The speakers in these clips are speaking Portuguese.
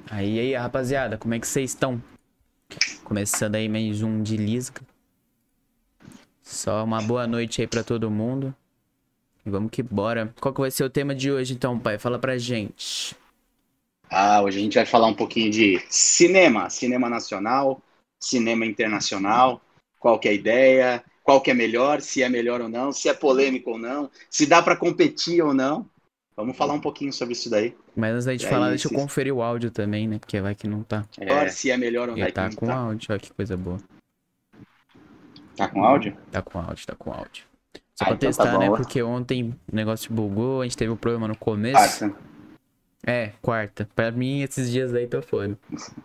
Aí, rapaziada, como é que vocês estão? Começando aí mais um de Lisga. Só uma boa noite aí pra todo mundo. E vamos que bora. Qual que vai ser o tema de hoje então, pai? Fala pra gente. Hoje a gente vai falar um pouquinho de cinema nacional, cinema internacional, qual que é a ideia, qual que é melhor, se é melhor ou não, se é polêmico ou não, se dá para competir ou não. Vamos falar um pouquinho sobre isso daí. Mas antes da gente E falar, aí, deixa eu conferir o áudio também, né? Porque vai que não tá. se é melhor ou E não, tá com áudio, olha que coisa boa. Tá com áudio? Tá com áudio, tá com áudio. Só pra Então tá testar, né? bom. Porque ontem o negócio bugou, a gente teve um problema no começo. Quarta. Quarta. Pra mim, esses dias aí tô fora.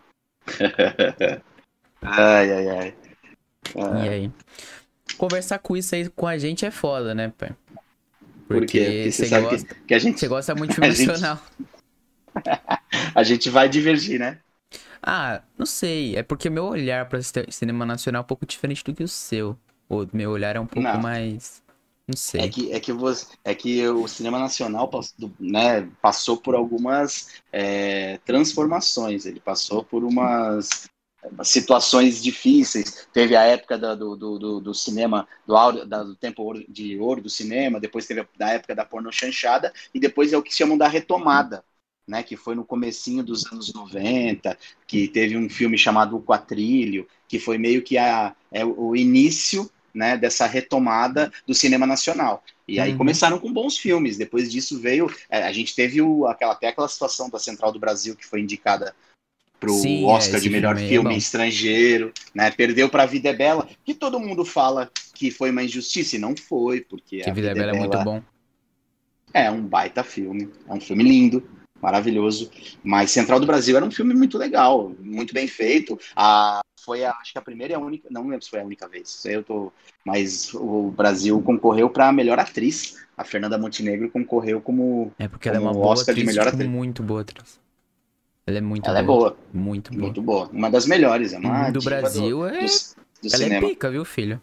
Ai. E aí? Conversar com isso aí com a gente é foda, né, pai? Por quê? Porque você sabe que a gente... Você gosta muito de filme nacional. A gente vai divergir, né? Ah, não sei. É porque meu olhar pra cinema nacional é um pouco diferente do que o seu. O meu olhar é um pouco Não. mais... Não sei. É que o cinema nacional passou por algumas transformações, ele passou por umas situações difíceis. Teve a época do cinema, do tempo de ouro do cinema, depois teve a época da pornochanchada, e depois é o que chamam da retomada, né, que foi no comecinho dos anos 90, que teve um filme chamado O Quatrilho, que foi meio que o início, né, dessa retomada do cinema nacional. E aí começaram com bons filmes. Depois disso veio... a gente teve até aquela situação da Central do Brasil, que foi indicada para o Sim, Oscar de esse melhor filme aí é filme bom. estrangeiro, né? Perdeu para A Vida é Bela, que todo mundo fala que foi uma injustiça, e não foi, porque Que A Vida é Vida é Bela é muito Bela bom. é um baita filme, é um filme lindo, maravilhoso, mas Central do Brasil era um filme muito legal, muito bem feito. Acho que a primeira e a única, não lembro se foi a única vez, mas o Brasil concorreu para a melhor atriz. A Fernanda Montenegro concorreu como É porque ela é uma boa Oscar de atriz, melhor tipo, atriz. muito boa atriz. Ela é muito Ela é boa. boa, Muito boa. muito boa, uma das melhores, é uma Do diva do, Brasil, do, do ela é cinema. pica, viu, filho?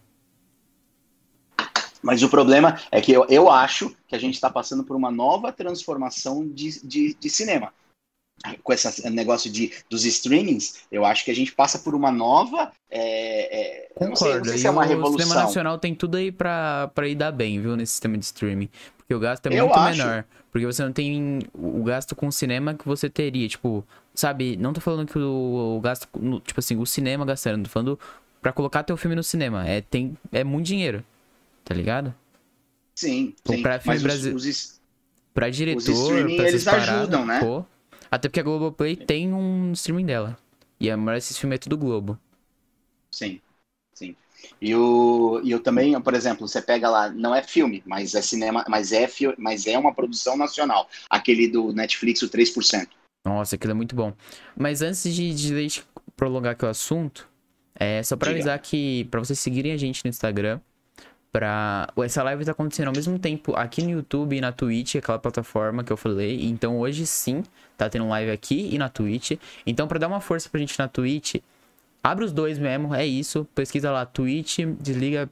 Mas o problema é que eu acho que a gente está passando por uma nova transformação de cinema. Com esse negócio dos streamings, eu acho que a gente passa por uma nova... eu não Concordo. sei se E é uma o cinema revolução. nacional tem tudo aí pra ir dar bem, viu, nesse sistema de streaming. Porque o gasto é Eu muito acho. menor. Porque você não tem o gasto com cinema que você teria. Tipo, sabe, não tô falando que o gasto, tipo assim, o cinema gastando. Tô falando pra colocar teu filme no cinema. É muito dinheiro, tá ligado? Sim, Pô, sim. pra filme Mas pra os diretor, streaming, pra essas eles paradas, ajudam, né? pô. Até porque a Globoplay tem um streaming dela. E a maioria desses filmes é tudo Globo. Sim, sim. E eu também, por exemplo, você pega lá, não é filme, mas é cinema, mas é uma produção nacional. Aquele do Netflix, o 3%. Nossa, aquilo é muito bom. Mas antes de a gente prolongar aqui o assunto, é só pra Diga. avisar que pra vocês seguirem a gente no Instagram, essa live tá acontecendo ao mesmo tempo aqui no YouTube e na Twitch, aquela plataforma que eu falei. Então hoje sim, tá tendo live aqui e na Twitch. Então pra dar uma força pra gente na Twitch, abre os dois mesmo, é isso. Pesquisa lá, Twitch, desliga.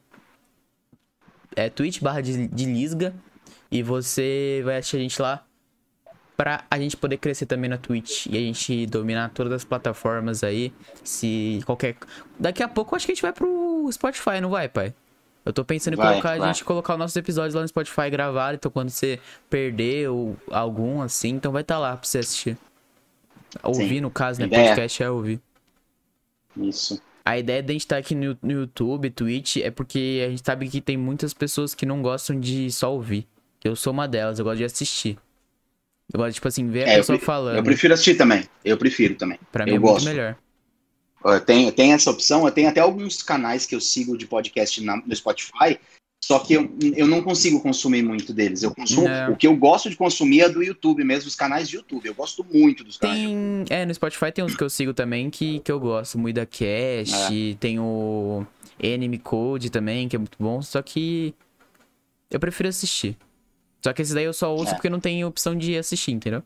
Twitch/de Lisga. E você vai assistir a gente lá pra a gente poder crescer também na Twitch. E a gente dominar todas as plataformas aí. Se qualquer. Daqui a pouco eu acho que a gente vai pro Spotify, não vai, pai? Eu tô pensando em Vai. a gente colocar os nossos episódios lá no Spotify gravado. Então quando você perder ou algum assim, então vai estar lá pra você assistir. Ouvir, Sim. no caso, né? Ideia. Podcast é ouvir. Isso. A ideia de a gente estar aqui no YouTube, Twitch, é porque a gente sabe que tem muitas pessoas que não gostam de só ouvir. Eu sou uma delas, eu gosto de assistir. Eu gosto de, tipo assim, ver a pessoa Eu falando. prefiro assistir também. Eu prefiro também. Pra mim Eu é muito gosto. melhor. Eu tenho essa opção, eu tenho até alguns canais que eu sigo de podcast no Spotify, só que eu não consigo consumir muito deles. Eu consumo, o que eu gosto de consumir é do YouTube mesmo, os canais de YouTube. Eu gosto muito dos canais de YouTube. No Spotify tem uns que eu sigo também que eu gosto. Muida Cash, tem o Anime Code também, que é muito bom. Só que eu prefiro assistir. Só que esse daí eu só ouço porque não tem opção de assistir, entendeu?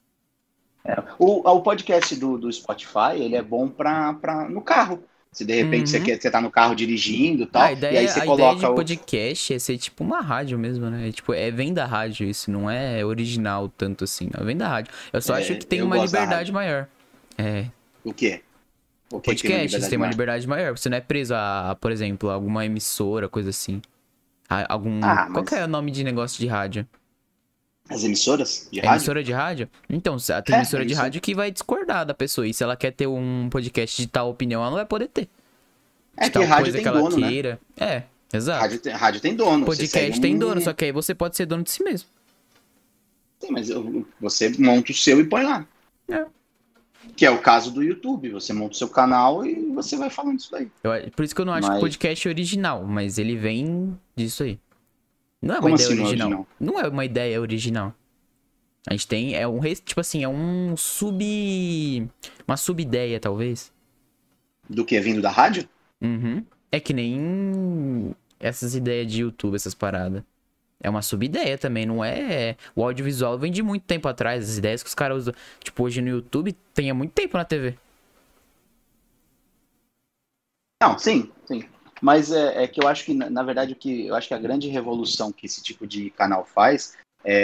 O podcast do Spotify, ele é bom no carro. Se de repente você tá no carro dirigindo e tal, e aí você A ideia de coloca podcast é ser tipo uma rádio mesmo, né? Tipo, vem da rádio isso, não é original tanto assim, não. Vem da rádio. Eu só acho que tem eu uma gosto da liberdade rádio. maior. É. O quê? O que que tem uma Podcast, você liberdade tem uma maior? liberdade maior. Você não é preso a, por exemplo, alguma emissora, coisa assim. Algum. Ah, Qual que é mas o nome de negócio de rádio? as emissoras de É rádio? emissora de rádio? Então, tem É emissora de isso. rádio que vai discordar da pessoa. E se ela quer ter um podcast de tal opinião, ela não vai poder ter. É De que tal rádio coisa que tem ela dono, né? queira. É, exato. Rádio tem dono. Você segue Podcast tem dono, um. só que aí você pode ser dono de si mesmo. Sim, mas você monta o seu e põe lá. É. Que é o caso do YouTube. Você monta o seu canal e você vai falando isso daí. Por isso que eu não acho que o Mas podcast é original, mas ele vem disso aí. Não é uma como ideia assim não é original. original? Não é uma ideia original. A gente tem, tipo assim, é um uma sub-ideia, talvez. Do que? Vindo da rádio? Uhum. É que nem essas ideias de YouTube, essas paradas. É uma sub-ideia também, não é... O audiovisual vem de muito tempo atrás, as ideias que os caras usam. Tipo, hoje no YouTube, tem há muito tempo na TV. Não, sim, sim. Mas é que eu acho que, na verdade, eu acho que a grande revolução que esse tipo de canal faz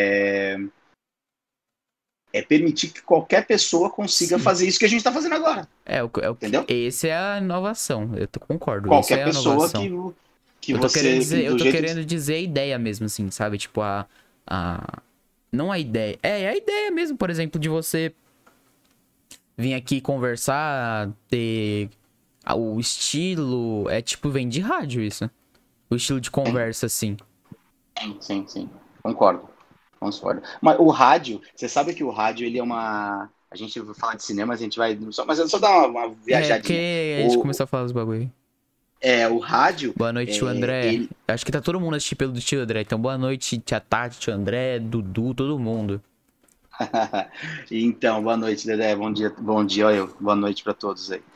é permitir que qualquer pessoa consiga Sim. fazer isso que a gente está fazendo agora. Entendeu? Esse é a inovação, concordo. Isso é Qualquer a pessoa inovação. que Eu tô querendo você. dizer, eu Do tô jeito querendo dizer a ideia mesmo, assim, sabe? Tipo, não a ideia. É a ideia mesmo, por exemplo, de você vir aqui conversar, ter o estilo. É tipo, vem de rádio isso. O estilo de conversa, assim. Sim, sim. Concordo. Concordo. Mas o rádio, você sabe que o rádio, ele é uma. A gente vai falar de cinema, mas a gente vai. Mas eu só dar uma É, viajadinha. porque a gente começou a falar dos bagulho aí. O rádio. Boa noite, tio André. Ele... Acho que tá todo mundo assistindo pelo do tio André. Então, boa noite, tia Tati, tio André, Dudu, todo mundo. Então, boa noite, Dedé. Bom dia, olha eu. Boa noite para todos aí.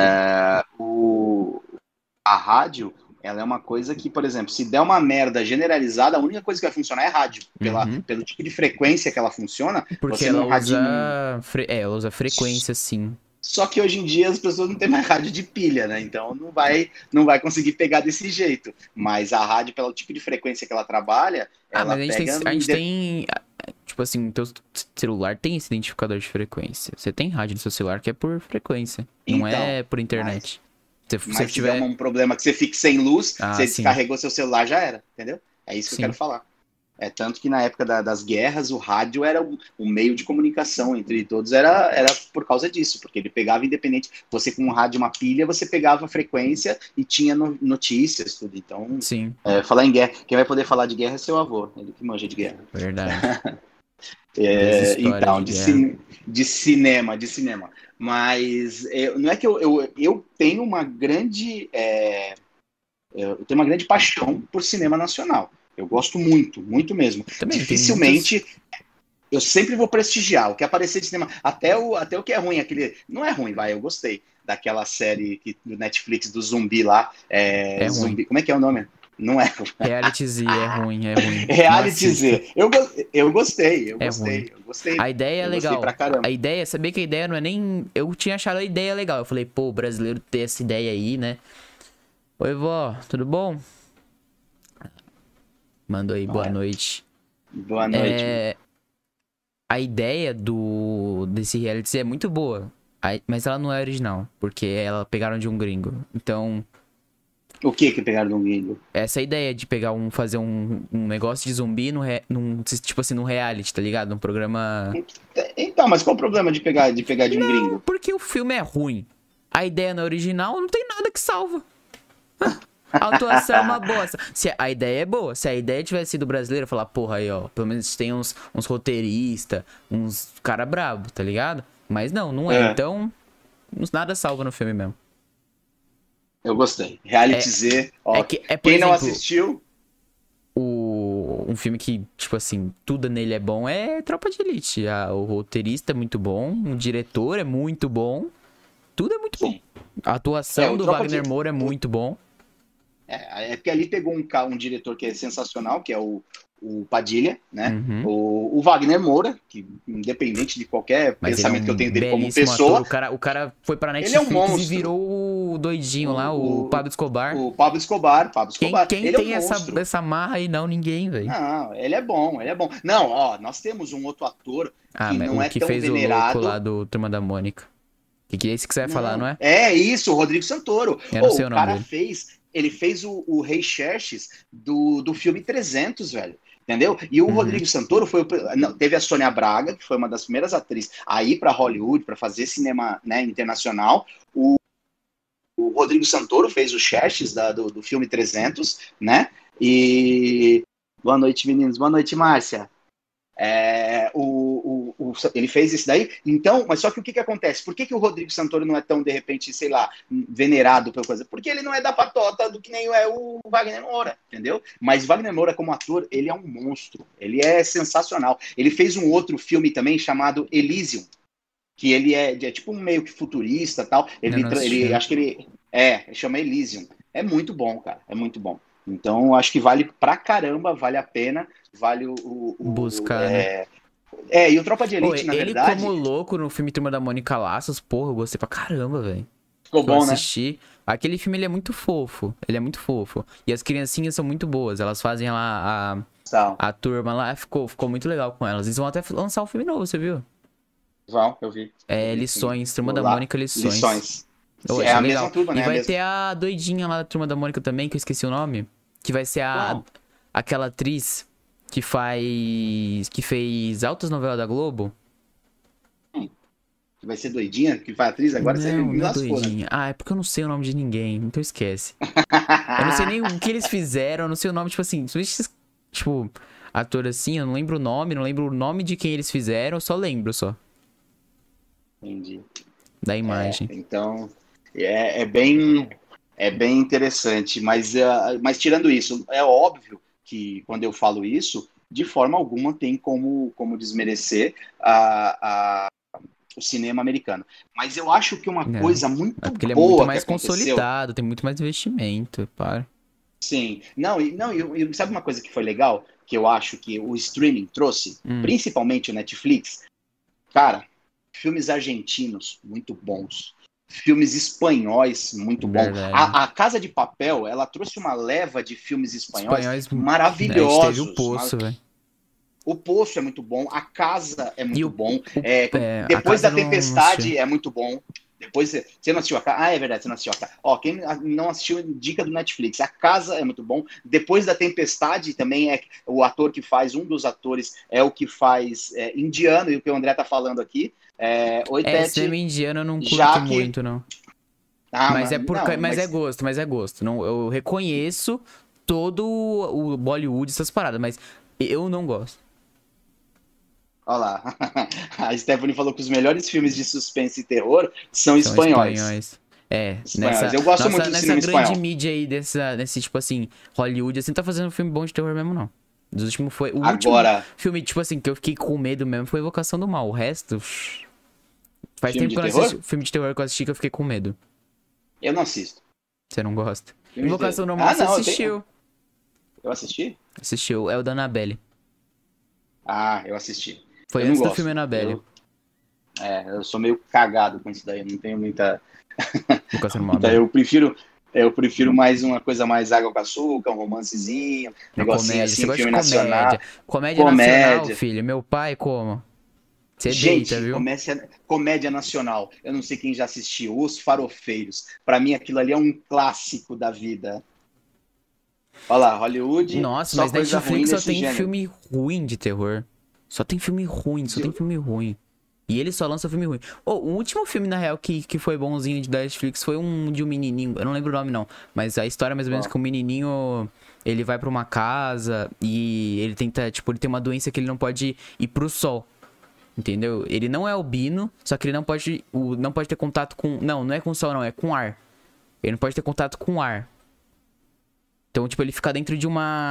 A rádio, ela é uma coisa que, por exemplo, se der uma merda generalizada, a única coisa que vai funcionar é rádio. Pelo tipo de frequência que ela funciona, Porque você ela num radinho. ela usa frequência, sim. Só que hoje em dia as pessoas não têm mais rádio de pilha, né? Então não vai conseguir pegar desse jeito. Mas a rádio, pelo tipo de frequência que ela trabalha, ela Mas a gente tem. Tipo assim, o teu celular tem esse identificador de frequência. Você tem rádio no seu celular que é por frequência. Não é por internet. Mas se tiver um problema que você fique sem luz, você sim. descarregou seu celular, já era, entendeu? É isso que eu quero falar. Tanto que na época das guerras, o rádio era o meio de comunicação entre todos, era por causa disso, porque ele pegava independente. Você com um rádio, uma pilha, você pegava a frequência e tinha notícias, tudo. Então, sim. Falar em guerra, quem vai poder falar de guerra é seu avô, ele que manja de guerra. Verdade. Então, de cinema. Mas não é que eu tenho uma grande. Eu tenho uma grande paixão por cinema nacional. Eu gosto muito, muito mesmo. Também, dificilmente eu sempre vou prestigiar o que aparecer de cinema. Até o que é ruim, aquele. Não é ruim, eu gostei. Daquela série do Netflix do zumbi lá. Zumbi, ruim. Como é que é o nome? Não é. Reality Z é ruim. Reality Z. Eu gostei. Ruim. Eu gostei. A ideia é legal. Pra caramba. Sabia que a ideia não é nem. Eu tinha achado a ideia legal. Eu falei, pô, o brasileiro ter essa ideia aí, né? Oi, vó, tudo bom? Mandou aí, boa noite. Boa noite. A ideia desse reality Z é muito boa. Mas ela não é original. Porque ela pegaram de um gringo. Então. O que pegaram de um gringo? Essa ideia de fazer um negócio de zumbi tipo assim, num reality, tá ligado? Num programa. Então, mas qual o problema de pegar de um gringo? Porque o filme é ruim. A ideia não é original, não tem nada que salva. A atuação é uma bosta. Se a ideia é boa, se a ideia tivesse sido brasileira, falar, porra, aí, ó, pelo menos tem uns roteiristas, uns cara brabo, tá ligado? Mas não é. Então, nada salva no filme mesmo. Eu gostei. Reality Z, ó, por quem exemplo, não assistiu... Um filme que, tipo assim, tudo nele é bom é Tropa de Elite. O roteirista é muito bom, o diretor é muito bom, tudo é muito bom. A atuação do Wagner Moura é muito bom. É porque ali pegou um diretor que é sensacional, que é o Padilha, né? Uhum. O Wagner Moura, que independente de qualquer pensamento que eu tenho dele como pessoa... Ator. O cara foi pra Netflix ele é um monstro. E virou o doidinho lá, o Pablo Escobar. O Pablo Escobar. Quem ele tem é um essa marra aí? Não, ninguém, velho. Não, ele é bom. Não, ó, nós temos um outro ator que não é que tão fez venerado. o louco lá do Turma da Mônica. Que é esse que você vai falar, não é? É isso, o Rodrigo Santoro. Eu não sei O o nome cara dele. ele fez o Rei Xerxes do filme 300, velho. Entendeu? E o Uhum. Rodrigo Santoro não, teve a Sônia Braga, que foi uma das primeiras atrizes a ir para Hollywood para fazer cinema, né, internacional. O Rodrigo Santoro fez o Xerxes do filme 300, né? E boa noite, meninos. Boa noite, Márcia. Ele fez isso daí. Então, mas só que o que acontece? Por que o Rodrigo Santoro não é tão, de repente, sei lá, venerado pela coisa? Porque ele não é da patota do que nem é o Wagner Moura, entendeu? Mas Wagner Moura, como ator, ele é um monstro. Ele é sensacional. Ele fez um outro filme também chamado Elysium, que ele é tipo um meio que futurista e tal. Eu não Ele assisti. acho que ele chama Elysium. É muito bom, cara. É muito bom. Então, acho que vale pra caramba, vale a pena, vale Buscar, né? e o Tropa de Ô, Elite, na ele como verdade, louco no filme Turma da Mônica Laços, porra, eu gostei pra caramba, velho. ficou Que eu bom, né? assisti. Aquele filme, ele é muito fofo. Ele é muito fofo. E as criancinhas são muito boas. Elas fazem lá Tal. a turma lá. Ficou muito legal com elas. Eles vão até lançar um filme novo, você viu? Vão, eu vi. É Sim. Lições, Turma Vou da lá. Mônica Lições. Lições. Eu É achei a mesma legal. turma, E né? vai ter a doidinha lá da Turma da Mônica também, que eu esqueci o nome. Que vai ser Qual? aquela atriz que fez altas novelas da Globo. Que vai ser doidinha? Que vai atriz? Agora você Não, me não é lascou, né? doidinha. Ah, é porque eu não sei o nome de ninguém, então esquece. Eu não sei nem o que eles fizeram, eu não sei o nome, tipo assim, tipo, ator assim, eu não lembro o nome, não lembro o nome de quem eles fizeram, eu só lembro só Entendi. da imagem. Então, é bem interessante. Mas tirando isso, é óbvio que quando eu falo isso, de forma alguma tem como desmerecer o cinema americano. Mas eu acho que uma Não. coisa É muito porque ele é muito boa que mais aconteceu. consolidado, tem muito mais investimento, para. Sim. Não, e sabe uma coisa que foi legal? Que eu acho que o streaming trouxe, Hum, principalmente o Netflix, cara, filmes argentinos muito bons. Filmes espanhóis muito bons. verdade. A Casa de Papel, ela trouxe uma leva de filmes espanhóis Espanhóis, a gente teve o maravilhosos. Poço, velho. O Poço é muito bom, A Casa é E muito bom. a Depois casa da eu não assisti. Tempestade é muito bom. Depois você não assistiu a Casa? Ah, é verdade, você não assistiu a Casa. Ó, quem não assistiu, dica do Netflix. A Casa é muito bom. Depois da Tempestade também é o ator que faz, um dos atores é o que faz Indiano, e o que o André tá falando aqui. Oi, Cinema Tete. indiano eu não curto Já que. muito, não. Ah, Mas é mano, não, mas. mas é gosto. Não, eu reconheço todo o Bollywood, essas paradas, mas eu não gosto. Olha lá. A Stephanie falou que os melhores filmes de suspense e terror são São espanhóis. espanhóis. É, Espanhóis. Eu gosto muito do nessa cinema grande espanhol. mídia aí, nesse, tipo assim, Hollywood, assim, não tá fazendo filme bom de terror mesmo, não. O último Agora, filme, tipo assim, que eu fiquei com medo mesmo foi Invocação do Mal. O resto, faz filme tempo de que eu não terror? assisti filme de terror que eu assisti que eu fiquei com medo. Eu não assisto. Você não gosta? Filme de terror. Invocação do Mal, Ah, você não, assistiu. eu assisti? Assistiu, é o da Annabelle. Ah, eu assisti. Foi Eu não antes do filme gosto. Annabelle. Eu sou meio cagado com isso daí. Eu não tenho muita. Invocação do Mal, muita bom. eu prefiro mais uma coisa mais água com açúcar, um romancezinho, Uma negocinho comédia. Você assim, gosta de filme comédia. nacional. Comédia nacional, Comédia. filho. Meu pai, como? Você deita, Gente, viu? comédia nacional. Eu não sei quem já assistiu, Os Farofeiros. Pra mim, aquilo ali é um clássico da vida. Olha lá, Hollywood, Nossa, só mas coisa ruim Netflix só nesse tem gênero. filme ruim de terror. Só tem filme ruim, só tem filme ruim. E ele só lança filme ruim. O último filme, na real, que foi bonzinho de Netflix foi um de um menininho. Eu não lembro o nome, não. Mas a história é mais ou menos Ó, que o menininho. Ele vai pra uma casa e ele tenta. Tipo, ele tem uma doença que ele não pode ir pro sol. Entendeu? Ele não é albino, só que ele não pode ter contato com. Não é com o sol, não, é com ar. Ele não pode ter contato com ar. Então, tipo, ele fica dentro de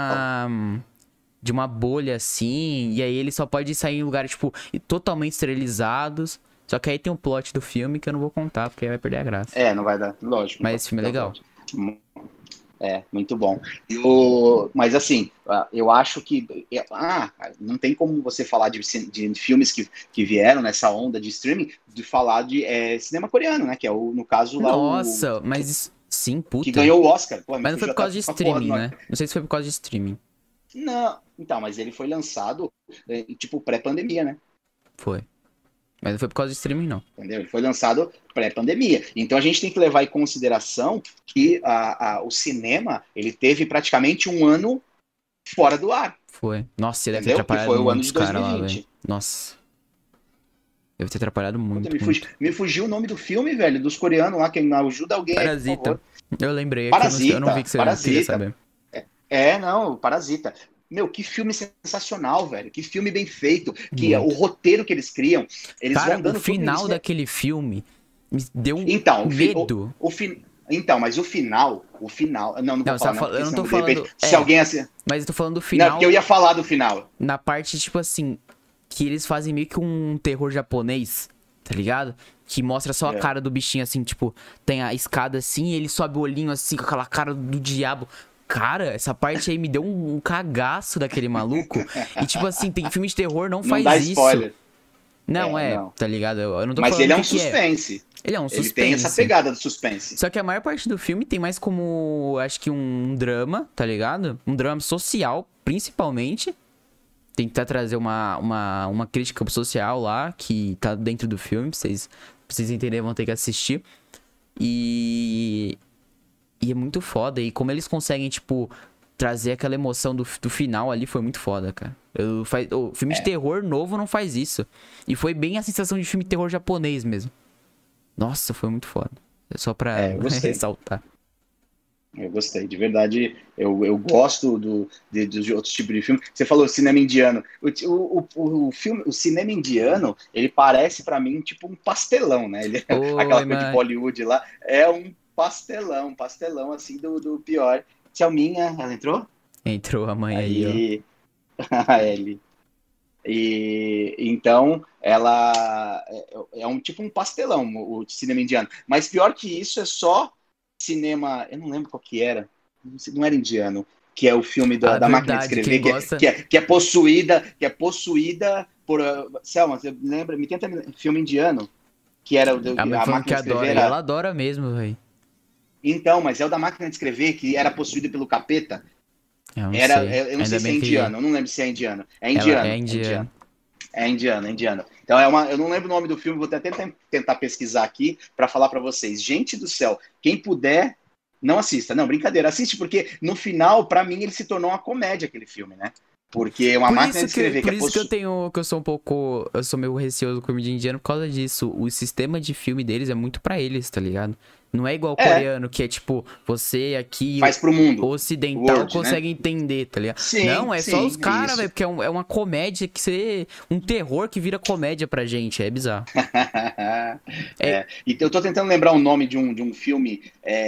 uma bolha assim, e aí ele só pode sair em lugares, tipo, totalmente esterilizados. Só que aí tem um plot do filme que eu não vou contar, porque aí vai perder a graça. não vai dar, lógico. Mas esse filme é legal. Muito bom. Mas assim, eu acho que não tem como você falar de filmes que vieram nessa onda de streaming, de falar de cinema coreano, né? Que é no caso lá Nossa, mas isso. Sim, puta. que ganhou o Oscar. Pô, Mas não foi por causa de a porra streaming, né? Não sei se foi por causa de streaming. Não, então, mas ele foi lançado tipo pré-pandemia, né? Foi. Mas não foi por causa do streaming, não. Entendeu? Ele foi lançado pré-pandemia. Então a gente tem que levar em consideração que o cinema ele teve praticamente um ano fora do ar. Foi. Nossa, ele deve ter Entendeu? Que atrapalhado foi o ano muitos de caras lá, 2020. velho. Nossa. Deve ter atrapalhado muito, Me muito. me fugiu o nome do filme, velho, dos coreanos lá, que ajuda alguém aí, por Parasita. favor. Eu lembrei aqui, Parasita, eu não vi que você queria Parasita. saber. Não, Parasita. Meu, que filme sensacional, velho. Que filme bem feito. Que Muito. o roteiro que eles criam, eles Cara, vão dando o final tudo. daquele filme me deu um Então, medo. Então, mas o final. Não vou falar, não, eu não tô de falando. repente, se alguém assim. Mas eu tô falando do Não, final. porque eu ia falar do final. Na parte, tipo assim, que eles fazem meio que um terror japonês, tá ligado? Que mostra só a cara do bichinho, assim, tipo, tem a escada assim, e ele sobe o olhinho assim, com aquela cara do diabo. Cara, essa parte aí me deu um cagaço daquele maluco. E tipo assim, tem filme de terror, não faz dá isso. spoiler. Não, Não. tá ligado? Eu não tô Mas falando ele é o um que que suspense. Ele é um suspense. Ele tem essa pegada do suspense. Só que a maior parte do filme tem mais como, acho que um drama, tá ligado? Um drama social, principalmente. Tentar trazer uma crítica social lá, que tá dentro do filme, pra vocês entenderem, vão ter que assistir. E é muito foda. E como eles conseguem, tipo, trazer aquela emoção do final ali, foi muito foda, cara. O filme de terror novo não faz isso. E foi bem a sensação de filme de terror japonês mesmo. Nossa, foi muito foda. É só pra ressaltar. Eu gostei, de verdade. Eu gosto de outros tipos de filme. Você falou cinema indiano. O cinema indiano, ele parece pra mim tipo um pastelão, né? Aquela coisa de Bollywood lá. É um pastelão assim do pior. Selminha, ela entrou? Entrou a mãe aí, ó. A Ellie. E então ela é um tipo um pastelão, o cinema indiano. Mas pior que isso é só cinema, eu não lembro qual que era, não era indiano, que é o filme da máquina de escrever, que é possuída por Selma, você lembra? Me tenta filme indiano que era a máquina de escrever. Ela adora mesmo, velho. Então, mas é o da máquina de escrever que era possuída pelo capeta. Eu não sei se é indiano, eu não lembro se é indiano. É indiano. É indiano. Então eu não lembro o nome do filme, vou até tentar pesquisar aqui para falar para vocês. Gente do céu, quem puder, não assista. Não, brincadeira, assiste porque no final, para mim, ele se tornou uma comédia aquele filme, né? Porque é uma máquina de escrever. Por isso que eu sou eu sou meio receoso com o mídia indiano por causa disso. O sistema de filme deles é muito pra eles, tá ligado? Não é igual o coreano, que é tipo, você aqui, faz pro mundo ocidental, Word, consegue né? entender, tá ligado? Sim, não, é só os caras, velho, porque é uma comédia um terror que vira comédia pra gente, é bizarro. E eu tô tentando lembrar o nome de um filme,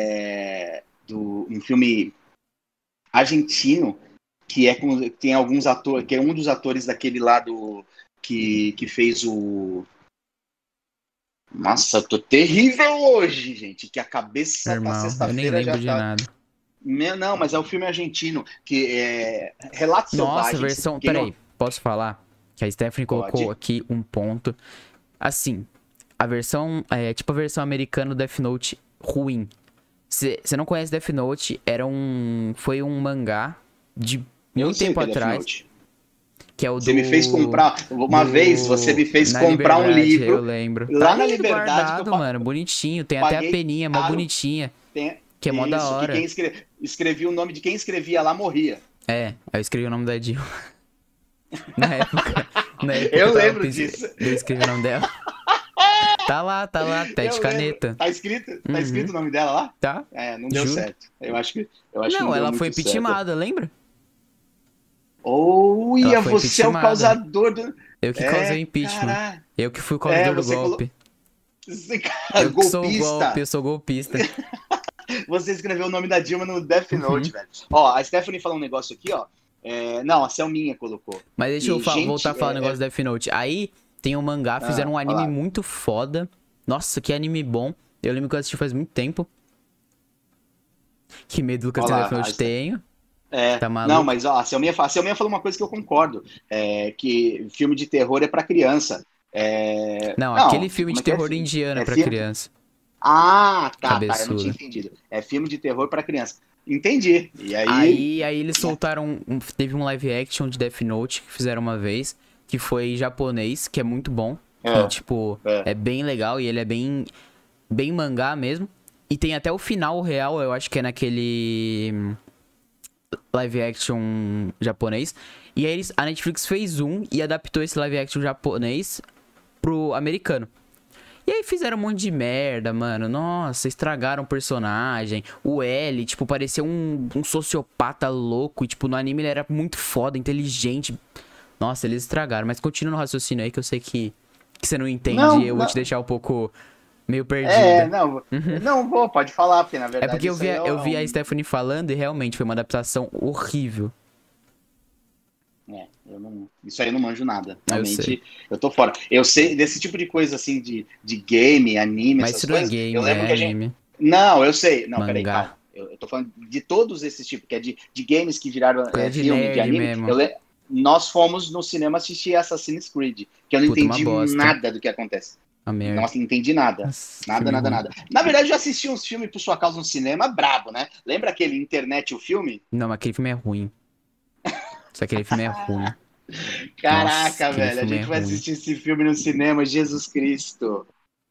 um filme argentino, que tem alguns atores, que é um dos atores daquele lado que fez o... Nossa, eu tô terrível hoje, gente, que a cabeça Irmão, tá sexta-feira eu nem lembro já de tá... nada. Não, mas é um filme argentino, que é Relatos Selvagens. Nossa, versão... Peraí, posso falar? Que a Stephanie colocou aqui um ponto. Assim, a versão... tipo a versão americana do Death Note ruim. Você não conhece Death Note, foi um mangá de muito tempo atrás. Que é o Você me fez comprar, vez você me fez comprar um livro. Eu lembro. Lá tá na Liberdade. Guardado, mano, bonitinho. Tem até a peninha, mó bonitinha. Que é mó da hora. Que quem escrevia o nome de quem escrevia lá morria. Aí eu escrevi o nome da Jill. Na época eu lembro disso. Eu escrevi o nome dela. Tá lá, até de caneta. Tá escrito o nome dela lá? Tá. Não deu certo. Eu acho que não, ela foi impeachmentada, lembra? Você é o causador do... Eu que causei o impeachment. Caraca. Eu que fui o causador do golpe. Eu sou golpista. Você escreveu o nome da Dilma no Death Note, velho. Ó, a Stephanie falou um negócio aqui, ó. Não, a Selminha colocou. Mas deixa eu voltar a falar o negócio do Death Note. Aí tem um mangá, fizeram um anime muito foda. Nossa, que anime bom. Eu lembro que eu assisti faz muito tempo. Que medo do que eu Death Note tenho. Tá maluco? Não, mas ó, a Selminha falou uma coisa que eu concordo. Que filme de terror é pra criança. Não, aquele filme de terror indiano é pra criança. Tá, eu não tinha entendido. É filme de terror pra criança. Entendi. E aí eles soltaram, teve um live action de Death Note que fizeram uma vez, que foi japonês, que é muito bom. Que, É, tipo, é. é bem legal e ele é bem mangá mesmo. E tem até o final real, eu acho que é naquele live action japonês. E aí a Netflix fez um e adaptou esse live action japonês pro americano. E aí fizeram um monte de merda, mano. Nossa, estragaram o personagem. O L, tipo, parecia um sociopata louco. E, tipo, no anime ele era muito foda, inteligente. Nossa, eles estragaram. Mas continua no raciocínio aí que eu sei que você não entende. Não, E eu vou te não, deixar um pouco meio perdida. não vou, pode falar, porque na É porque verdade eu isso vi, aí é eu vi a um. Stephanie falando e realmente foi uma adaptação horrível. Isso aí eu não manjo nada. Eu sei. Realmente, eu tô fora. Eu sei desse tipo de coisa assim, de game, anime, Mas essas isso não é coisas. Eu game, lembro é que a gente. anime. Não, eu sei. Não, peraí, Mangá. calma. Eu tô falando de todos esses tipos, que é de games que viraram Coisa de filme, de nerd anime. mesmo. Nós fomos no cinema assistir Assassin's Creed, que eu não Puta, uma entendi bosta. nada do que acontece. Uma merda. Nossa, não entendi nada. Nossa, que Nada, filme nada, ruim. nada. Na verdade, eu já assisti uns filmes por sua causa no cinema, brabo, né? Lembra aquele Internet, o filme? Não, mas aquele filme é ruim. Só aquele filme é ruim. Nossa, Caraca, aquele velho, a filme é gente vai ruim. assistir esse filme no cinema, Jesus Cristo.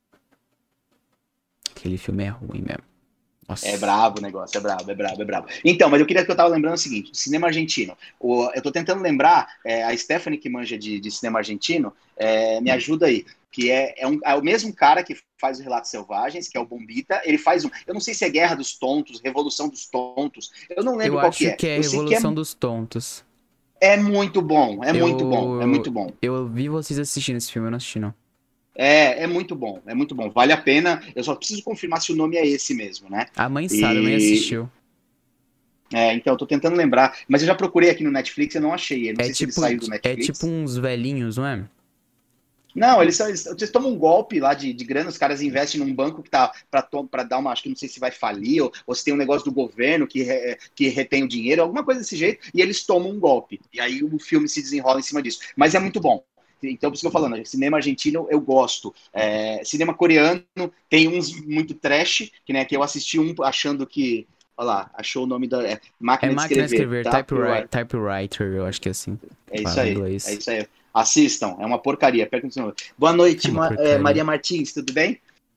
Aquele filme é ruim mesmo. É Nossa. brabo o negócio, é brabo, é brabo, é brabo. Então, mas eu queria que eu tava lembrando o seguinte: cinema argentino. Eu tô tentando lembrar, a Stephanie, que manja de cinema argentino, me ajuda aí. Que é o mesmo cara que faz o Relatos Selvagens, que é o Bombita. Ele faz um. Eu não sei se é Guerra dos Tontos, Revolução dos Tontos. Eu não Eu lembro qual que acho é. que é Eu sei que Revolução dos Tontos. é muito bom, é muito bom, é Eu, muito bom. eu vi vocês assistindo esse filme, eu não assisti, não. É muito bom, é muito bom. Vale a pena. Eu só preciso confirmar se o nome é esse mesmo, né? A mãe sabe, a mãe E assistiu. então, eu tô tentando lembrar, mas eu já procurei aqui no Netflix e eu não achei. Eu não É sei se ele tipo, saiu do é tipo Netflix. uns velhinhos, não é? Não, eles tomam um golpe lá de grana, os caras investem num banco que tá para dar uma, acho que não sei se vai falir, ou se tem um negócio do governo que retém o dinheiro, alguma coisa desse jeito, e eles tomam um golpe. E aí o filme se desenrola em cima disso. Mas é muito bom. Então, por isso que eu tô falando, cinema argentino eu gosto. Cinema coreano tem uns muito trash, que eu assisti um achando que. Olha lá, achou o nome da. É Máquina de máquina de Escrever. escrever, Tá? typewriter, eu acho que é assim. É isso Fala em aí, é inglês. isso aí. Assistam, é uma porcaria. Pergunta de novo. Boa É noite, uma porcaria. Maria Martins, tudo bem?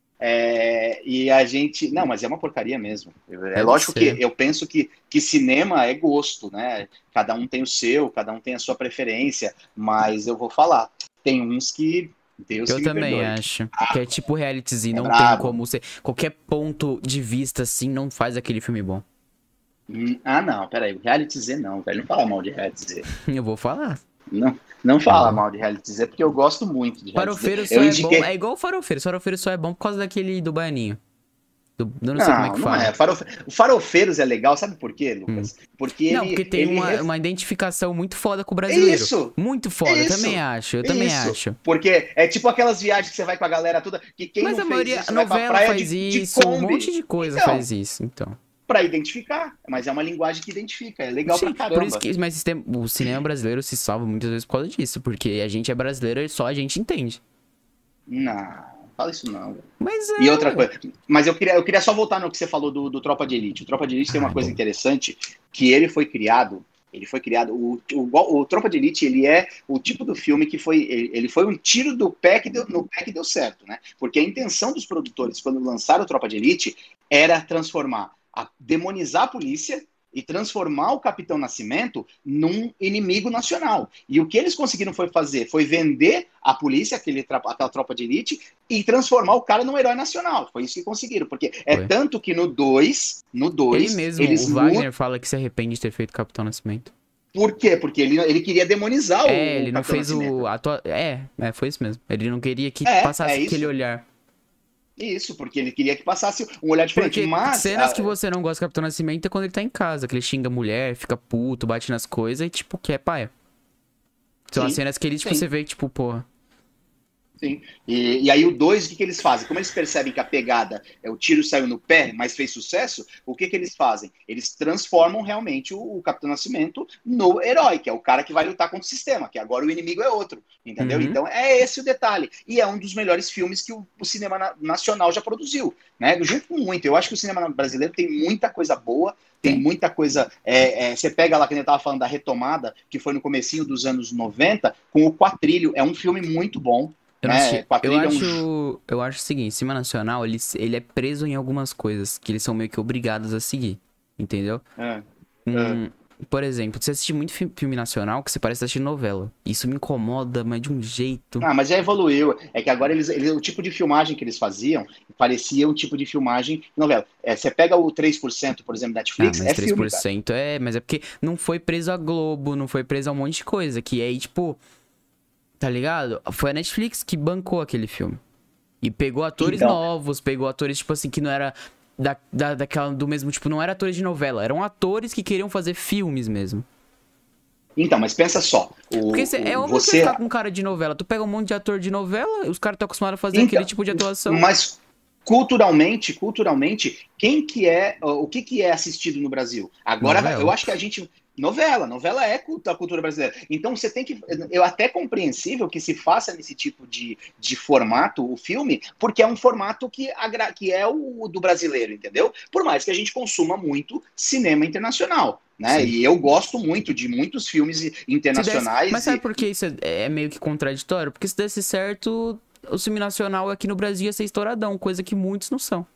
E a gente. Não, mas é uma porcaria mesmo. É Deve lógico que ser. eu penso que cinema é gosto, né? Cada um tem o seu, cada um tem a sua preferência, mas eu vou falar. Tem uns que. Deus Eu que me também perdoe. acho. Que é tipo realityzinho, É não tem brabo. como ser. Qualquer ponto de vista assim não faz aquele filme bom. Não, peraí. Reality Z não, velho. Não fala mal de Reality Z. Eu vou falar. Não, não fala Eu... mal de Reality Z, porque eu gosto muito de Reality Z. Farofeiro só Eu é bom. É indiquei. igual o Farofeiro. Farofeiro só é bom por causa daquele do Baianinho. Eu não sei como é Não, que não é. fala. O Farofeiros é legal, sabe por quê, Hum. Lucas? Porque Não, porque tem ele uma identificação muito foda com o é brasileiro. isso, Muito é foda, eu também isso, acho, eu é também isso. acho. Porque é tipo aquelas viagens que você vai com a galera toda, que quem Mas não a fez maioria, a isso vai pra novela praia faz de isso, um monte Kombi. de coisa Então, faz isso, então. pra identificar, mas é uma linguagem que identifica, é legal Sim, pra por isso caramba. que mas o cinema brasileiro se salva muitas vezes por causa disso, porque a gente é brasileiro e só a gente entende. Não, fala isso não, velho. Mas E é, outra ué. coisa, mas eu queria só voltar no que você falou do Tropa de Elite. O Tropa de Elite tem uma Ai, coisa bom. interessante, que ele foi criado, o Tropa de Elite, ele é o tipo do filme que ele foi um tiro do pé no pé que deu certo, né? Porque a intenção dos produtores, quando lançaram o Tropa de Elite, era demonizar a polícia e transformar o Capitão Nascimento num inimigo nacional. E o que eles conseguiram foi vender a polícia, aquela tropa de elite, e transformar o cara num herói nacional. Foi isso que conseguiram, porque é Foi. tanto que no 2, Ele mesmo, o eles mudam. Wagner fala que se arrepende de ter feito Capitão Nascimento. Por quê? Porque ele queria demonizar É, o ele não Capitão fez Nascimento. foi isso mesmo. Ele não queria que É passasse aquele isso. olhar. Isso, porque ele queria que passasse um olhar diferente. Porque Mas, cenas que você não gosta do Capitão Nascimento é quando ele tá em casa, que ele xinga a mulher, fica puto, bate nas coisas e, tipo, que é paia. São as sim, cenas que ele, tipo, você sim. vê, tipo, porra. Sim. E aí o 2, o que eles fazem? Como eles percebem que a pegada, o tiro saiu no pé, mas fez sucesso, o que eles fazem? Eles transformam realmente o Capitão Nascimento no herói, que é o cara que vai lutar contra o sistema, que agora o inimigo é outro, entendeu? Uhum. Então é esse o detalhe. E é um dos melhores filmes que o cinema nacional já produziu, né? Junto com muito. Eu acho que o cinema brasileiro tem muita coisa boa, tem Tem. muita coisa. Você pega lá, que eu estava falando da Retomada, que foi no comecinho dos anos 90, com o Quatrilho. É um filme muito bom. Eu não né? assisti. Quadrilha é Eu acho o seguinte, cinema nacional, ele é preso em algumas coisas que eles são meio que obrigados a seguir, entendeu? é, é. Hum, por exemplo, você assiste muito filme nacional que você parece assistir novela. Isso me incomoda, mas de um jeito. Ah, mas já evoluiu. É que agora o tipo de filmagem que eles faziam parecia um tipo de filmagem de novela. Você pega o 3%, por exemplo, Ah, Netflix, mas é três filme, por cara. cento mas é porque não foi preso a Globo, não foi preso a um monte de coisa, que aí, tipo, tá ligado? Foi a Netflix que bancou aquele filme. E pegou atores Então, novos, pegou atores, tipo assim, que não era daquela, do mesmo, tipo, não era atores de novela, eram atores que queriam fazer filmes mesmo. mas pensa só. Porque é óbvio que vai Você. ficar com cara de novela. Tu pega um monte de ator de novela, os caras estão acostumados a fazer aquele Então, tipo de atuação. mas culturalmente, quem que é, o que que é assistido no Brasil? Agora, eu Novela. acho que a gente novela é a cultura brasileira. Então você tem que, eu até compreensível que se faça nesse tipo de formato o filme, porque é um formato que é o do brasileiro, entendeu? Por mais que a gente consuma muito cinema internacional. Né? Sim. E eu gosto muito de muitos filmes Mas internacionais sabe por que isso é meio que contraditório? Porque se desse certo, o filme nacional aqui no Brasil ia ser estouradão, coisa que muitos não são.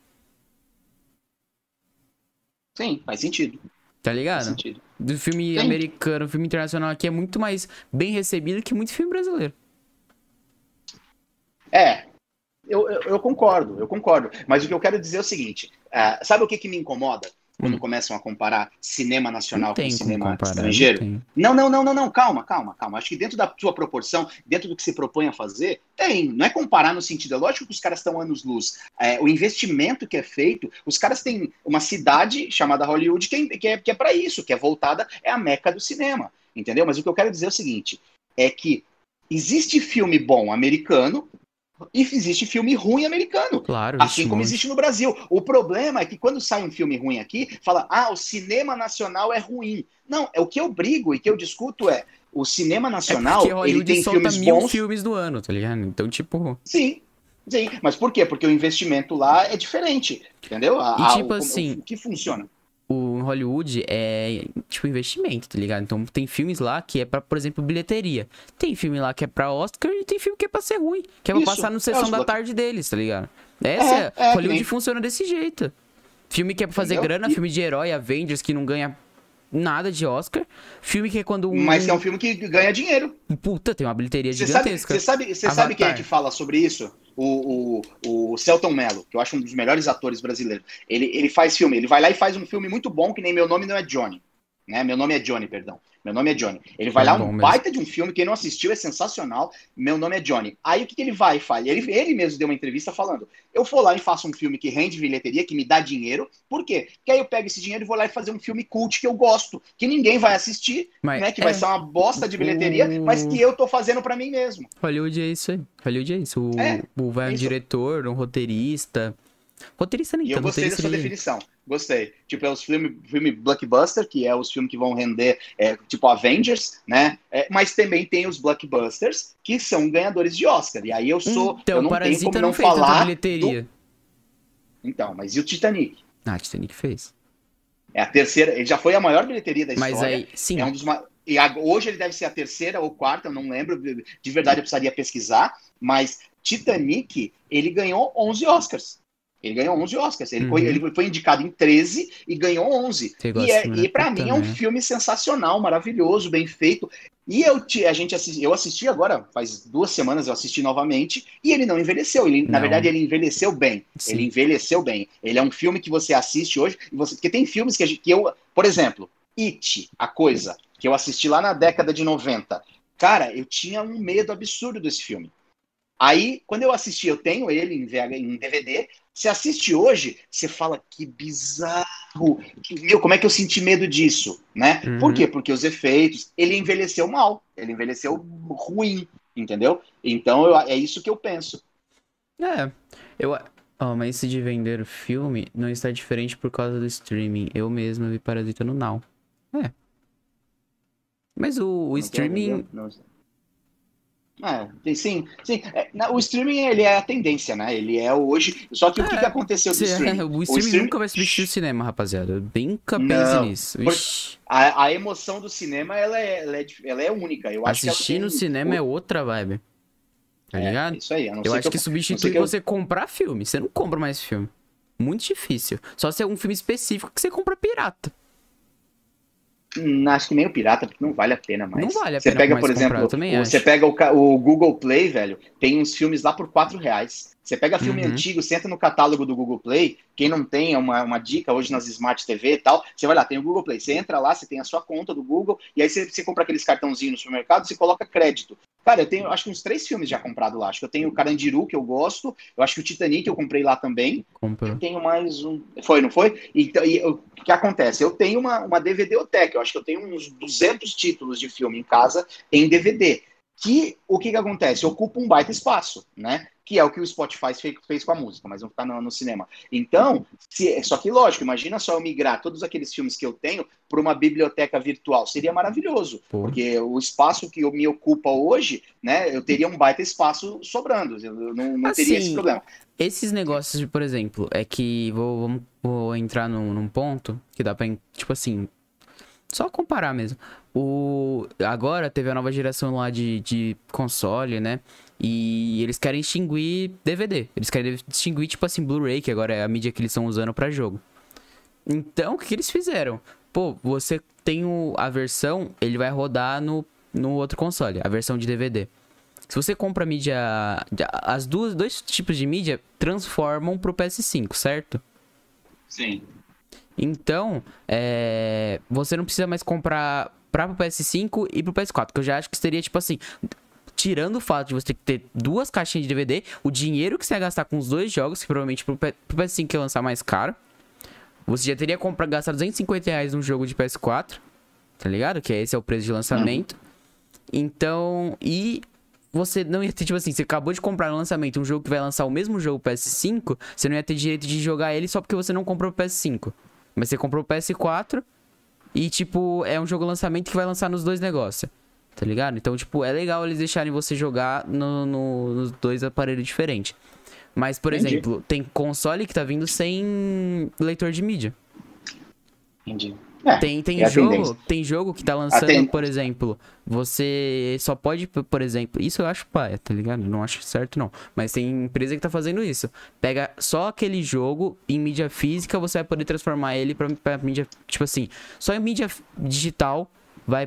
sim, faz sentido. Tá Faz ligado? sentido. Do filme Sim. americano, filme internacional aqui é muito mais bem recebido que muito filme brasileiro. É, eu concordo, eu concordo. Mas o que eu quero dizer é o seguinte: sabe o que me incomoda quando Hum, começam a comparar cinema não nacional com tem como cinema comparar, não estrangeiro? tem. Não, não, não, não, não, calma, calma, calma. Acho que dentro da sua proporção, dentro do que se propõe a fazer, tem. Não é comparar no sentido, é lógico que os caras estão anos-luz. O investimento que é feito, os caras têm uma cidade chamada Hollywood que é para isso, que é voltada, é a meca do cinema, entendeu? Mas o que eu quero dizer é o seguinte: é que existe filme bom americano e existe filme ruim americano, Claro, assim vixe, um como existe monte. no Brasil. O problema é que quando sai um filme ruim aqui, fala, o cinema nacional é ruim. Não, é o que eu brigo e que eu discuto o cinema É porque nacional, ele Hollywood tem solta filmes 1000 bons, filmes no ano, tá ligado? Então, tipo. sim, sim, mas por quê? Porque o investimento lá é diferente, entendeu? E tipo O assim, que funciona. o Hollywood é tipo investimento, tá ligado? Então tem filmes lá que é pra, por exemplo, bilheteria. Tem filme lá que é pra Oscar e tem filme que é pra ser ruim. Que é pra passar Isso, no é sessão os da block... tarde deles, tá ligado? que Hollywood nem, funciona desse jeito. Filme que é pra fazer entendeu? grana, filme de herói, Avengers, que não ganha nada de Oscar. Filme que é quando Mas que é um filme que ganha dinheiro. puta, tem uma bilheteria Você sabe, você gigantesca. sabe, você sabe quem é que Avatar. fala sobre isso? O Selton Mello, que eu acho um dos melhores atores brasileiros. Ele faz filme, ele vai lá e faz um filme muito bom, que nem Meu Nome Não é Johnny. Né? Meu nome é Johnny, perdão. Meu nome é Johnny. Ele vai É lá, um bom mesmo. baita de um filme, quem não assistiu é sensacional. Meu nome é Johnny. Aí o que ele vai e faz? Ele mesmo deu uma entrevista falando: eu vou lá e faço um filme que rende bilheteria, que me dá dinheiro. Por quê? Porque aí eu pego esse dinheiro e vou lá e fazer um filme cult que eu gosto, que ninguém vai assistir, Mas né? Que vai ser uma bosta de bilheteria, mas o que eu tô fazendo para mim mesmo. Hollywood é isso aí. Hollywood é isso. É, Vai é um isso. diretor, um roteirista. Roteirista nem E eu tanto, gostei da roteirista sua ele... definição. Gostei. Tipo, é os filme blockbuster, que é os filmes que vão render, tipo Avengers, né? Mas também tem os blockbusters, que são ganhadores de Oscar. E aí eu Então, não tenho como Parasita não não fez tanta falar do. bilheteria. Então, mas e o Titanic? Ah, Titanic fez. É a terceira, ele já foi a maior bilheteria da Mas história. aí, É sim. um dos hoje ele deve ser a terceira ou quarta, eu não lembro. De verdade, eu precisaria pesquisar. Mas Titanic, ele ganhou 11 Oscars. Ele ganhou 11 Oscars. Uhum. Ele foi indicado em 13 e ganhou 11. Você gosta de filme, né? E para mim Puta é um merda. filme sensacional, maravilhoso, bem feito. E eu assisti agora, faz 2 semanas eu assisti novamente, e ele não envelheceu. Na verdade, Não, ele envelheceu bem. Ele sim. envelheceu bem. Ele é um filme que você assiste hoje, porque tem filmes que eu, por exemplo, It, a coisa, que eu assisti lá na década de 90. Cara, eu tinha um medo absurdo desse filme. Aí, quando eu assisti, eu tenho ele em DVD. Você assiste hoje, você fala que bizarro. Meu, como é que eu senti medo disso, né? Por Uhum. quê? Porque os efeitos, ele envelheceu mal, ele envelheceu ruim, entendeu? Então é isso que eu penso. É, eu... mas esse de vender filme não está diferente por causa do streaming. Eu mesmo vi Parasita no Now. É. Mas o Como é que é, vendeu? streaming... Não. Sim, sim. O streaming, ele é a tendência, né? Ele é hoje. Só que o que É, aconteceu do streaming? o O streaming streaming. nunca vai substituir o cinema, rapaziada. Nunca pense Não. nisso. Porque Vixe. a emoção do cinema, ela é única. Eu acho que ela Assistir no tem. cinema é outra vibe. tá ligado? Isso aí. A não Eu ser acho que a não ser substitui que eu você comprar filme. Você não compra mais filme. Muito difícil. Só se é um filme específico que você compra pirata. Acho que nem o pirata, porque não vale a pena Não mais. vale a Você pena pega, mais por comprar, eu exemplo, também você acho. pega o Google Play, velho, tem uns filmes lá por R$ 4. Você pega filme Uhum. antigo, você entra no catálogo do Google Play, quem não tem, é uma dica hoje nas Smart TV e tal, você vai lá, tem o Google Play, você entra lá, você tem a sua conta do Google, e aí você compra aqueles cartãozinhos no supermercado, você coloca crédito. Cara, eu tenho, acho que uns 3 filmes já comprados lá. Acho que eu tenho o Carandiru, que eu gosto, eu acho que o Titanic eu comprei lá também, eu Comprou. tenho mais um. Foi, não foi? Então, o que acontece? Eu tenho uma DVDoteca, eu acho que eu tenho uns 200 títulos de filme em casa em DVD. Que o que acontece? Ocupa um baita espaço, né? Que é o que o Spotify fez com a música, mas não ficar no cinema. Então, só que lógico, imagina só eu migrar todos aqueles filmes que eu tenho para uma biblioteca virtual. Seria maravilhoso, Pô. porque o espaço que me ocupa hoje, né? Eu teria um baita espaço sobrando, eu não teria esse Assim, problema. esses negócios, por exemplo, é que vou entrar num ponto que dá pra, tipo assim, só comparar mesmo. Agora teve a nova geração lá de console, né? E eles querem extinguir DVD. Eles querem extinguir, tipo assim, Blu-ray, que agora é a mídia que eles estão usando pra jogo. Então, o que eles fizeram? Pô, você tem a versão, ele vai rodar no outro console, a versão de DVD. Se você compra mídia. Dois tipos de mídia transformam pro PS5, certo? Sim. Então, você não precisa mais comprar pro PS5 e pro PS4, que eu já acho que seria tipo assim. Tirando o fato de você ter que ter duas caixinhas de DVD, o dinheiro que você ia gastar com os dois jogos, que provavelmente pro PS5 ia lançar mais caro, você já teria gastado R$ 250 num jogo de PS4, tá ligado? Que esse é o preço de lançamento. Então, você não ia ter, tipo assim, você acabou de comprar no lançamento um jogo que vai lançar o mesmo jogo PS5, você não ia ter direito de jogar ele só porque você não comprou o PS5. Mas você comprou o PS4 e, tipo, é um jogo lançamento que vai lançar nos dois negócios, tá ligado? Então, tipo, é legal eles deixarem você jogar nos dois aparelhos diferentes. Mas, por Entendi. exemplo, tem console que tá vindo sem leitor de mídia. Entendi. Tem jogo que tá lançando, Aten... por exemplo, você só pode, por exemplo, isso eu acho paia, tá ligado? Não acho certo não, mas tem empresa que tá fazendo isso. Pega só aquele jogo em mídia física, você vai poder transformar ele pra mídia, tipo assim, só em mídia digital vai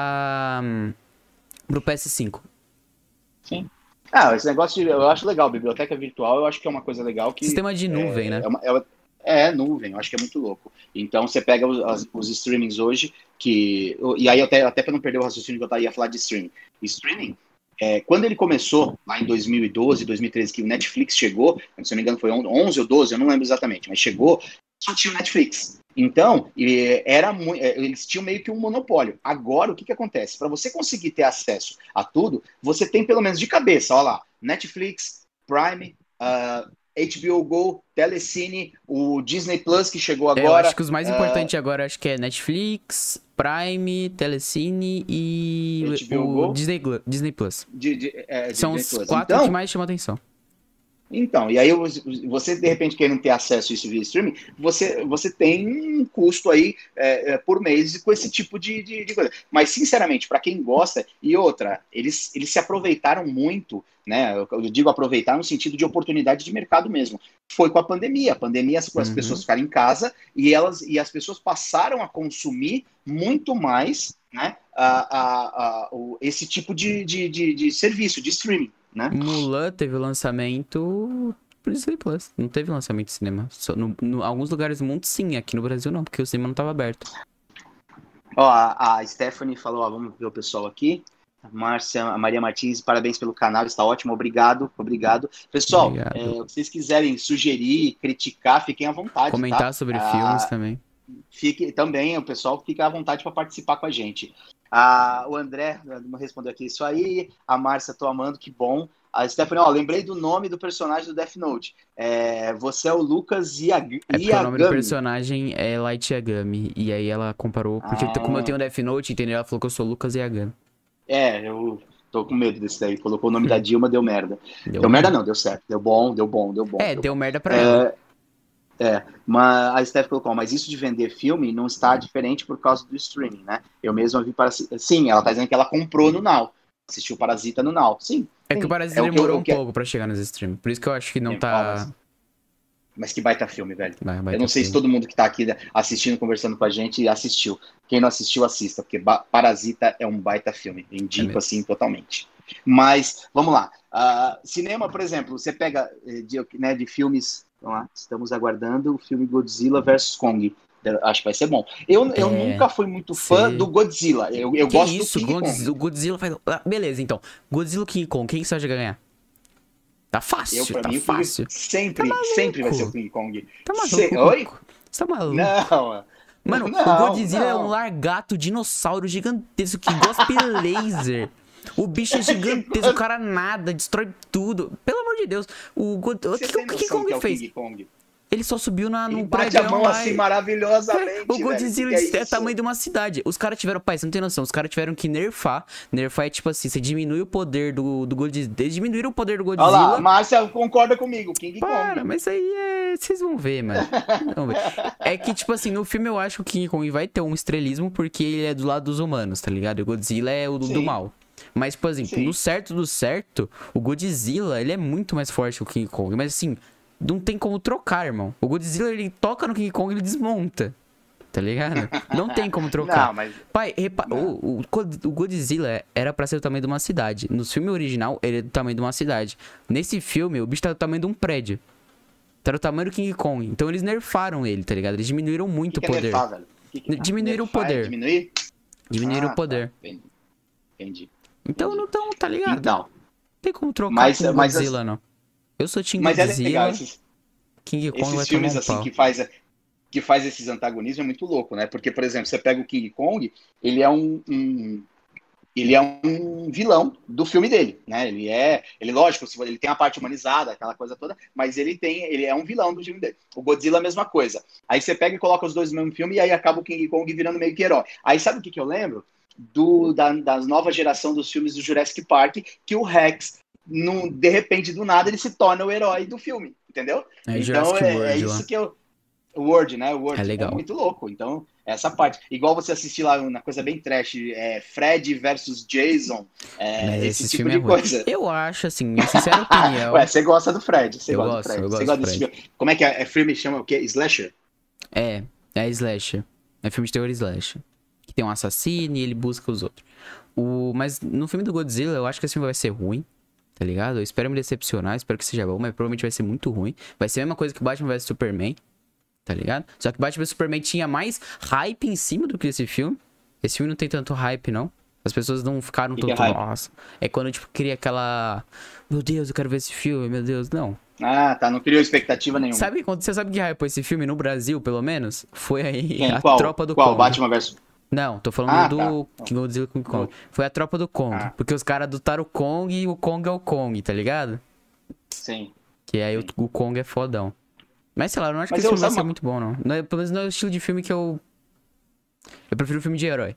pro PS5. Sim. Esse negócio eu acho legal, biblioteca virtual, eu acho que é uma coisa legal que Sistema de nuvem, né? nuvem, eu acho que é muito louco. Então você pega os streamings hoje, e aí até para não perder o raciocínio que eu ia falar de streaming. Streaming, quando ele começou, lá em 2012, 2013, que o Netflix chegou, se não me engano foi 11 ou 12, eu não lembro exatamente, mas chegou, só tinha o Netflix. Então, eles tinham meio que um monopólio. Agora, o que acontece? Para você conseguir ter acesso a tudo, você tem pelo menos de cabeça, olha lá, Netflix, Prime, HBO Go, Telecine, o Disney Plus que chegou Eu acho agora. que os mais importantes agora acho que é Netflix, Prime, Telecine e HBO o Go, Disney Plus. São Disney os Plus. 4 que mais chamam atenção. Então, e aí você de repente querendo ter acesso a isso via streaming, você tem um custo aí por mês com esse tipo de coisa. Mas, sinceramente, para quem gosta, e outra, eles se aproveitaram muito, né? Eu digo aproveitar no sentido de oportunidade de mercado mesmo. Foi com a pandemia. A pandemia, as pessoas ficaram em casa e as pessoas passaram a consumir muito mais, né, esse tipo de serviço, de streaming. Né? Mulan teve o lançamento pro Disney Plus. Não teve lançamento de cinema. Só alguns lugares do mundo, sim. Aqui no Brasil, não, porque o cinema não tava aberto. Ó, a Stephanie falou, ó, vamos ver o pessoal aqui. A Maria Martins, parabéns pelo canal, está ótimo, obrigado. Pessoal, Obrigado. se vocês quiserem sugerir, criticar, fiquem à vontade, Comentar tá? sobre filmes também. Também, o pessoal fica à vontade para participar com a gente. O André respondeu aqui isso aí, a Márcia, tô amando, que bom. A Stephanie, ó, lembrei do nome do personagem do Death Note. Você é o Lucas Iagami. É porque o nome do personagem é Light Yagami. E aí ela comparou. Porque como eu tenho o Death Note, entendeu? Ela falou que eu sou o Lucas Yagami. Eu tô com medo desse daí. Colocou o nome da Dilma, deu merda. Deu merda merda não, deu certo. Deu bom. Deu merda pra ela. Mas a Steph colocou, mas isso de vender filme não está diferente por causa do streaming, né? Eu mesmo vi para... Sim, ela tá dizendo que ela comprou no Now. assistiu Parasita no Now. Sim. É que o Parasita demorou um pouco pra chegar nos streams. Por isso que eu acho que não tá... Mas que baita filme, velho. Baita eu não sei filme. se todo mundo que tá aqui assistindo, conversando com a gente, assistiu. Quem não assistiu, assista, porque Parasita é um baita filme. Indico, assim, totalmente. Mas, vamos lá. Cinema, por exemplo, você pega de filmes... Vamos lá, estamos aguardando o filme Godzilla vs Kong. Acho que vai ser bom. Eu nunca fui muito fã do Godzilla. Eu gosto do King Kong. O Godzilla faz... beleza, então. Godzilla e King Kong, quem que você acha que vai ganhar? Tá fácil, tá fácil. Sempre vai ser o King Kong. Tá maluco? Oi? Você tá maluco? Não. Mano, o Godzilla é um largato dinossauro gigantesco que gospe laser. O bicho é gigantesco, o cara nada, destrói tudo. Pelo amor de Deus. O que Kong fez? King Kong? Ele só subiu no bate a mão assim maravilhosamente. O Godzilla é tamanho de uma cidade. Os caras tiveram, pai, você não tem noção. Os caras tiveram que nerfar. Nerfar é tipo assim, você diminui o poder do Godzilla. Eles diminuíram o poder do Godzilla. Olha lá, Márcia concorda comigo, King Kong. Mas aí vocês vão ver, mano. É que, tipo assim, no filme eu acho que o King Kong vai ter um estrelismo porque ele é do lado dos humanos, tá ligado? E o Godzilla é o do mal. Mas, por exemplo, no certo do certo, o Godzilla, ele é muito mais forte que o King Kong. Mas assim, não tem como trocar, irmão. O Godzilla, ele toca no King Kong e ele desmonta. Tá ligado? Não tem como trocar. Não, mas... Pai, o Godzilla era pra ser do tamanho de uma cidade. No filme original, ele é do tamanho de uma cidade. Nesse filme, o bicho tá do tamanho de um prédio. Tá do tamanho do King Kong. Então eles nerfaram ele, tá ligado? Eles diminuíram muito o poder. Nerfar, velho? Diminuíram o poder. Diminuir? Diminuíram o poder. Tá. Entendi. Então, não tá ligado? Então. Não tem como trocar com o Godzilla, não. Eu sou Team Godzilla. Mas é legal, King Kong vai filmes tomar um assim pau. que faz esses antagonismos é muito louco, né? Porque, por exemplo, você pega o King Kong, ele é ele é um vilão do filme dele, né? Ele lógico, ele tem a parte humanizada, aquela coisa toda, mas ele é um vilão do filme dele. O Godzilla é a mesma coisa. Aí você pega e coloca os dois no mesmo filme e aí acaba o King Kong virando meio que herói. Aí sabe o que eu lembro? Da nova geração dos filmes do Jurassic Park, que o Rex, de repente, do nada, ele se torna o herói do filme, entendeu? Então é isso que eu... O Word, né? O Word é legal. É muito louco. Então, essa parte. Igual você assistir lá uma coisa bem trash, Fred versus Jason, esse tipo de coisa. Eu acho, assim, minha sincera opinião... Ué, você gosta do Fred. Eu gosto do Fred. Como é que é? Filme chama o quê? Slasher? É Slasher. É filme de terror Slasher. Que tem um assassino e ele busca os outros. Mas no filme do Godzilla, eu acho que esse filme vai ser ruim. Tá ligado? Eu espero me decepcionar, espero que seja bom, mas provavelmente vai ser muito ruim. Vai ser a mesma coisa que Batman vs Superman. Tá ligado? Só que Batman vs Superman tinha mais hype em cima do que esse filme. Esse filme não tem tanto hype, não. As pessoas não ficaram tanto... Nossa. É quando, tipo, cria aquela... Meu Deus, eu quero ver esse filme, meu Deus. Não. Ah, tá. Não criou expectativa nenhuma. Você sabe que hype esse filme no Brasil, pelo menos? Foi aí a Tropa do Qual? Kong. Batman vs... Não, tô falando do King Godzilla com Kong. Foi a Tropa do Kong. Porque os caras adotaram o Kong e o Kong é o Kong, tá ligado? Sim. Que aí o Kong é fodão. Mas sei lá, eu não acho que esse filme vai ser muito bom, não. Pelo menos não é o estilo de filme que eu... Eu prefiro filme de herói.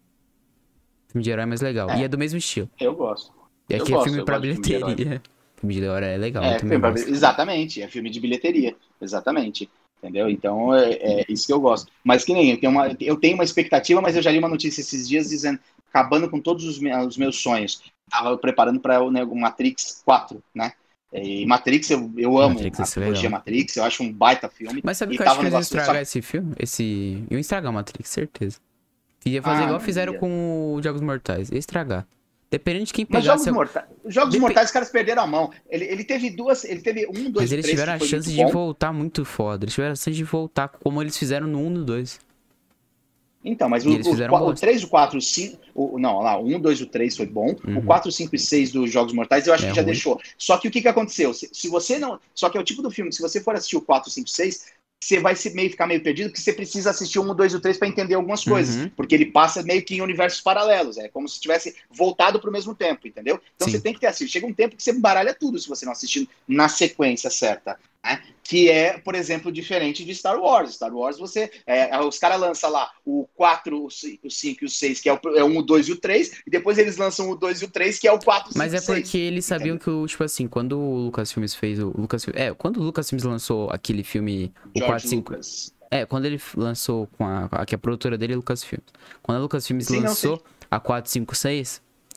Filme de herói é mais legal. E é do mesmo estilo. Eu gosto. E aqui é filme pra bilheteria. Filme de herói é legal. Exatamente, é filme de bilheteria. Exatamente. Entendeu? Então é isso que eu gosto. Mas que nem eu tenho uma expectativa, mas eu já li uma notícia esses dias dizendo, acabando com todos os meus sonhos. Tava preparando para o Matrix 4, né? E Matrix, eu amo a trilogia Matrix, eu acho um baita filme. Mas sabe que eu acho que eles iam estragar esse filme? Iam estragar o Matrix, certeza. Ia fazer igual fizeram com os Jogos Mortais, ia estragar. Dependendo de quem pegasse... Mas Jogos Mortais, os caras perderam a mão. Ele teve um, dois, mas eles tiveram a chance de voltar muito foda. Eles tiveram a chance de voltar como eles fizeram no 1 e no 2. Então, mas o 3, o 4, o 5... Não, lá, o 1, 2 e o 3 foi bom. O 4, 5 e 6 dos Jogos Mortais eu acho que já deixou. Só que o que aconteceu? Se você não... Só que é o tipo do filme que se você for assistir o 4, 5 e 6... você vai ficar meio perdido, porque você precisa assistir o 1, 2 e o 3 para entender algumas coisas. Porque ele passa meio que em universos paralelos. É como se tivesse voltado para o mesmo tempo, entendeu? Então você tem que ter assistido. Chega um tempo que você baralha tudo se você não assistir na sequência certa. Né? Que é, por exemplo, diferente de Star Wars. Star Wars, os caras lançam lá o 4, o 5 e o 6, que é o 1, o 2 e o 3, e depois eles lançam o 2 e o 3, que é o 4, 5 e 6. Mas é porque eles sabiam que, tipo assim, quando o Lucasfilmes fez quando o Lucasfilmes lançou aquele filme, o 4, 5... quando ele lançou com a produtora dele, Lucasfilms. Quando a Lucasfilmes lançou a 4, 5, 6,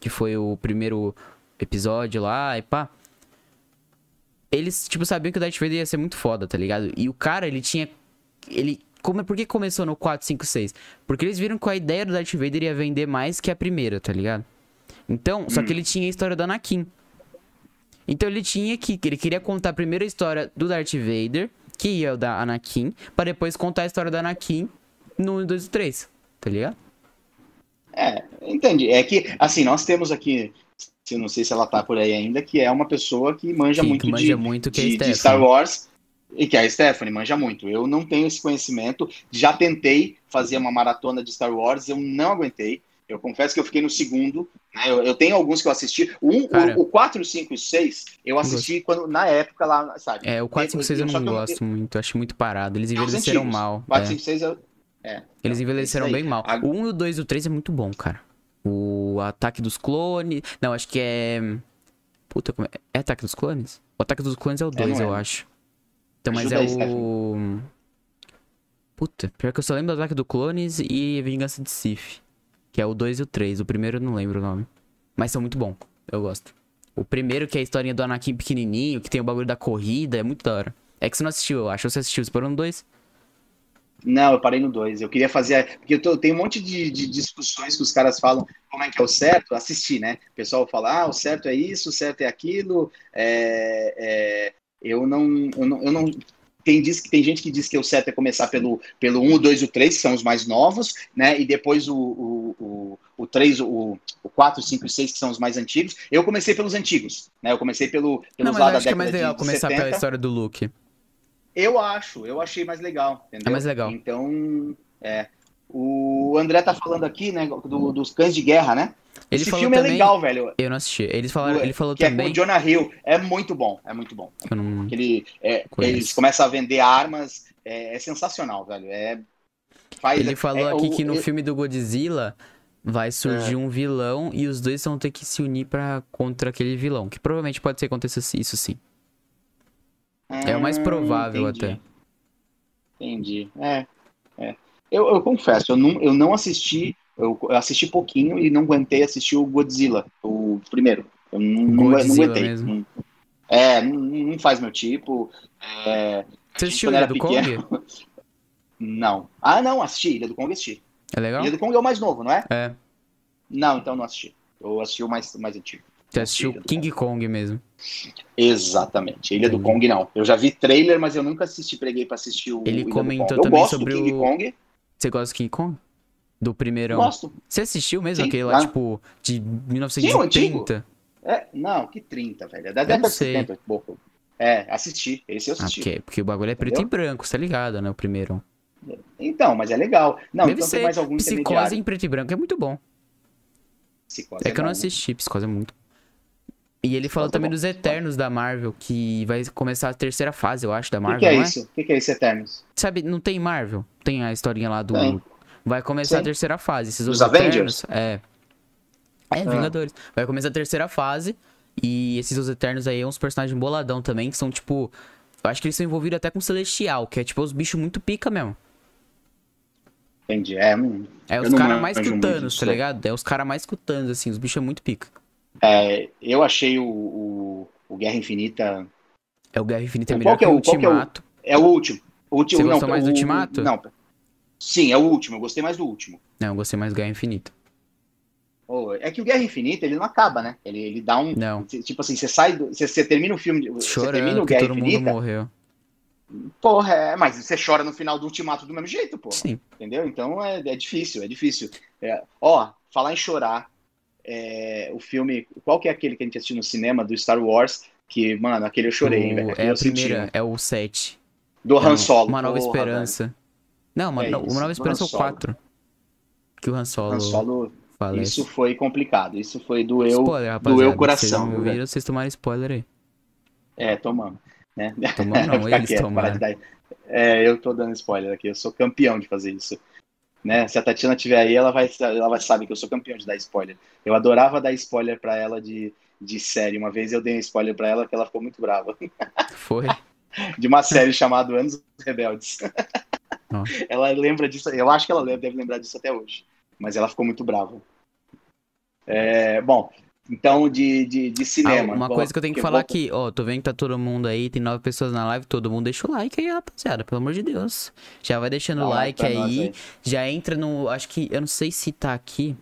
que foi o primeiro episódio lá, e pá. Eles, tipo, sabiam que o Darth Vader ia ser muito foda, tá ligado? E o cara, ele tinha... Por que começou no 4, 5, 6? Porque eles viram que a ideia do Darth Vader ia vender mais que a primeira, tá ligado? Então, só que ele tinha a história do Anakin. Então ele queria contar primeiro a história do Darth Vader, que ia da Anakin, pra depois contar a história do Anakin no 1, 2 e 3, tá ligado? Entendi. É que, assim, nós temos aqui, eu não sei se ela tá por aí ainda, que é uma pessoa que manja Que manja muito, que é a de Star Stephanie. Wars, e que é a Stephanie, manja muito. Eu não tenho esse conhecimento, já tentei fazer uma maratona de Star Wars, eu não aguentei. Eu confesso que eu fiquei no segundo, né? Eu tenho alguns que eu assisti. Cara, O 4, 5 e 6, eu assisti na época lá, sabe? o 4, 5, 6 eu Só não que gosto muito, acho muito parado. Eles é os envelheceram antigos. mal. 4, 5, 6 Eles então, é isso envelheceram aí. bem mal. O 1, o 2 e o 3 é muito bom, cara. O Ataque dos Clones... Não, acho que é... Puta, como é? É Ataque dos Clones? O Ataque dos Clones é o 2, não eu é. acho. Então, mas Ajuda é aí, Stephanie. o... Puta, pior que eu só lembro do Ataque dos Clones e Vingança de Sith. Que é o 2 e o 3. O primeiro eu não lembro o nome. Mas são muito bom. Eu gosto. O primeiro, que é a historinha do Anakin pequenininho, que tem o bagulho da corrida, é muito da hora. É que você não assistiu, eu acho. Você assistiu, você parou no 2? Não, eu parei no 2. Eu queria fazer. Porque tem um monte de discussões que os caras falam como é que é o certo. Assistir, né? O pessoal fala, o certo é isso, o certo é aquilo. Eu não. Tem gente que diz que o certo é começar pelo 1, o 2 e o 3, que são os mais novos, né? E depois o 3, o 4, 5 e 6, que são os mais antigos. Eu comecei pelos antigos, né? Eu comecei Não, pelos mas lá eu da acho que é mais década legal de começar pela 70. história do Luke. Eu achei mais legal, É entendeu? mais legal. Então, o André tá falando aqui, né, dos Cães de Guerra, né? Ele Esse falou filme é também... legal, velho. Eu não assisti. Ele falou Que é com o também... Jonah Hill. É muito bom, é muito bom. Eu não Eles conheço. começam a vender armas, é sensacional, velho. Ele falou aqui que no filme do Godzilla vai surgir um vilão e os dois vão ter que se unir contra aquele vilão. Que provavelmente pode ser que aconteça isso, sim. É o mais provável até. Entendi. Eu confesso, eu não assisti, eu assisti pouquinho e não aguentei assistir o Godzilla, o primeiro. Eu não Godzilla aguentei. mesmo. Não faz meu tipo. Você assistiu Quando Ilha era do pequeno. Kong? Não. Não, assisti. Ilha do Kong assisti. É legal? Ilha do Kong é o mais novo, não é? É. Não, então não assisti. Eu assisti o mais antigo. Você assistiu King Kong mesmo. Exatamente. Ilha do Kong, não. Eu já vi trailer, mas eu nunca preguei pra assistir o Ele Ilha comentou do Kong. Eu também gosto sobre do King Kong. Você gosta do King Kong? Do primeirão? Gosto. Você assistiu mesmo Sim, aquele lá, tipo, de Sim, o antigo. 1930? Não, que 30, velho. É da Eu década não de sei. 70, pouco. Assisti. Esse eu assisti. Porque o bagulho é preto Entendeu? e branco, tá ligado, né? O primeiro. Então, mas é legal. Não, Deve então tem ser. mais algum Psicose intermediário. em preto e branco é muito bom. Psicose É que eu bom, não né? assisti, Psicose é muito. E ele falou Psicose é também bom. dos Eternos da Marvel, que vai começar a terceira fase, eu acho, da O Marvel, que é não é? isso? O que é esse Eternos? Sabe, não tem Marvel? Tem a historinha lá do... Tem. Vai começar a Sim. terceira fase. Esses Dos outros Avengers? Eternos... Vingadores. Vai começar a terceira fase. E esses Os Eternos aí é uns personagens boladão também, que são tipo... Eu acho que eles são envolvidos até com Celestial, que é tipo os bichos muito pica mesmo. Entendi. É Eu os não caras mais que manjo o muito Thanos, disso tá daí. ligado? É os caras mais que o Thanos, assim. Os bichos é muito pica. Eu achei o Guerra Infinita. É o Guerra Infinita é Qual melhor que o qual que Ultimato. é o último? Você Não, gostou mais do Ultimato? não. Sim, é o último. Eu gostei mais do último. Não, eu gostei mais do Guerra Infinita. É que o Guerra Infinita, ele não acaba, né? Ele dá um... Não. Tipo assim, você termina o filme... Você termina Chorando o que Guerra todo mundo Infinita... morreu. Porra, mas você chora no final do Ultimato do mesmo jeito, porra. Sim. Entendeu? Então é difícil. Falar em chorar, o filme... Qual que é aquele que a gente assistiu no cinema, do Star Wars? Que, mano, aquele eu chorei, hein, velho. É a Eu senti, primeira, né? é o 7. Do Han Solo. Uma Nova Porra, Esperança. velho. Não, uma Nova do Esperança é Han o Solo. 4. Que o Han Solo, Han Solo, falece. isso foi complicado. Isso foi Spoiler, rapaziada. doeu o coração. Vocês não viram, vocês tomaram spoiler aí. Tomamos. Né? Tomamos não, Ficar eles quieto, parar tomaram. de dar... eu tô dando spoiler aqui. Eu sou campeão de fazer isso. Né? Se a Tatiana estiver aí, ela vai saber que eu sou campeão de dar spoiler. Eu adorava dar spoiler pra ela de série. Uma vez eu dei um spoiler pra ela que ela ficou muito brava. Foi? De uma série chamada Anos Rebeldes. Ó. Ela lembra disso. Eu acho que ela deve lembrar disso até hoje. Mas ela ficou muito brava. Bom, então de cinema. Uma coisa que eu tenho que porque falar volta- aqui, ó, tô vendo que tá todo mundo aí, tem 9 pessoas na live, todo mundo deixa o like aí, rapaziada, pelo amor de Deus. Já vai deixando Dá o um like like pra nós aí, aí. já entra no, acho que, eu não sei se tá aqui,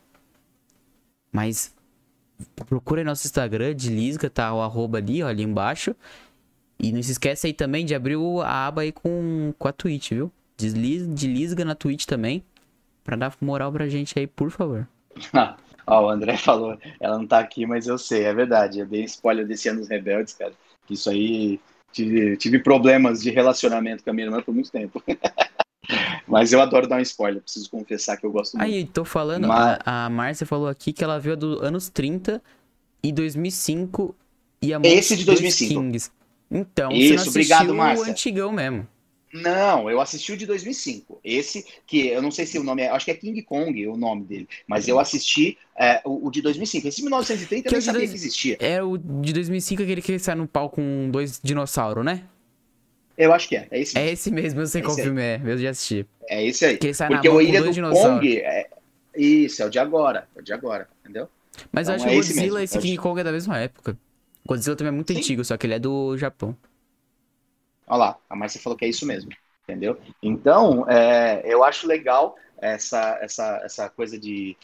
mas procura aí nosso Instagram, Deslisga, tá o arroba ali, ó, ali embaixo. E não se esquece aí também de abrir a aba aí com a Twitch, viu? Deslisga na Twitch também, pra dar moral pra gente aí, por favor. Ó, o André falou, ela não tá aqui, mas eu sei, é verdade. Eu dei spoiler desse Anos Rebeldes, cara. Isso aí, tive problemas de relacionamento com a minha irmã por muito tempo. Mas eu adoro dar um spoiler, preciso confessar que eu gosto muito. Aí, tô falando, Mas a Márcia falou aqui que ela viu a dos anos 30 e 2005 e a esse de Monstros 2005. Kings. Então, você não Isso, obrigado, assistiu o Márcia. antigão mesmo. Não, eu assisti o de 2005. Esse, que eu não sei se o nome é, acho que é King Kong o nome dele, mas eu assisti o de 2005. Esse de 1930 eu Que é nem o de sabia dois... que existia. É o de 2005, aquele que sai no pau com 2 dinossauros, né? Eu acho que é esse É mesmo. esse mesmo, eu sei É qual esse aí. filme é, eu já assisti. É esse aí. Que ele sai na Porque mão o com Ilha 2 do dinossauros. Kong, isso, é o de agora. É o de agora, entendeu? Mas eu Então acho que é o esse Godzilla mesmo. e esse King Kong é da mesma época. O Godzilla também é muito Sim, antigo, só que ele é do Japão. olha lá, a Márcia falou que é isso mesmo, entendeu? Então, eu acho legal essa coisa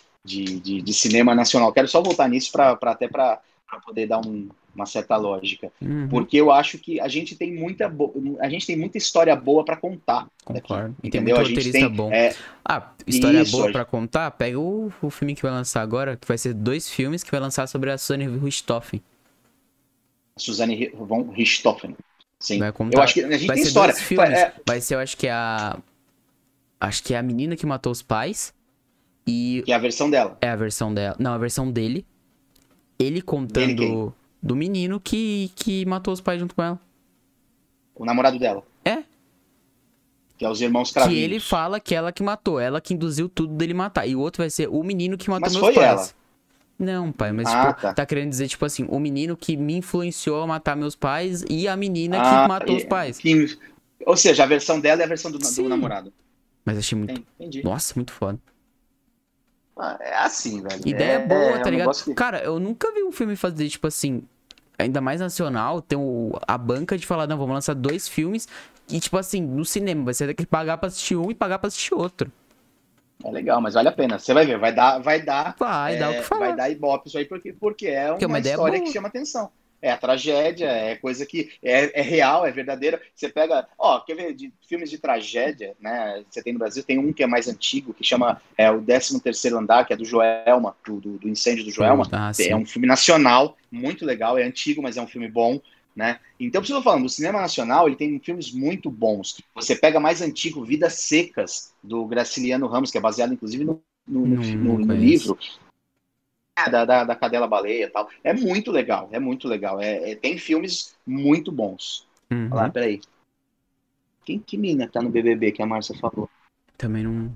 de cinema nacional. Quero só voltar nisso para poder dar uma certa lógica. Uhum, Porque eu acho que a gente tem a gente tem muita história boa para contar daqui, concordo. E tem entendeu? muito A gente roteirista tem bom. Ah, história isso, boa pra contar? Pega o filme que vai lançar agora, que vai ser 2 filmes que vai lançar sobre a Sony Richthofen. Suzanne von Richthofen. Sim, Vai eu acho contar. que a gente Vai tem ser história. 2 filmes. Vai ser, eu acho que é a. Acho que é a menina que matou os pais. E Que é a versão dela. é a versão dela. Não, a versão dele. Ele Dele quem? contando do menino que matou os pais junto com ela. O namorado dela. É. Que é os irmãos Que Cravinhos. ele fala que ela que matou. Ela que induziu tudo dele matar. E o outro vai ser o menino que matou Mas meus foi pais. ela. Não, pai, mas Ah, tipo, tá. tá querendo dizer, tipo assim, o menino que me influenciou a matar meus pais e a menina que Ah, matou os pais. ou seja, a versão dela é a versão do Sim. namorado. Mas achei muito. Entendi. Nossa, muito foda. É assim, velho. Ideia boa, tá um ligado? negócio que... Cara, eu nunca vi um filme fazer, tipo assim, ainda mais nacional, ter a banca de falar, não, vamos lançar 2 filmes e, tipo assim, no cinema, vai ser ter que pagar pra assistir um e pagar pra assistir outro. É legal, mas vale a pena. Você vai ver, vai dar Vai dar o que falar. vai dar ibope isso aí, porque é Porque é uma uma ideia história boa. que chama atenção. É a tragédia, é coisa que é real, é verdadeira. Você pega, quer ver, de filmes de tragédia, né? Você tem no Brasil, tem um que é mais antigo, que chama o 13º Andar, que é do Joelma, do incêndio do Joelma. Ah, É sim. um filme nacional, muito legal, é antigo, mas é um filme bom, né? Então, por isso que eu tô falando, o cinema nacional, ele tem filmes muito bons. Você pega mais antigo, Vidas Secas, do Graciliano Ramos, que é baseado, inclusive, no Não conheço. livro da Cadela Baleia e tal. É muito legal, é muito legal. Tem filmes muito bons. Uhum. Olha lá, peraí. Que mina tá no BBB que a Márcia falou? Também não.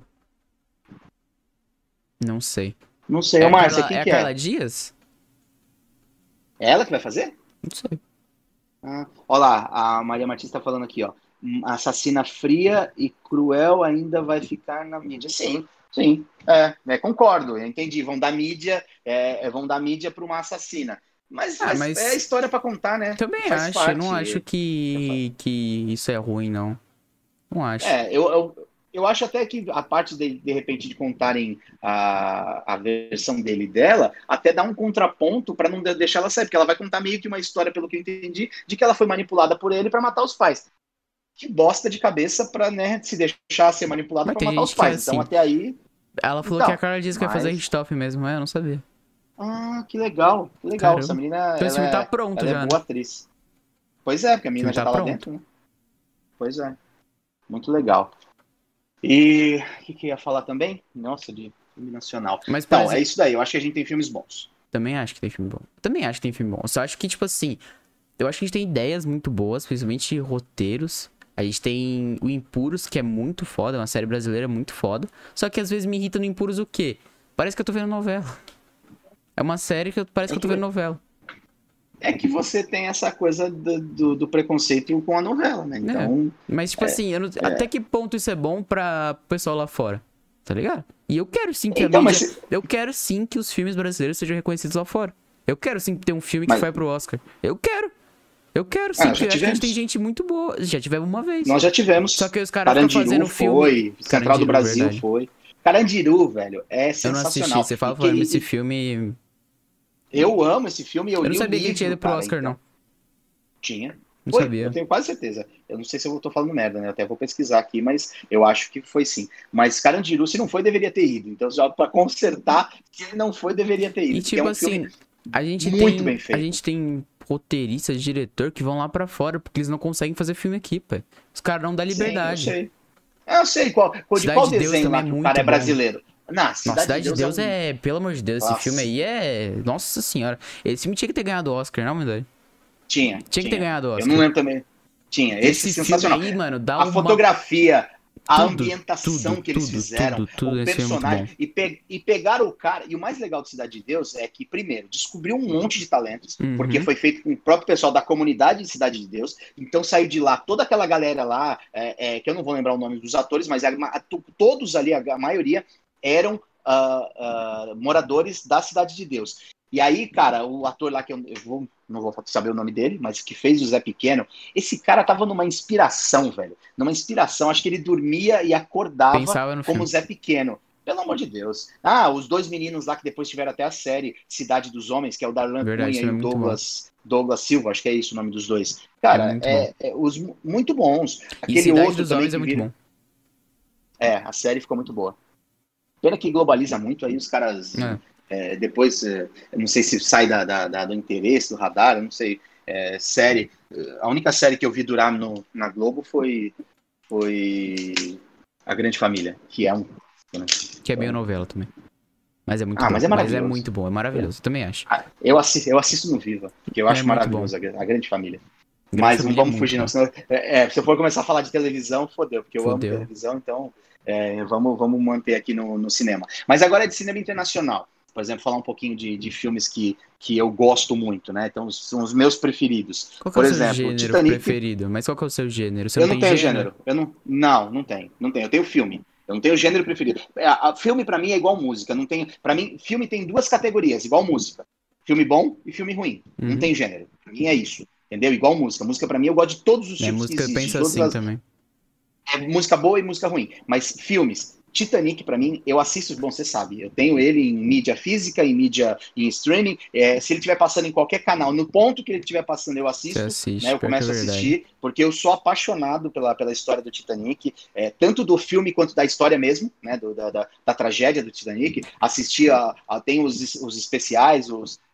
Não sei. Não sei, É Márcia, aquela, quem é que aquela é? Dias? É ela que vai fazer? Não sei. Olha lá, a Maria Martins tá falando aqui, ó. Assassina fria e cruel ainda vai ficar na mídia. Sim, sim. Concordo, eu entendi. Vão dar mídia para uma assassina. Mas mas é história para contar, né? também Faz acho. parte. Não acho que isso é ruim, não. Não acho. Eu acho até que a parte de repente de contarem a versão dele e dela, até dá um contraponto para não deixar ela sair, porque ela vai contar meio que uma história, pelo que eu entendi, de que ela foi manipulada por ele para matar os pais. Que bosta de cabeça para, né, se deixar ser manipulada para matar os pais. Então até aí. Ela falou que a Carla disse que vai fazer Richthofen mesmo, eu não sabia. Ah, que legal. Que legal. Caramba. Essa menina. Então esse filme tá pronto ela já, é boa né? atriz. Pois é, porque a menina já tá lá dentro, né? Pois é. Muito legal. E o que eu ia falar também? Nossa, de filme nacional. Mas, então, exemplo, é isso daí. Eu acho que a gente tem filmes bons. Também acho que tem filme bom. Também acho que tem filme bom. Só acho que, tipo assim, eu acho que a gente tem ideias muito boas, principalmente roteiros. A gente tem o Impuros, que é muito foda, é uma série brasileira muito foda. Só que às vezes me irrita no Impuros o quê? Parece que eu tô vendo novela. É uma série que parece que eu tô vendo novela. É que você tem essa coisa do preconceito com a novela, né? Então. Mas, tipo assim, até que ponto isso é bom pra pessoal lá fora? tá ligado? E eu quero sim que Então, a mas mídia... Eu quero sim que os filmes brasileiros sejam reconhecidos lá fora. Eu quero sim ter um filme que mas vai pro Oscar. Eu quero. Eu quero sim, porque já eu acho que a gente tem tivemos. gente muito boa. Já tivemos uma vez. Nós já Só tivemos. que os caras ficam Carandiru fazendo filme... foi, Central do Carandiru, Brasil verdade. foi. Carandiru, velho, é Eu não assisti. sensacional. Você fala falando desse filme... Eu amo esse filme, eu Eu não li o sabia que ele tinha livro, ido pro cara, Oscar, então. não. Tinha. Não Foi, eu sabia. tenho quase certeza. Eu não sei se eu tô falando merda, né? Eu até vou pesquisar aqui, mas eu acho que foi sim. Mas Carandiru, se não foi, deveria ter ido. Então, já para consertar, se ele não foi, deveria ter E ido. Porque é tipo um filme assim, a gente muito tem, bem a feito. gente tem roteiristas, diretor que vão lá pra fora porque eles não conseguem fazer filme aqui, pô. Os caras não dão Sim, eu liberdade. sei. Eu sei de Cidade qual de Deus desenho também lá é que o cara muito é bom. brasileiro. Não, Nossa, Cidade de Cidade de Deus é Deus um. é, pelo amor de Deus, esse filme Nossa, aí é, nossa senhora. Esse filme tinha que ter ganhado o Oscar, não, verdade? tinha, Tinha que ter tinha. ganhado o Eu não Oscar. lembro também. Tinha. Esse é Esse filme sensacional. aí, mano, dá A uma fotografia, a tudo, tudo, ambientação que eles tudo, fizeram, tudo, o tudo esse filme é muito bom. personagem, e pegaram o cara. E o mais legal de Cidade de Deus é que, primeiro, descobriu um monte de talentos, porque Uhum. foi feito com o próprio pessoal da comunidade de Cidade de Deus. Então saiu de lá toda aquela galera lá, que eu não vou lembrar o nome dos atores, mas todos ali, a maioria, eram moradores da Cidade de Deus. E aí, cara, o ator lá que não vou saber o nome dele, mas que fez o Zé Pequeno, esse cara tava numa inspiração, velho. Numa inspiração, acho que ele dormia e acordava Pensava no como filme. Zé Pequeno. Pelo amor de Deus. Ah, os dois meninos lá que depois tiveram até a série Cidade dos Homens, que é o Darlan Verdade, esse Cunha e filme o é muito bom. Douglas Silva, acho que é isso o nome dos dois. É Cara, muito bom. muito bons. E Aquele Cidade outro dos também Homens é que muito vira. bom. A série ficou muito boa. Pena que globaliza muito, aí os caras É. depois, eu não sei se sai do interesse, do radar, eu não sei, série. A única série que eu vi durar na Globo foi A Grande Família, que é um. Né? Que é meio novela também. Mas é muito Mas bom. é Mas é maravilhoso. muito bom, é maravilhoso. Eu também acho. Eu assisto no Viva, porque eu É acho muito bom. maravilhoso a Grande Família. Grande Mas não Família é vamos muito fugir, não. bom. Senão, se eu for começar a falar de televisão, fodeu, porque eu amo Fudeu. televisão, então vamos manter aqui no cinema. Mas agora é de cinema internacional. Por exemplo, falar um pouquinho de filmes que eu gosto muito, né? Então, são os meus preferidos. Qual que é Por o seu exemplo, gênero Titanic, preferido? Mas qual que é o seu gênero? Você eu não não tem tenho gênero? gênero. Não tenho. Não tenho. Eu tenho filme. Eu não tenho gênero preferido. Filme, para mim, é igual música. Não tem, para mim, filme tem duas categorias, igual música. Filme bom e filme ruim. Não Uhum. tem gênero. Pra mim é isso. Entendeu? Igual música. Música, pra mim, eu gosto de todos os É, tipos que música eu existem. penso De todas assim também. música boa e música ruim. Mas filmes, Titanic, pra mim, eu assisto, bom, você sabe, eu tenho ele em mídia física, em mídia em streaming. Se ele estiver passando em qualquer canal, no ponto que ele estiver passando, eu Você assisto, né? assiste, Eu pior que é começo a verdade. assistir, porque eu sou apaixonado pela história do Titanic, tanto do filme quanto da história mesmo, né? Da tragédia do Titanic. Assisti tem os especiais,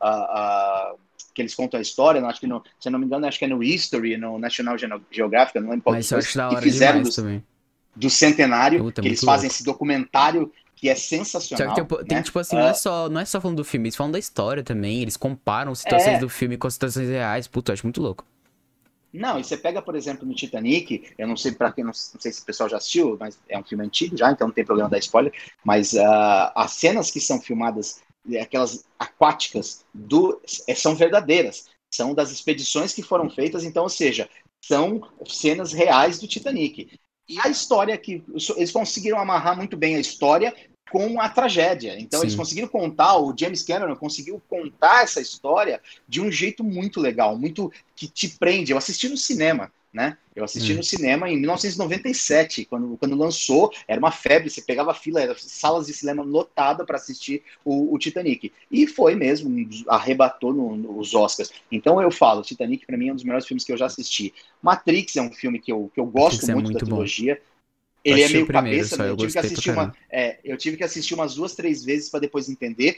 que eles contam a história, acho que se eu não me engano, acho que é no History, no National Geographic, eu não lembro qual Mas dos eu dois, acho da que hora fizeram demais também. do centenário, Puta, é que eles muito fazem louco. esse documentário que é Só que sensacional, tem né? tipo assim, não é só falando do filme, eles falam da história também. Eles comparam situações do filme com situações reais. Puta, eu acho muito louco. Não, e você pega, por exemplo, no Titanic, eu não sei para quem, não sei se o pessoal já assistiu, mas é um filme antigo já, então não tem problema dar spoiler, mas as cenas que são filmadas, aquelas aquáticas, são verdadeiras, são das expedições que foram feitas, então, ou seja, são cenas reais do Titanic. E a história que eles conseguiram amarrar muito bem a história com a tragédia. Então eles Sim. conseguiram contar, o James Cameron conseguiu contar essa história de um jeito muito legal, muito que te prende. Eu assisti no cinema, né? Eu assisti no cinema em 1997, quando lançou, era uma febre, você pegava fila, era salas de cinema lotada para assistir o Titanic. E foi mesmo, arrebatou nos Oscars. Então eu falo, Titanic para mim é um dos melhores filmes que eu já assisti. Matrix é um filme que eu gosto Matrix é muito da muito bom. trilogia. Eu Ele é assisti o meio primeiro cabeça, só, né? eu gostei pra caramba. Eu tive que assistir umas 2, 3 vezes para depois entender.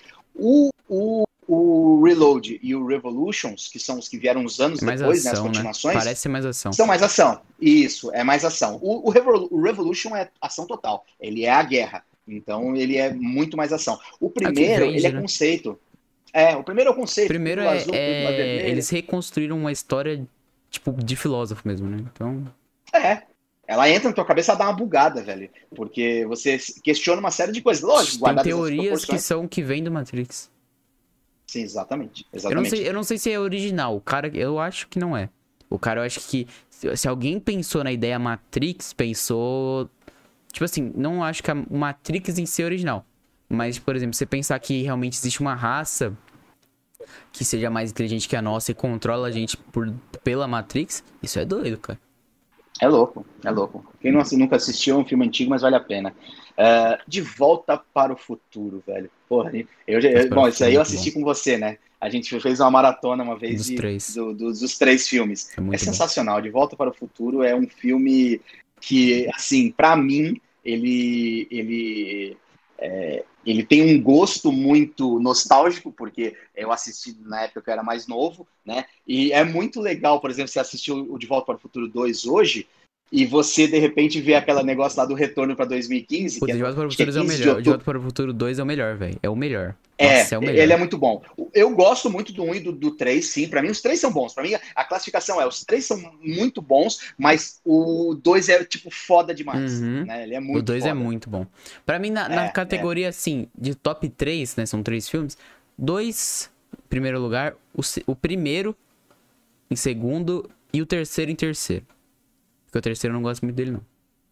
O Reload e o Revolutions, que são os que vieram uns anos É mais depois, né? As ação, né? continuações, Parece ser mais ação. são mais ação. Isso, é mais ação. O Revolution é ação total. Ele é a guerra. Então ele é muito mais ação. O É o que primeiro, ele vende, é né? conceito. O primeiro é o conceito. Primeiro Pílula azul, pílula vermelha. eles reconstruíram uma história, tipo, de filósofo mesmo, né? Então, É. Ela entra na tua cabeça e dá uma bugada, velho. Porque você questiona uma série de coisas. Lógico, tem guardadas as teorias que proporções. são que vêm do Matrix. Sim, exatamente. Eu não sei se é original. O cara, eu acho que não é. O cara, eu acho que se alguém pensou na ideia Matrix, pensou Tipo assim, não acho que a Matrix em si é original. Mas, por exemplo, você pensar que realmente existe uma raça que seja mais inteligente que a nossa e controla a gente pela Matrix, isso é doido, cara. É louco, é louco. Quem nunca assistiu é um filme antigo, mas vale a pena. De Volta para o Futuro, velho. Porra, bom, isso aí eu assisti com você, né? A gente fez uma maratona uma vez Dos três. dos três filmes. É sensacional. De Volta para o Futuro é um filme que, assim, pra mim, ele tem um gosto muito nostálgico, porque eu assisti na época que eu era mais novo, né? E é muito legal, por exemplo, você assistiu o De Volta para o Futuro 2 hoje, e você, de repente, vê aquele negócio lá do retorno para 2015, O que De Volta para o acho que é Futuro é o 15 de melhor. O De Volta outubro. para o Futuro 2 é o melhor, velho. É o melhor. Nossa, é o Ele melhor. é muito bom. Eu gosto muito do 1 e do 3, sim. Para mim, os três são bons. Para mim, a classificação os três são muito bons, mas o 2 é, tipo, foda demais. Uhum. Né? Ele é O muito 2 é foda. muito bom. Pra mim, na categoria, assim, de top 3, né? São 3 filmes. 2 em primeiro lugar. O primeiro em segundo. E o terceiro em terceiro. Porque o terceiro eu não gosto muito dele, não.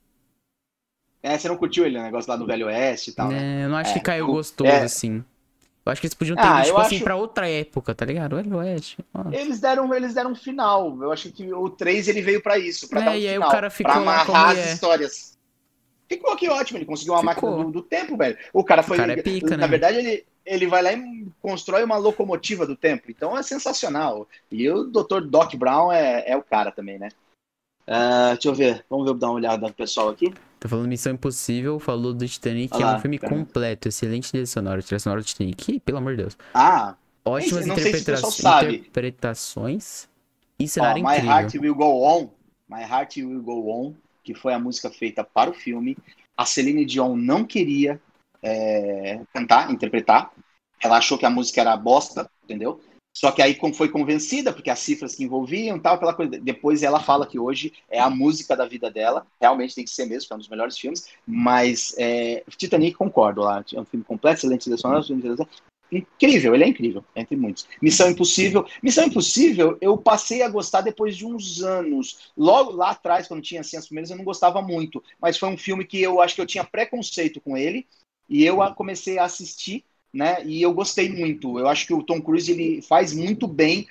Você não curtiu ele, o negócio lá do Velho Oeste e tal, né? Eu não acho que caiu gostoso, assim. Eu acho que eles podiam ter ido, tipo assim, pra outra época, tá ligado? Velho Oeste. Nossa. Eles deram um final. Eu acho que o 3 ele veio pra isso, pra dar um E aí final. o cara ficou pra lá amarrar com a as mulher. histórias. Ficou aqui ótimo, ele conseguiu uma máquina Ficou. do tempo, velho. O cara foi. O cara é pica, Na né? verdade, ele vai lá e constrói uma locomotiva do tempo. Então é sensacional. E o Dr. Doc Brown é o cara também, né? Deixa eu ver. Vamos ver, dar uma olhada no pessoal aqui. Tá falando Missão Impossível, falou do Titanic, que Olha é um lá, filme cara. completo, excelente trilha sonora do Titanic. Ih, pelo amor de Deus. Ótimas não sei se o pessoal sabe. interpretações e cenário My incrível. Heart Will Go On. My Heart Will Go On, que foi a música feita para o filme. A Celine Dion não queria interpretar. Ela achou que a música era bosta, entendeu? Só que aí foi convencida, porque as cifras que envolviam, tal, aquela coisa. Depois ela fala que hoje é a música da vida dela. Realmente tem que ser mesmo, que é um dos melhores filmes. Mas Titanic, concordo lá. É um filme completo, excelente trilha sonora, incrível, ele é incrível, entre muitos. Missão Impossível, eu passei a gostar depois de uns anos. Logo lá atrás, quando tinha assim, as primeiras, eu não gostava muito. Mas foi um filme que eu acho que eu tinha preconceito com ele. E eu comecei a assistir, né? E eu gostei muito. Eu acho que o Tom Cruise ele faz muito bem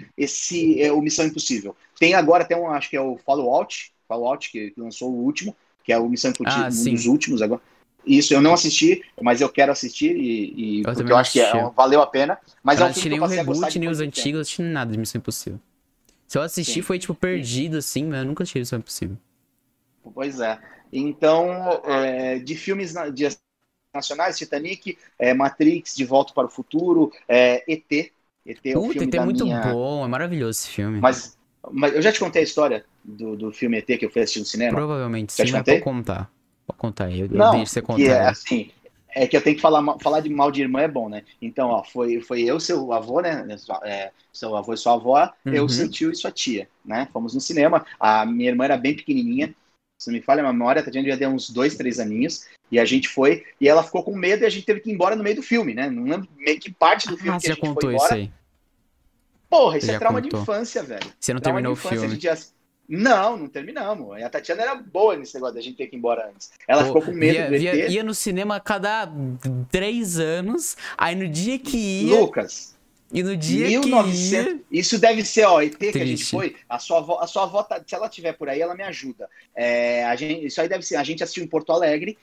o Missão Impossível. Tem agora até acho que é o Fallout que lançou o último, que é o Missão Impossível, um dos últimos agora. Isso, eu não assisti, mas eu quero assistir porque eu acho que valeu a pena. Mas é um filme que eu passei a gostar. Nem os antigos, eu assisti nada de Missão Impossível. Se eu assisti, foi tipo perdido, assim, mas eu nunca assisti Missão Impossível. Pois é. Então, de filmes nacionais, Titanic, Matrix, De Volta para o Futuro, ET. ET é o filme ET é muito bom, é maravilhoso esse filme. Mas eu já te contei a história do filme ET que eu fui assistir no cinema? Provavelmente sim, mas pode contar. Pode contar aí, eu deixo você contar. Que assim, que eu tenho que falar de mal de irmã é bom, né? Então, foi eu, seu avô, né? Seu avô e sua avó, eu, seu tio e sua tia, né? Fomos no cinema, a minha irmã era bem pequenininha, se não me falha a memória, a Tatiana devia ter uns 2, 3 aninhos, e a gente foi, e ela ficou com medo e a gente teve que ir embora no meio do filme, né? Não lembro meio que parte do filme que a gente foi embora. Isso aí. Porra, isso é trauma de infância, velho. Você não terminou o filme? Não terminamos. A Tatiana era boa nesse negócio da gente ter que ir embora antes. Ela ficou com medo do ET. Ia no cinema a cada 3 anos, aí no dia que ia... Lucas, e no dia 1900, que ia... Isso deve ser, ET triste. Que a gente foi, a sua avó, se ela estiver por aí, ela me ajuda. Isso aí deve ser, a gente assistiu em Porto Alegre,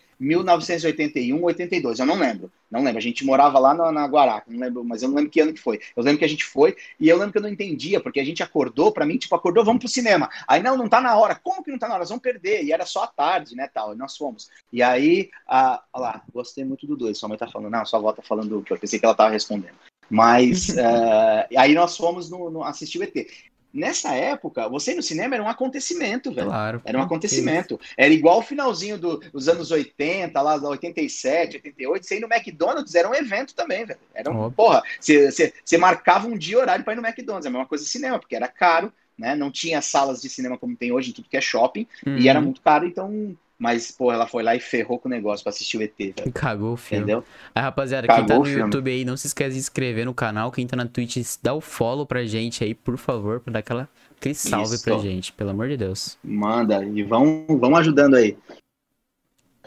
1981, 82, eu não lembro. A gente morava lá na Guará, não lembro, mas eu não lembro que ano que foi. Eu lembro que a gente foi, e eu lembro que eu não entendia, porque a gente acordou, pra mim, acordou, vamos pro cinema. Aí, não tá na hora. Como que não tá na hora? Nós vamos perder. E era só à tarde, né, tal, e nós fomos. E aí, olha lá, gostei muito do 2, sua mãe tá falando, não, sua avó tá falando, que eu pensei que ela tava respondendo. Mas aí nós fomos assistir o ET. Nessa época, você ir no cinema era um acontecimento, velho. Claro. Era um acontecimento. Era igual o finalzinho dos anos 80, lá 87, 88. Você ir no McDonald's era um evento também, velho. Porra, você marcava um dia horário para ir no McDonald's. É a mesma coisa do cinema, porque era caro, né? Não tinha salas de cinema como tem hoje em tudo que é shopping. E era muito caro, então... Mas, pô, ela foi lá e ferrou com o negócio pra assistir o ET, velho. Cagou o filme. Entendeu? Aí, rapaziada, quem tá no YouTube aí, não se esquece de se inscrever no canal. Quem tá na Twitch, dá o follow pra gente aí, por favor, pra dar aquele salve pra gente, pelo amor de Deus. Manda, e vão ajudando aí.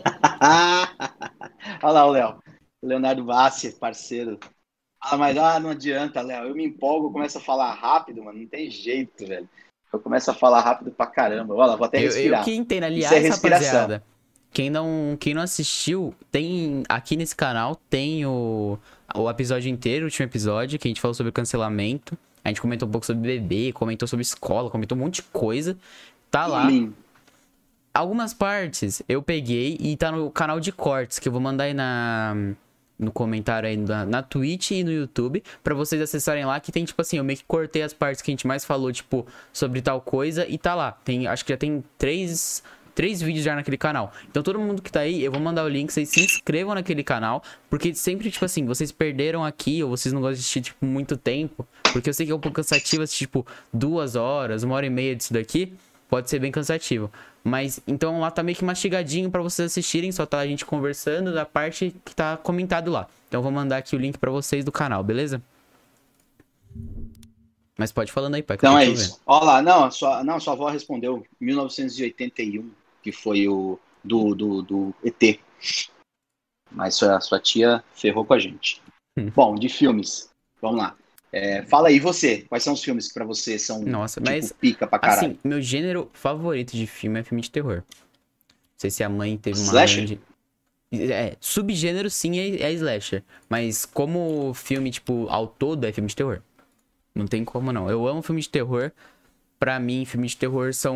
Olha lá o Léo. Leonardo Bassi, parceiro. Mas não adianta, Léo. Eu me empolgo, eu começo a falar rápido, mano. Não tem jeito, velho. Eu começo a falar rápido pra caramba. Olha lá, vou até Eu que respirar. entendo. Isso é Aliás, respiração. rapaziada, quem não assistiu, tem aqui nesse canal, tem o episódio inteiro, o último episódio, que a gente falou sobre cancelamento. A gente comentou um pouco sobre bebê, comentou sobre escola, comentou um monte de coisa. Tá lá. Bullying. Algumas partes eu peguei e tá no canal de cortes, que eu vou mandar aí no comentário aí na Twitch e no YouTube, pra vocês acessarem lá, que tem, tipo assim, eu meio que cortei as partes que a gente mais falou, tipo, sobre tal coisa, e tá lá. Acho que já tem três vídeos já naquele canal. Então todo mundo que tá aí, eu vou mandar o link, vocês se inscrevam naquele canal, porque sempre, tipo assim, vocês perderam aqui, ou vocês não gostam de assistir, tipo, muito tempo, porque eu sei que é um pouco cansativo assistir, tipo, 2 horas, 1 hora e meia disso daqui, pode ser bem cansativo. Mas, então lá tá meio que mastigadinho pra vocês assistirem, só tá a gente conversando da parte que tá comentado lá. Então eu vou mandar aqui o link pra vocês do canal, beleza? Mas pode ir falando aí, pai, que eu Então tô é te ouvindo. isso. Olha lá, sua avó respondeu 1981, que foi o do ET. Mas sua tia ferrou com a gente. Bom, de filmes. Vamos lá. Fala aí, você. Quais são os filmes que pra você são, Nossa, tipo, mas, pica pra assim, caralho? meu gênero favorito de filme é filme de terror. Não sei se a mãe teve uma Slasher? grande... subgênero sim é slasher. Mas como filme, tipo, ao todo é filme de terror. Não tem como não. Eu amo filme de terror. Pra mim, filmes de terror são...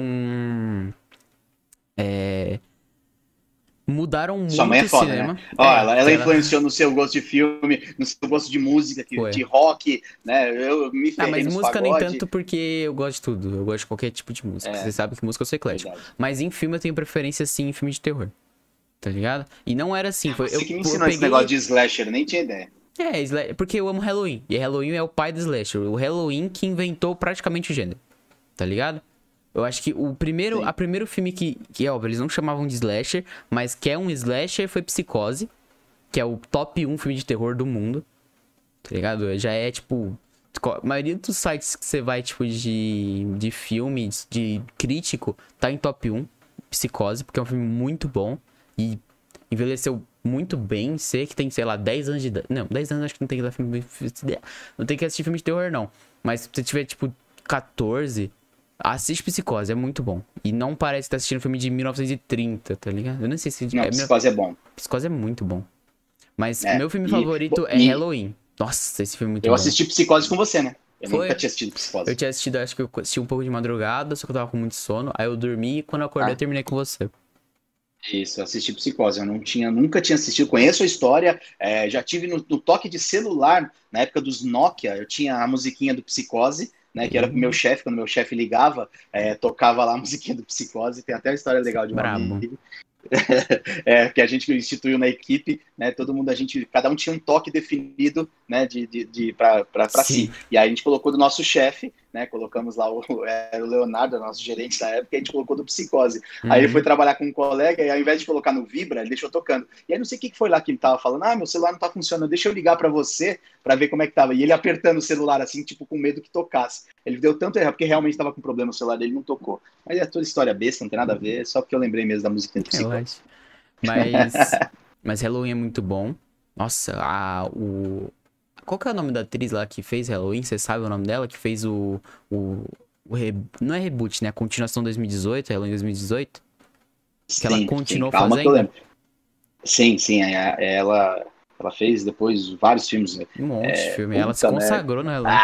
Mudaram Sua mãe é muito o foda, né? cinema. Ó, ela Que ela... influenciou no seu gosto de filme, no seu gosto de música, Foi. de rock, né? Eu me Ah, ferrei mas nos música nem pagode. tanto porque eu gosto de tudo. Eu gosto de qualquer tipo de música. Você sabe que música eu sou eclético. Verdade. Mas em filme eu tenho preferência sim em filme de terror. Tá ligado? E não era assim. Foi, Você que me eu ensinou esse negócio peguei. de slasher, nem tinha ideia. Porque eu amo Halloween. E Halloween é o pai do slasher. O Halloween que inventou praticamente o gênero. Tá ligado? Eu acho que Sim. a primeiro filme que é óbvio, eles não chamavam de slasher, mas que é um slasher foi Psicose, que é o top 1 filme de terror do mundo. Tá ligado? Já é tipo. A maioria dos sites que você vai, tipo, de filmes, de crítico, tá em top 1. Psicose, porque é um filme muito bom. E envelheceu muito bem. Sei que tem, sei lá, 10 anos de idade. Não, 10 anos acho que não tem que dar filme. Não tem que assistir filme de terror, não. Mas se você tiver, tipo, 14, assiste Psicose, é muito bom. E não parece estar assistindo filme de 1930, tá ligado? Eu não sei se. Não, Psicose é bom. Psicose é muito bom. Mas É. meu filme favorito é E Halloween. Nossa, esse filme é muito eu bom. assisti Psicose com você, né? Eu nunca Foi. tinha assistido Eu Psicose. tinha assistido, acho que eu assisti um pouco de madrugada, só que eu tava com muito sono. Aí eu dormi e quando eu acordei eu Ah, terminei com você. isso, eu assisti Psicose. Eu nunca tinha assistido. Conheço a história, já tive no toque de celular, na época dos Nokia, eu tinha a musiquinha do Psicose, né? Que era pro meu chefe, quando meu chefe ligava, tocava lá a musiquinha do Psicose. Tem até uma história legal de um Brabo. amigo. Que a gente instituiu na equipe, né? Todo mundo, cada um tinha um toque definido, né? Para si. Sim. E aí a gente colocou do nosso chefe, né? Colocamos lá era o Leonardo, nosso gerente da época, e a gente colocou do Psicose. Aí ele foi Uhum. trabalhar com um colega e ao invés de colocar no Vibra, ele deixou tocando. E aí não sei o que foi lá que ele tava falando, meu celular não tá funcionando, deixa eu ligar para você para ver como é que tava. E ele apertando o celular assim, tipo, com medo que tocasse. Ele deu tanto erro, porque realmente tava com problema, o celular dele não tocou. Mas é toda história besta, não tem nada a ver, só porque eu lembrei mesmo da musiquinha do Psicose. Relaxa. Mas Halloween é muito bom. Nossa, qual que é o nome da atriz lá que fez Halloween? Você sabe o nome dela? Que fez não é reboot, né? A continuação 2018, Halloween 2018? Que ela Sim, continuou calma que eu fazendo? lembro. Sim, ela fez depois vários filmes. Um monte de filme. Ela se Puta, né? consagrou no Halloween.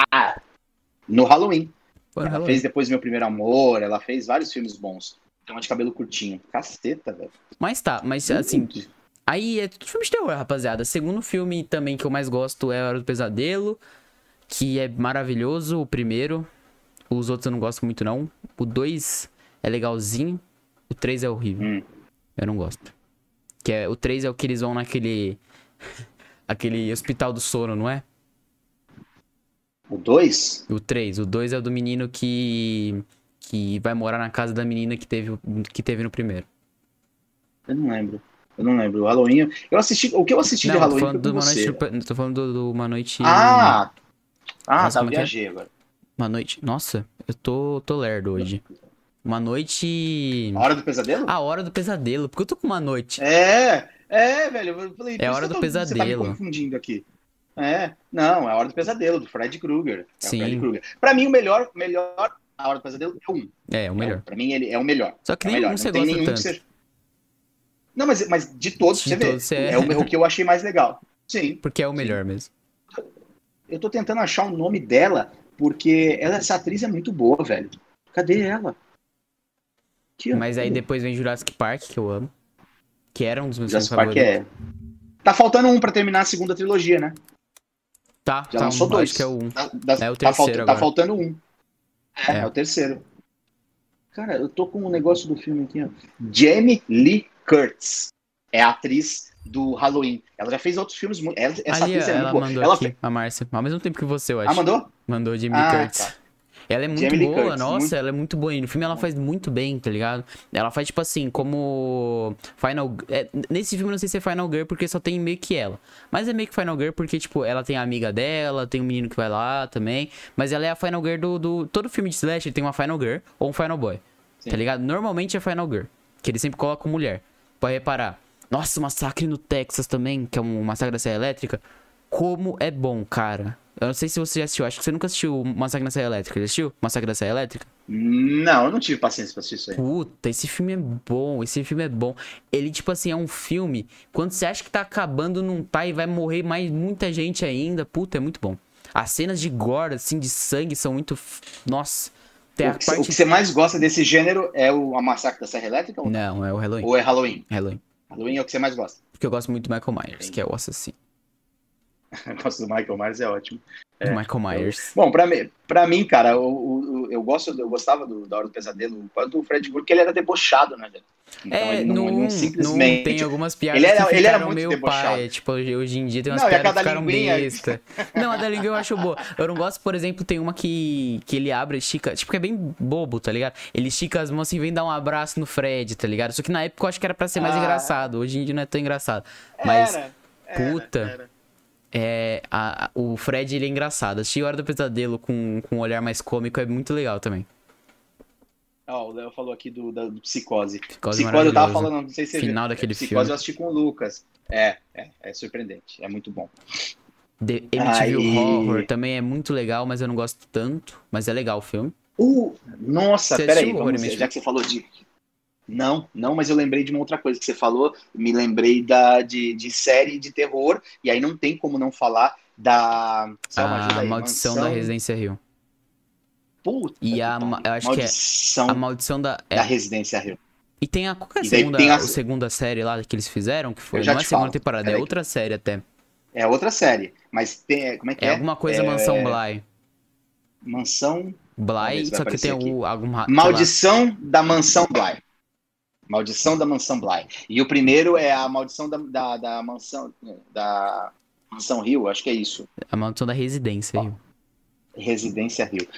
No Halloween. Foi no Ela Halloween. fez depois Meu Primeiro Amor, ela fez vários filmes bons. Tem uma de cabelo curtinho. Caceta, velho. Mas assim, aí é tudo filme de terror, rapaziada. Segundo filme também que eu mais gosto é A Hora do Pesadelo, que é maravilhoso, o primeiro. Os outros eu não gosto muito, não. O 2 é legalzinho, o 3 é horrível. Eu não gosto. O 3 é o que eles vão naquele... aquele hospital do sono, não é? O 2? O 2 é o do menino que vai morar na casa da menina que teve no primeiro. Eu não lembro. O Halloween. O que eu assisti de Não, eu tô Halloween falando foi com do Uma Noite... você. Tô falando do Uma Noite... Ah, Nossa, tá, como é que é? viajei agora. Uma Noite... Nossa, eu tô lerdo hoje. Uma Noite... A Hora do Pesadelo? A Hora do Pesadelo. Porque eu tô com Uma Noite. Velho. Eu falei, É a Hora do você tá me Pesadelo. confundindo aqui. Não, é a Hora do Pesadelo, do Fred Krueger. É o Sim. Fred Krueger. Pra mim, o melhor, a Hora do Pesadelo é um. É, o melhor. Pra mim, ele é o melhor. Só que é o nenhum melhor. você Não tem gosta nenhum tanto. que seja... Não, mas de todos, De você vê. todos você é. É o que eu achei mais legal. Sim. Porque é o melhor mesmo. Eu tô tentando achar o nome dela, porque essa atriz é muito boa, velho. Cadê ela? Mas aí depois vem Jurassic Park, que eu amo. Que era um dos meus filmes Jurassic Park favoritos. Tá faltando um pra terminar a segunda trilogia, né? Tá, Já lançou dois. Acho que é o 1. É o Tá terceiro agora. faltando um. É. É o terceiro. Cara, eu tô com um negócio do filme aqui, ó. Jamie Lee Curtis. É a atriz do Halloween. Ela já fez outros filmes. Essa Ali, atriz é muito ela boa. mandou aqui, a Márcia. Ao mesmo tempo que você, eu acho. Mandou? Mandou Jamie Lee Curtis. Tá. Ela é muito Jamie Lee boa, Curtis, nossa, muito... ela é muito boa. E no filme ela faz muito bem, tá ligado? Ela faz, tipo assim, como Final... nesse filme eu não sei se é Final Girl, porque só tem meio que ela. Mas é meio que Final Girl porque, tipo, ela tem a amiga dela, tem um menino que vai lá também. Mas ela é a Final Girl do... Todo filme de Slash tem uma Final Girl ou um Final Boy. Sim. Tá ligado? Normalmente é Final Girl, que ele sempre coloca mulher. Pode reparar. Nossa, o Massacre no Texas também, que é um Massacre da Serra Elétrica. Como é bom, cara. Eu não sei se você já assistiu. Acho que você nunca assistiu Massacre da Serra Elétrica. Já assistiu? Massacre da Serra Elétrica? Não, eu não tive paciência pra assistir isso aí. Puta, esse filme é bom. Esse filme é bom. Ele, tipo assim, é um filme... Quando você acha que tá acabando, não tá e vai morrer mais muita gente ainda. Puta, é muito bom. As cenas de gore, assim, de sangue são muito... Nossa. O que você mais gosta desse gênero é a Massacre da Serra Elétrica? Ou não, é o Halloween. Ou é Halloween? Halloween. Halloween é o que você mais gosta? Porque eu gosto muito do Michael Myers, que é o assassino. Eu gosto do Michael Myers, é ótimo. Michael Myers. Bom, pra mim, cara, eu gostava da Hora do Pesadelo, do Fred Krueger, porque ele era debochado, né, velho? Então ele não simplesmente... tem algumas piadas que ficaram meio debochado. Pai. Tipo, hoje em dia tem umas piadas que ficaram besta. Não, a da linguinha eu acho boa. Eu não gosto, por exemplo, tem uma que ele abre, estica... Tipo, que é bem bobo, tá ligado? Ele estica as mãos assim e vem dar um abraço no Fred, tá ligado? Só que na época eu acho que era pra ser mais engraçado. Hoje em dia não é tão engraçado. Mas, puta... o Fred, ele é engraçado. Assistir Hora do Pesadelo com um olhar mais cômico é muito legal também. O Léo falou aqui do Psicose. Psicose eu tava falando, não sei se você viu. Final daquele Psicose filme. Eu assisti com o Lucas. É surpreendente, é muito bom. The MTV Horror também é muito legal, mas eu não gosto tanto. Mas é legal o filme. Nossa, peraí, já que você falou de... Não, mas eu lembrei de uma outra coisa que você falou. Me lembrei de série de terror. E aí não tem como não falar da... A Maldição da Residência Hill. Puta, e eu acho que é a Maldição da Residência Hill. E tem qual que é a segunda série lá que eles fizeram? Que foi, não é a segunda temporada, é outra série até. É outra série, mas tem... Como é que é? É alguma coisa Mansão Bly. Mansão... Bly, só que tem alguma... Maldição da Mansão Bly. Maldição da Mansão Bly. E o primeiro é a Maldição da Mansão... Da Mansão Hill, acho que é isso. A Maldição da Residência Hill. Residência Hill.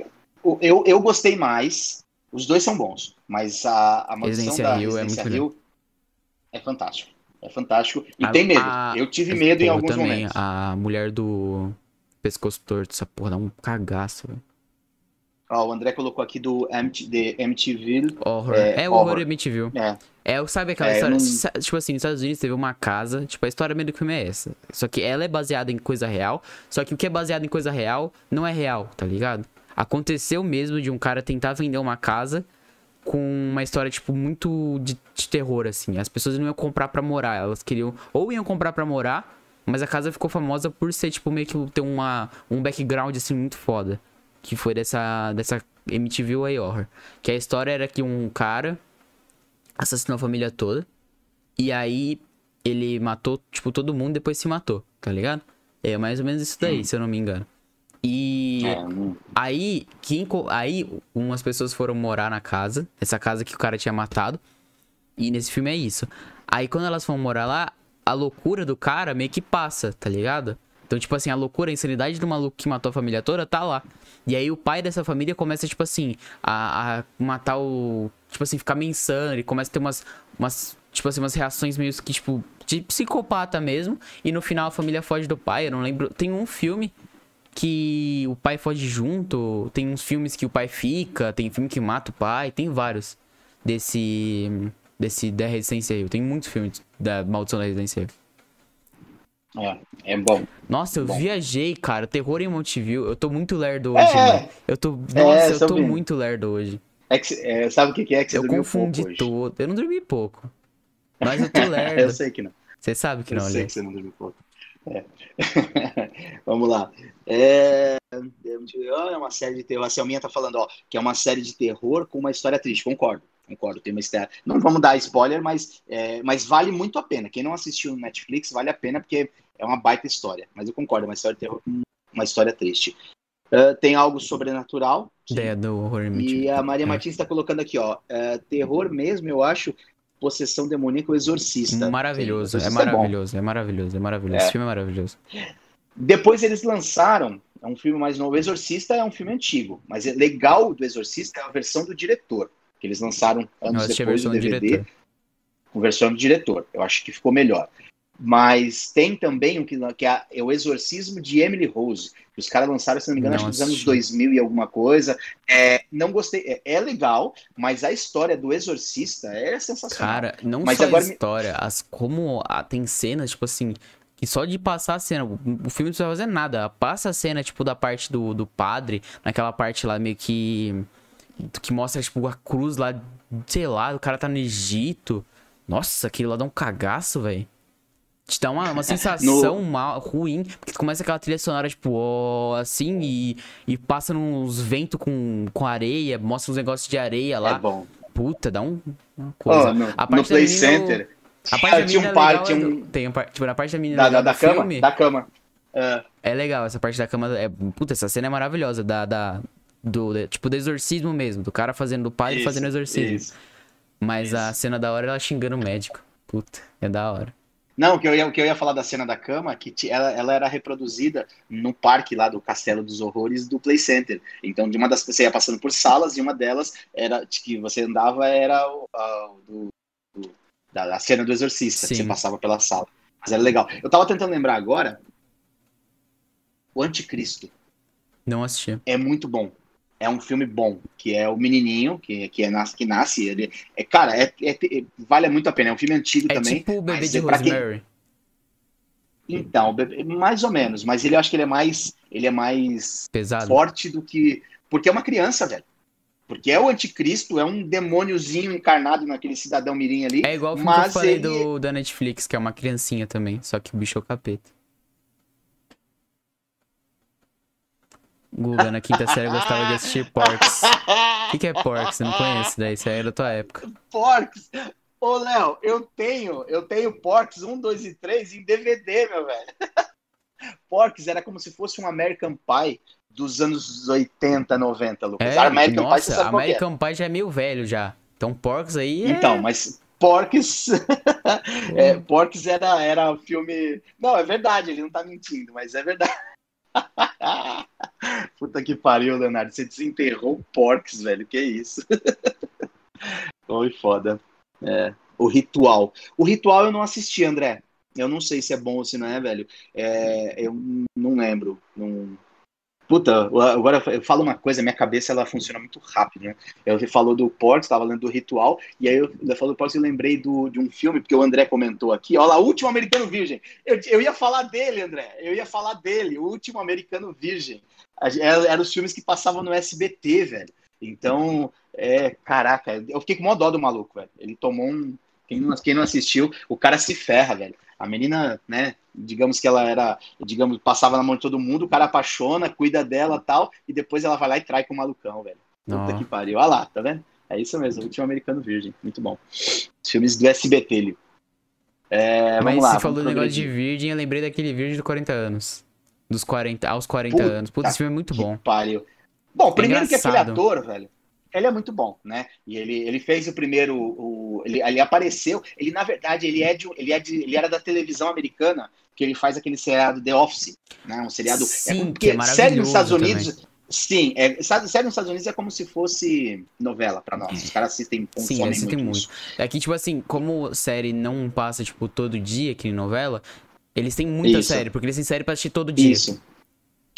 Eu gostei mais. Os dois são bons, mas a Maldição da Residência Hill é fantástico. É fantástico. E tem medo. Eu tive medo em alguns momentos. A mulher do pescoço torto, essa porra dá um cagaço, velho. O André colocou aqui do MTV Horror. O Horror MTV. Sabe aquela história? Tipo assim, nos Estados Unidos teve uma casa. Tipo, a história meio do filme é essa. Só que ela é baseada em coisa real. Só que o que é baseado em coisa real não é real, tá ligado? Aconteceu mesmo de um cara tentar vender uma casa com uma história, tipo, muito de terror, assim. As pessoas não iam comprar pra morar. Elas queriam... Ou iam comprar pra morar, mas a casa ficou famosa por ser, tipo, meio que ter um background, assim, muito foda. Que foi dessa MTV Horror. Que a história era que um cara assassinou a família toda. E aí ele matou, tipo, todo mundo e depois se matou, tá ligado? É mais ou menos isso daí, se eu não me engano. E aí umas pessoas foram morar na casa. Essa casa que o cara tinha matado. E nesse filme é isso. Aí quando elas vão morar lá, a loucura do cara meio que passa, tá ligado? Então, tipo assim, a loucura, a insanidade do maluco que matou a família toda tá lá. E aí o pai dessa família começa, tipo assim, a matar o... Tipo assim, ficar meio insano. Ele começa a ter tipo assim, umas reações meio que, tipo, de psicopata mesmo. E no final a família foge do pai, eu não lembro. Tem um filme que o pai foge junto. Tem uns filmes que o pai fica. Tem filme que mata o pai. Tem vários da Residência Evil. Tem muitos filmes da Maldição da Residência Evil. É bom. Nossa, eu viajei, cara. Terror em Montevideo. Eu tô muito lerdo hoje, mano. Eu tô muito lerdo hoje. Sabe o que é que você eu dormiu confundi pouco hoje? todo. Eu não dormi pouco. Mas eu tô lerdo. Eu sei que não. Você sabe que não, Eu sei né? que você não dormiu pouco. Vamos lá. É uma série de terror. A Selminha tá falando, que é uma série de terror com uma história triste. Concordo. Tem uma história. Não vamos dar spoiler, mas vale muito a pena. Quem não assistiu no Netflix, vale a pena, porque é uma baita história. Mas eu concordo, é uma história de terror com uma história triste. Tem algo sobrenatural. Ideia do horror. E a Maria Martins está colocando aqui, terror mesmo, eu acho, Possessão Demoníaca, O Exorcista. Maravilhoso, Sim, é maravilhoso. Esse filme é maravilhoso. Depois eles lançaram, é um filme mais novo, O Exorcista é um filme antigo, mas é legal do Exorcista é a versão do diretor, que eles lançaram anos depois do DVD, com versão do diretor. Eu acho que ficou melhor. Mas tem também que é o Exorcismo de Emily Rose, que os caras lançaram, se não me engano, acho que nos anos 2000 e alguma coisa. Não gostei, é legal, mas a história do Exorcista é sensacional. Cara, não mas só agora a história, tem cenas, tipo assim, que só de passar a cena, o filme não precisa fazer nada, passa a cena, tipo, da parte do padre, naquela parte lá meio que mostra, tipo, a cruz lá, sei lá, o cara tá no Egito. Nossa, aquilo lá dá um cagaço, velho. Te dá uma sensação ruim, porque começa aquela trilha sonora, tipo, assim, e passa uns ventos com areia, mostra uns negócios de areia lá. É bom. Puta, dá uma coisa. No Play Center. A parte da tinha menina um parque, tipo, na parte da menina da cama, filme, da cama. É legal, essa parte da cama. Puta, essa cena é maravilhosa. Tipo, do exorcismo mesmo. Do cara fazendo, do padre fazendo exorcismo. Mas a cena da hora é ela xingando o médico. Puta, é da hora. Não, o que eu ia falar da cena da cama, que ela era reproduzida no parque lá do Castelo dos Horrores do Play Center. Então, você ia passando por salas e uma delas era que você andava era a cena do Exorcista, que você passava pela sala. Mas era legal. Eu tava tentando lembrar agora, o Anticristo. Não assisti. É muito bom. É um filme bom, que é o menininho que nasce. Ele, cara, vale muito a pena. É um filme antigo também. É tipo o Bebê de Rosemary. Então, mais ou menos. Mas eu acho que ele é mais pesado, forte do que... Porque é uma criança, velho. Porque é o anticristo, é um demôniozinho encarnado naquele cidadão mirim ali. É igual o filme que eu falei da Netflix, que é uma criancinha também. Só que o bicho é o capeta. Guga, na quinta série eu gostava de assistir Porks. O que é Porks? Eu não conheço, daí isso aí é da tua época. Porks? Ô, Léo, eu tenho Porks 1, 2 e 3 em DVD, meu velho. Porks era como se fosse um American Pie dos anos 80, 90, Lucas. American Pie, você sabe American Pie já é meio velho já. Então Porks aí Então, mas Porks... Porks era filme... Não, é verdade, ele não tá mentindo, mas é verdade. Puta que pariu, Leonardo. Você desenterrou Porks, velho. Que isso? Foi foda. O Ritual. O Ritual eu não assisti, André. Eu não sei se é bom ou se não é, velho. Eu não lembro. Puta, agora eu falo uma coisa, minha cabeça ela funciona muito rápido, né? Eu falou do Porks, estava lendo do Ritual, e aí eu falou do Porks e eu lembrei de um filme, porque o André comentou aqui, olha lá, O Último Americano Virgem. Eu ia falar dele, André, O Último Americano Virgem. Eram os filmes que passavam no SBT, velho. Então, caraca, eu fiquei com mó dó do maluco, velho. Ele tomou um... Quem não assistiu, o cara se ferra, velho. A menina, né, digamos que passava na mão de todo mundo, o cara apaixona, cuida dela e tal, e depois ela vai lá e trai com o malucão, velho. Puta que pariu. Olha lá, tá vendo? É isso mesmo, O Último Americano Virgem. Muito bom. Os filmes do SBT, ali. Vamos lá. Mas você falou do negócio de virgem, eu lembrei daquele Virgem de 40 anos. Dos 40 aos 40 anos. Puta, esse filme é muito bom. Pariu. Bom, primeiro que aquele ator, velho, ele é muito bom, né? E ele fez o primeiro, ele apareceu, ele na verdade ele era da televisão americana, que ele faz aquele seriado The Office, né? Um seriado que é maravilhoso. Série nos Estados Unidos, também. sim, série nos Estados Unidos é como se fosse novela pra nós. Os caras consomem muito. Aqui, tipo assim, como série não passa tipo todo dia, que nem novela, eles têm muita série, porque eles têm série pra assistir todo dia. Isso.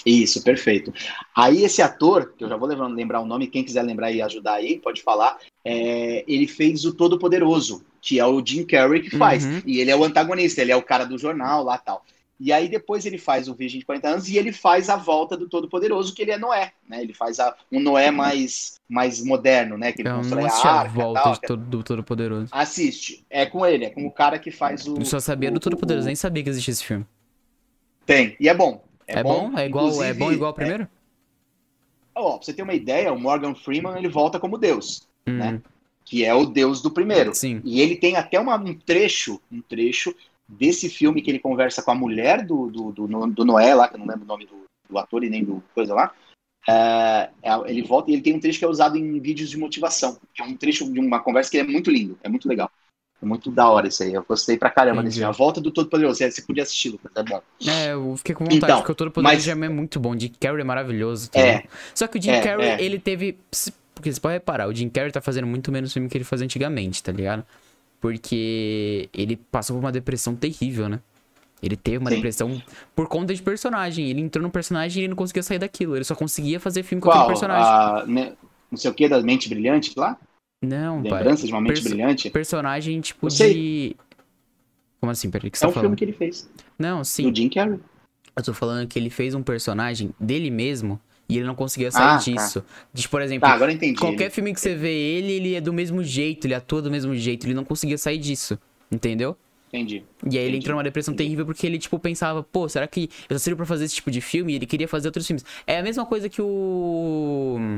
Isso, perfeito. Aí esse ator, que eu já vou lembrar o nome, quem quiser lembrar e ajudar aí, pode falar, ele fez o Todo-Poderoso, que é o Jim Carrey que faz. Uhum. E ele é o antagonista, ele é o cara do jornal lá tal. E aí depois ele faz o Virgem de 40 anos e ele faz a volta do Todo-Poderoso, que ele é Noé, né? Ele faz um Noé mais moderno, né? Que ele Eu não constrói a assisti a arca e volta tal. de do Todo-Poderoso. Assiste, é com ele, é com o cara que faz Eu só sabia do Todo-Poderoso, nem sabia que existia esse filme. Tem, e é bom. É É bom, bom? É bom inclusive, igual o primeiro? ó, pra você ter uma ideia, o Morgan Freeman ele volta como Deus, né? Hum, Que é o Deus do primeiro. sim. E ele tem até um trecho desse filme que ele conversa com a mulher do Noé lá, que eu não lembro o nome do ator e nem do coisa lá. Ele volta e ele tem um trecho que é usado em vídeos de motivação, que é um trecho de uma conversa que é muito lindo, é muito legal. É muito da hora isso aí. Eu gostei pra caramba desse filme. A Entendi. volta do Todo-Poderoso. Você podia assistir, Lucas. É bom. Eu fiquei com vontade, Então, porque o Todo-Poderoso já mas é muito bom. O Jim Carrey é maravilhoso, tá ligado? é, Só que o Jim é, Carrey, é. ele teve... Porque você pode reparar, o Jim Carrey tá fazendo muito menos filme que ele fazia antigamente, tá ligado? Porque ele passou por uma depressão terrível, né? Ele teve uma Sim. depressão por conta de personagem. Ele entrou no personagem e ele não conseguia sair daquilo. Ele só conseguia fazer filme com aquele Qual? personagem. Não sei o que da Mente Brilhante lá? Não, pai. Lembrança de uma Mente Brilhante? Personagem tipo Eu sei. de... Como assim? Peraí, o que você É tá um filme falando? que ele fez. Não, Do sim. Jim Carrey. Eu tô falando que ele fez um personagem dele mesmo e ele não conseguia sair Tá. disso. Por exemplo, Tá, agora eu entendi. qualquer filme que você vê ele é do mesmo jeito, ele atua do mesmo jeito, ele não conseguia sair disso. Entendeu? Entendi. E aí ele Entendi. entrou numa depressão Entendi. terrível porque ele, tipo, pensava, pô, será que eu só sirvo pra fazer esse tipo de filme? E ele queria fazer outros filmes. É a mesma coisa que o.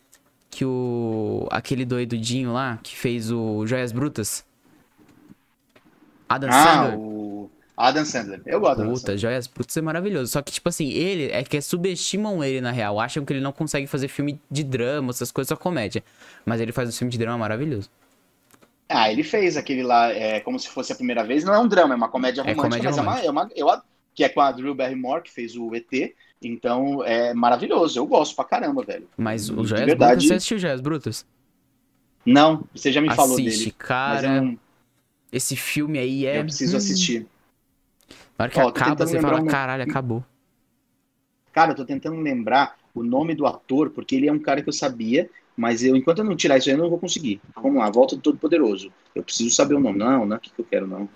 Aquele doidinho lá que fez o Joias Brutas. Adam Sandler. O Adam Sandler. Eu gosto do Adam Puta, Sandler. Joias Brutas é maravilhoso. Só que, tipo assim, ele é que subestimam ele na real. Acham que ele não consegue fazer filme de drama, essas coisas, só comédia. Mas ele faz um filme de drama maravilhoso. Ele fez aquele lá, como se fosse a primeira vez. Não é um drama, é uma comédia É romântica, comédia mas romântica. que é com a Drew Barrymore, que fez o ET. Então, é maravilhoso. Eu gosto pra caramba, velho. Mas o E, de Joias Brutas, você verdade, assistiu Joias Brutas? não. Você já me falou Assiste, dele, mas eu cara. não. Esse filme aí Eu é. preciso assistir. Na hora que Ó, tô acaba, tentando você lembrar fala, caralho, acabou. Cara, eu tô tentando lembrar o nome do ator, porque ele é um cara que eu sabia, mas enquanto eu não tirar isso aí, eu não vou conseguir. Então, vamos lá, Volta do Todo-Poderoso. Eu preciso saber o nome. Não é o que eu quero, não.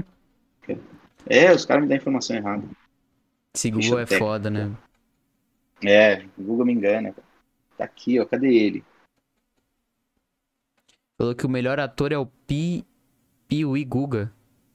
Os caras me dão informação errada. Esse Ficha Google é técnica. foda, né? O Google me engana. Tá aqui, ó, cadê ele? Falou que o melhor ator é o Piuí Guga.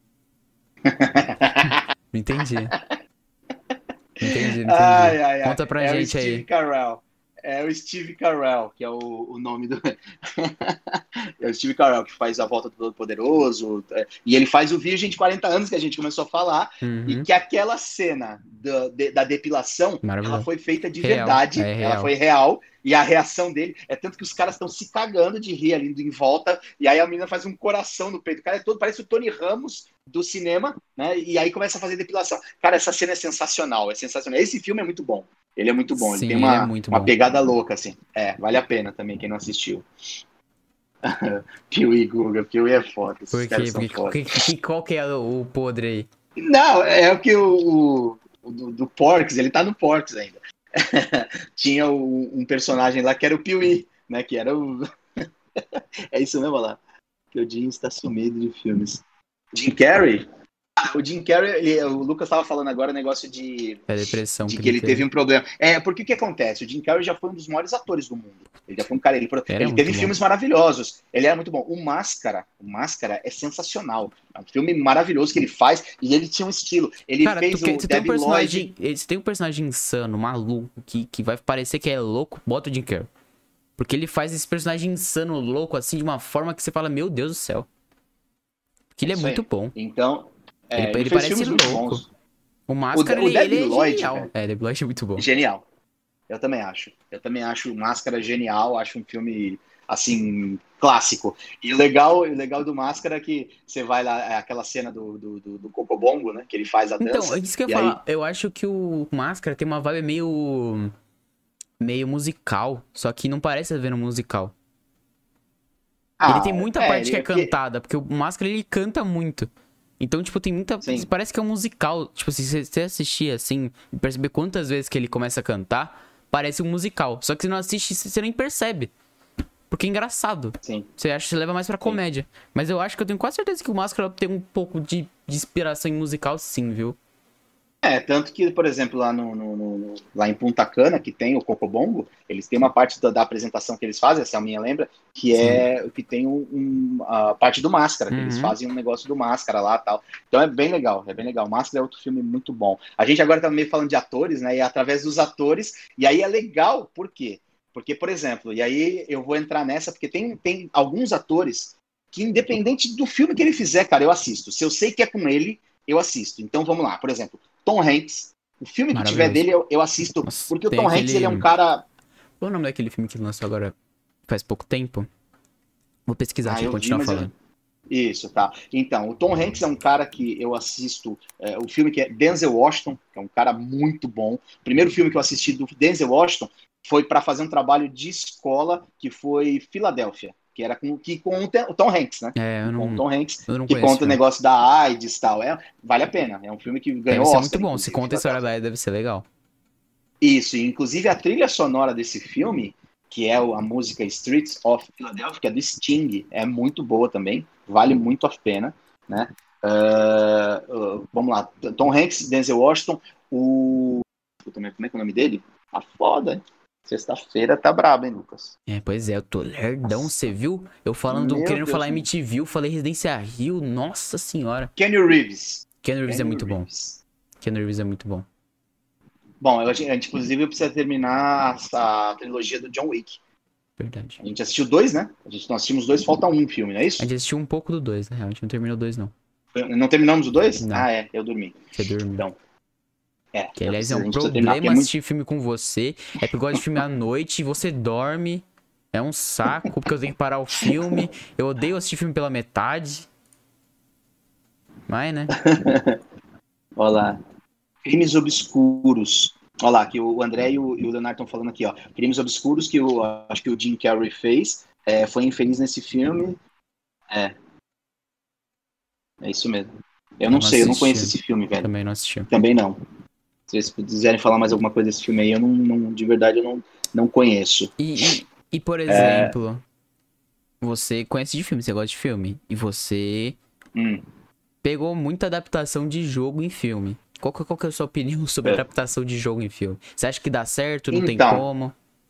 Não entendi. Não entendi. Ai, ai, ai. Conta pra É o gente Steve aí. Carell. É o Steve Carell, que é o nome do. É o Steve Carell, que faz a volta do Todo-Poderoso. E ele faz o Virgem de 40 anos, que a gente começou a falar. E Uhum. que aquela cena da depilação, ela Maravilhoso. foi feita de Real, verdade. é Ela real. foi real. E a reação dele é tanto que os caras estão se cagando de rir ali em volta. E aí a menina faz um coração no peito. O cara é todo, parece o Tony Ramos do cinema, né? E aí começa a fazer depilação. Cara, essa cena é sensacional. É sensacional. Esse filme é muito bom. Ele é muito bom. Ele Sim, tem ele é uma, muito uma bom. pegada louca, assim. Vale a pena também, quem não assistiu. Piuí, Guga. Piuí é foda. Esses Por caras quê? são foda. Qual que é o podre aí? Não, é o que o do Porks, ele tá no Porks ainda. Tinha um personagem lá que era o Piuí, né? Que era o. É isso mesmo, olha lá. Que o Jim está sumido de filmes. Jim Carrey? O Jim Carrey, o Lucas estava falando agora o negócio de É a depressão que que ele ele teve teve. um problema. Porque o que acontece? O Jim Carrey já foi um dos maiores atores do mundo. Ele já foi um cara. Ele Era teve muito bom. filmes maravilhosos. Ele era muito bom. O Máscara é sensacional. É um filme maravilhoso que ele faz e ele tinha um estilo. Ele Cara, fez o você tem um Debi Lloyd. personagem. Você tem um personagem insano, maluco, que vai parecer que é louco, bota o Jim Carrey. Porque ele faz esse personagem insano, louco, assim, de uma forma que você fala, meu Deus do céu. Porque ele é Isso aí. muito bom. Então, Ele fez parece filmes muito louco. bons. O Máscara, O ele Debi é Lloyd, genial. velho. Debi Lloyd é muito bom. Genial. Eu também acho. Eu também acho Máscara genial. Acho um filme, assim, clássico. E o legal do Máscara é que você vai lá, aquela cena do Cocobongo, né? Que ele faz a Então, dança. é isso que eu E ia aí, falar. Eu acho que o Máscara tem uma vibe meio musical. Só que não parece haver um musical. Ele tem muita parte que é porque cantada, porque o Máscara ele canta muito. Então, tipo, tem muita... Sim. Parece que é um musical. Tipo, se você assistir, assim, e perceber quantas vezes que ele começa a cantar, parece um musical. Só que você não assiste, você nem percebe. Porque é engraçado. Sim. Você acha que você leva mais pra comédia. Mas eu acho que eu tenho quase certeza que o Máscara tem um pouco de inspiração em musical, sim, viu? Tanto que, por exemplo, lá em Punta Cana, que tem o Cocobongo, eles têm uma parte da apresentação que eles fazem, essa minha lembra, que é que tem a parte do Máscara, que eles fazem um negócio do Máscara lá e tal. Então é bem legal, é bem legal. Máscara é outro filme muito bom. A gente agora tá meio falando de atores, né? E através dos atores, e aí é legal, por quê? Porque, por exemplo, e aí eu vou entrar nessa, porque tem alguns atores que, independente do filme que ele fizer, cara, eu assisto. Se eu sei que é com ele, eu assisto. Então vamos lá, por exemplo, Tom Hanks, o filme que tiver dele eu assisto, Nossa, porque o Tom Hanks ele é um cara... Qual é o nome daquele filme que lançou agora faz pouco tempo? Vou pesquisar aqui e continuar falando. Isso, tá. Então, o Tom Hanks é um cara que eu assisto, o filme que é Denzel Washington, que é um cara muito bom. O primeiro filme que eu assisti do Denzel Washington foi para fazer um trabalho de escola, que foi Filadélfia, que era com o Tom Hanks, né? Com o Tom Hanks, que conta o negócio da AIDS e tal. Vale a pena, é um filme que ganhou Oscar. Deve ser muito bom, se conta a história da AIDS, deve ser legal. Isso, inclusive a trilha sonora desse filme, que é a música Streets of Philadelphia, que é do Sting, é muito boa também, vale muito a pena, né? Vamos lá, Tom Hanks, Denzel Washington, como é que é o nome dele? Tá foda, hein? Sexta-feira tá brabo, hein, Lucas? Pois é, eu tô lerdão, você viu? Eu querendo falar MTV, eu falei Residência Rio, nossa senhora. Keanu Reeves. Keanu Reeves é muito bom. Keanu Reeves é muito bom. Bom, a gente inclusive precisa terminar a trilogia do John Wick. Verdade. A gente assistiu 2, né? Nós assistimos 2, falta um filme, não é isso? A gente assistiu um pouco do 2, né? A gente não terminou o 2, não. Não terminamos o 2? Não. Eu dormi. Você dormiu. Então, que, aliás, é um problema assistir filme com você. É porque eu gosto de filme à noite e você dorme. É um saco, porque eu tenho que parar o filme. Eu odeio assistir filme pela metade. Mas, né? Olha lá. Crimes Obscuros. Olha lá, que o André e o Leonardo estão falando aqui, ó. Crimes Obscuros, que acho que o Jim Carrey fez. Foi infeliz nesse filme. É isso mesmo. Eu não sei, eu não conheço esse filme, velho. Também não assisti. Também não. Se vocês quiserem falar mais alguma coisa desse filme aí, eu não de verdade, eu não conheço. E por exemplo, você conhece de filme, você gosta de filme, e você pegou muita adaptação de jogo em filme. Qual que é a sua opinião sobre adaptação de jogo em filme? Você acha que dá certo? Não tem como?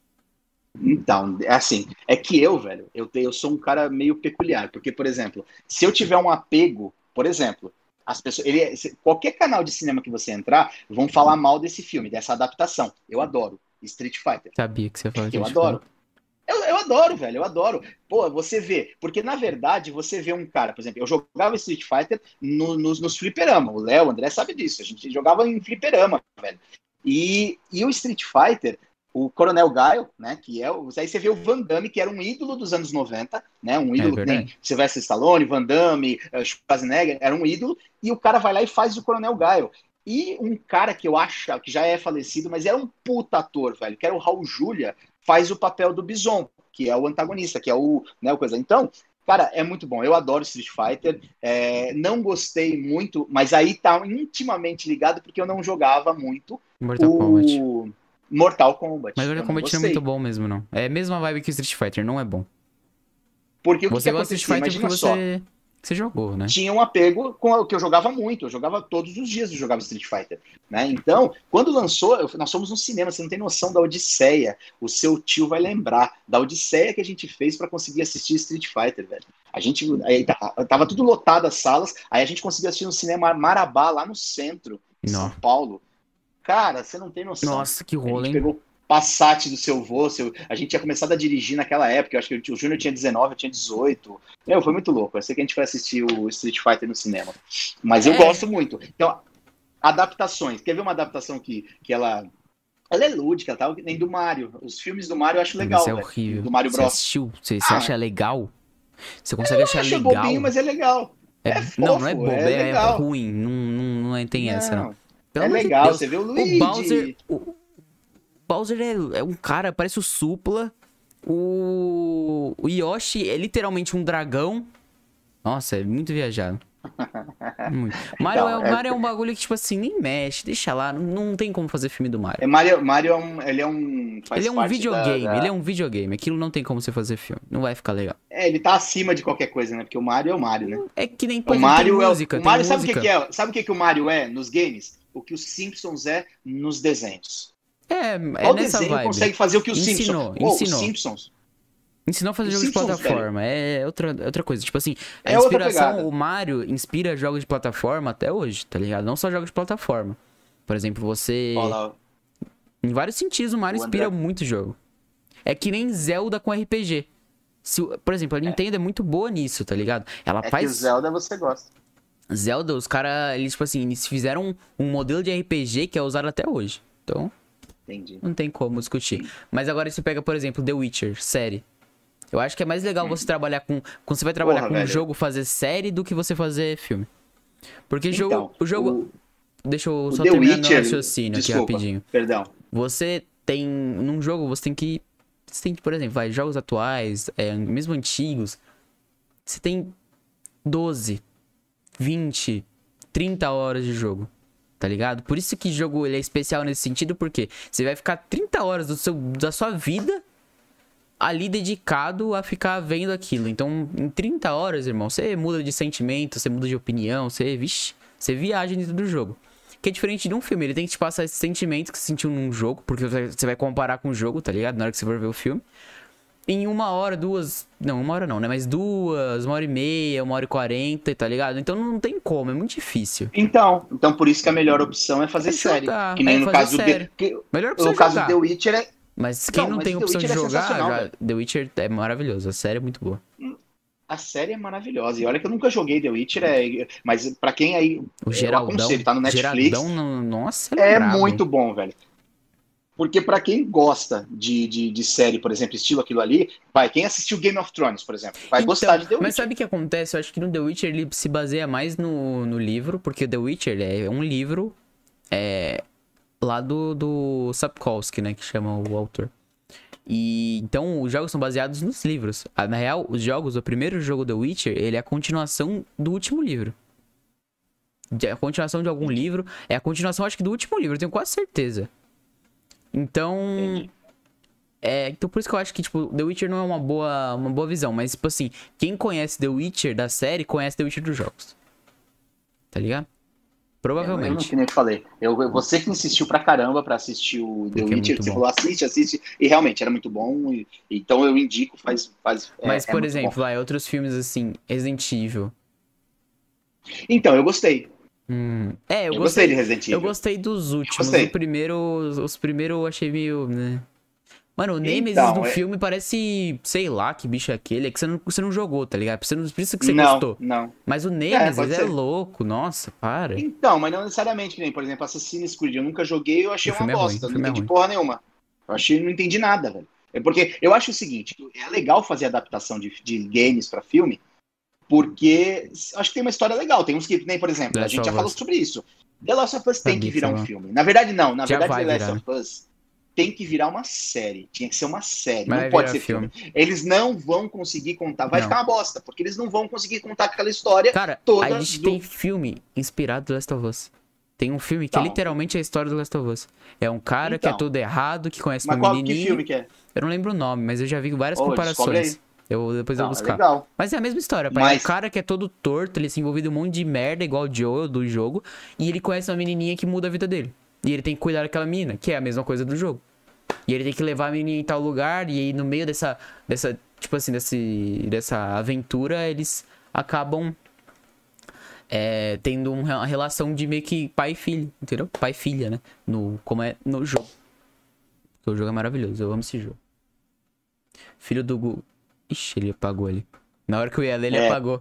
Então, assim, é que eu sou um cara meio peculiar, porque, por exemplo, se eu tiver um apego, por exemplo, as pessoas, qualquer canal de cinema que você entrar, vão falar mal desse filme, dessa adaptação. Eu adoro Street Fighter. Sabia que você ia falar Eu adoro. Eu adoro, velho, eu adoro. Pô, você vê, porque na verdade você vê um cara, por exemplo, eu jogava Street Fighter nos fliperama, o Léo, o André sabe disso, a gente jogava em fliperama, velho. E o Street Fighter, o Coronel Gaio, né, que é aí você vê o Van Damme, que era um ídolo dos anos 90, né, um ídolo que nem Sylvester Stallone, Van Damme, Schwarzenegger, era um ídolo, e o cara vai lá e faz o Coronel Gaio. E um cara que eu acho que já é falecido, mas era um puta ator, velho, que era o Raul Julia, faz o papel do Bison, que é o antagonista, que é o coisa. Então, cara, é muito bom. Eu adoro Street Fighter. Não gostei muito, mas aí tá intimamente ligado porque eu não jogava muito Mortal Kombat. Mas o Mortal Kombat não é muito bom mesmo, não. É a mesma vibe que o Street Fighter, não é bom. Porque você gosta de Street Fighter porque você jogou, né? Tinha um apego com o que eu jogava muito. Eu jogava todos os dias, eu jogava Street Fighter. Né? Então, quando lançou, nós fomos no cinema, você não tem noção da odisseia. O seu tio vai lembrar da odisseia que a gente fez para conseguir assistir Street Fighter, velho. Tava tudo lotado as salas, aí a gente conseguiu assistir no cinema Marabá, lá no centro, em São Paulo. Cara, você não tem noção. Nossa, que rolo, hein? A gente pegou Passat do seu vô, a gente tinha começado a dirigir naquela época, eu acho que o Júnior tinha 19, eu tinha 18. Foi muito louco. Eu sei que a gente foi assistir o Street Fighter no cinema. Mas eu gosto muito. Então, adaptações. Quer ver uma adaptação que ela é lúdica, tá? Nem do Mario. Os filmes do Mario eu acho legal. Isso é horrível. Do Mario Bros. Você assistiu? Você acha legal? Você consegue achar legal? Eu acho bobinho, mas é legal. Fofo, não é bobo, é ruim. Não tem essa, não. É legal, você vê o Luigi. O Bowser é um cara, parece o Supla. O Yoshi é literalmente um dragão. Nossa, é muito viajado. Muito. Então, Mario é um bagulho que, tipo assim, nem mexe, deixa lá. Não tem como fazer filme do Mario. Mario ele é um, Ele faz é um parte videogame, ele é um videogame. Aquilo não tem como você fazer filme. Não vai ficar legal. ele tá acima de qualquer coisa, né? Porque o Mario é o Mario, né? É que nem, O por exemplo, Mario tem o Mario sabe o que música. que é? Sabe o que que o Mario é nos games? O que os Simpsons é nos desenhos. É Qual nessa desenho vibe. consegue fazer o que os Simpsons? Os Ensinou. Simpsons. Ensinou a fazer Os jogos de Simpsons, velho. plataforma. É outra coisa. Tipo assim, a É outra inspiração, pegada. o Mario inspira jogos de plataforma até hoje, tá ligado? Não só jogos de plataforma. Por exemplo, você. Fala, Em vários sentidos, o Mario o inspira André. muito jogo. É que nem Zelda com RPG. Por exemplo, a Nintendo é muito boa nisso, tá ligado? Ela É que o faz. Zelda você gosta. Zelda, os caras, eles, tipo assim, eles fizeram um modelo de RPG que é usado até hoje. Então, Entendi. não tem como discutir. Mas agora você pega, por exemplo, The Witcher, série. Eu acho que é mais legal você trabalhar com. Quando você vai trabalhar Porra, com um velho. jogo, fazer série do que você fazer filme. Porque Então, o jogo. Deixa eu o só The terminar meu Witcher, raciocínio aqui desculpa, rapidinho. perdão. Você tem. Num jogo, você tem que. Você tem que, por exemplo, jogos atuais, mesmo antigos. Você tem 12, 20, 30 horas de jogo. Tá ligado? Por isso que jogo ele é especial nesse sentido, porque você vai ficar 30 horas da sua vida ali dedicado a ficar vendo aquilo. Então, em 30 horas, irmão, você muda de sentimento, você muda de opinião, você viaja dentro do jogo. Que é diferente de um filme, ele tem que te passar esse sentimento que você sentiu num jogo, porque você vai comparar com o jogo, tá ligado? Na hora que você for ver o filme. Em 1 hora, 2. Não, 1 hora não, né? Mas 2, 1h30, 1h40, tá ligado? Então não tem como, é muito difícil. Então por isso que a melhor opção é fazer É série. jogar, Que nem no fazer caso série. que, Melhor opção no é caso do The jogar. Witcher é. Mas quem Então, não mas tem The opção de Witcher é jogar, sensacional, velho. The Witcher é maravilhoso. A série é muito boa. A série é maravilhosa. E olha que eu nunca joguei The Witcher, mas pra quem aí, O eu aconselho, tá no Geraldão, Netflix, nossa, ele é é brabo, hein? muito bom, velho. Porque pra quem gosta de série, por exemplo, estilo aquilo ali, quem assistiu Game of Thrones, por exemplo, vai gostar Então, de The mas Witcher. sabe o que acontece? Eu acho que no The Witcher ele se baseia mais no livro, porque The Witcher é um livro lá do Sapkowski, né? Que chama o autor. E então os jogos são baseados nos livros. Na real, o primeiro jogo The Witcher, ele é a continuação do último livro. É a continuação de algum livro. É a continuação, acho que, do último livro, eu tenho quase certeza. Então. Entendi. Então por isso que eu acho que, tipo, The Witcher não é uma boa visão. Mas, tipo assim, quem conhece The Witcher da série, conhece The Witcher dos jogos. Tá ligado? Eu não, Provavelmente. que nem eu falei. Você que insistiu pra caramba pra assistir o The Porque é Witcher, muito que você bom. falou, assiste, e realmente era muito bom. Então eu indico, Mas, é por muito bom. exemplo, outros filmes assim, Resident Evil. Então, eu gostei. Eu Eu gostei gostei. de Resident Eu Evil. gostei dos últimos. Gostei. Os primeiros eu achei meio, né? Mano, o Nemesis do Então, filme parece, sei lá, que bicho é aquele. É que você não jogou, tá ligado? Por isso que você não, gostou. não. Mas o Nemesis Pode é ser. louco, nossa, para. Então, mas não necessariamente, que nem, por exemplo, Assassin's Creed. Eu nunca joguei, eu O achei uma filme é ruim, bosta. o Eu não filme é entendi ruim. porra nenhuma. Não entendi nada, velho. É porque eu acho o seguinte, é legal fazer adaptação de games pra filme, porque acho que tem uma história legal. Tem uns que, nem, por exemplo, The a Last gente já of falou Us. sobre isso. The Last of Us tem que Sabia que virar você um vai. filme. Na verdade, não. Na Já verdade, vai The Last virar, né? of Us tem que virar uma série. Tinha que ser uma série. Mas Não vai pode virar ser filme. filme. Eles não vão conseguir contar. Vai Não. ficar uma bosta, porque eles não vão conseguir contar aquela história Cara, a toda gente tem filme inspirado do Last of Us. Tem um filme que é Então, literalmente a história do Last of Us. É um cara que é Então. todo errado, que conhece Mas uma que menininha. filme que é? Eu não lembro o nome, mas eu já vi várias Descobre comparações. aí. Depois eu Não, vou é buscar. legal. Mas é a mesma história, pai. É um Mas, cara que é todo torto, ele se envolvido em um monte de merda, igual o Joel do jogo. E ele conhece uma menininha que muda a vida dele. E ele tem que cuidar daquela menina, que é a mesma coisa do jogo. E ele tem que levar a menina em tal lugar. E aí, no meio dessa tipo assim, dessa aventura, eles acabam tendo uma relação de meio que pai e filho, entendeu? Pai e filha, né? Como é no jogo. Porque o jogo é maravilhoso, eu amo esse jogo. Filho do Gu. Ixi, ele apagou ali. Na hora que eu ia ler, ele apagou.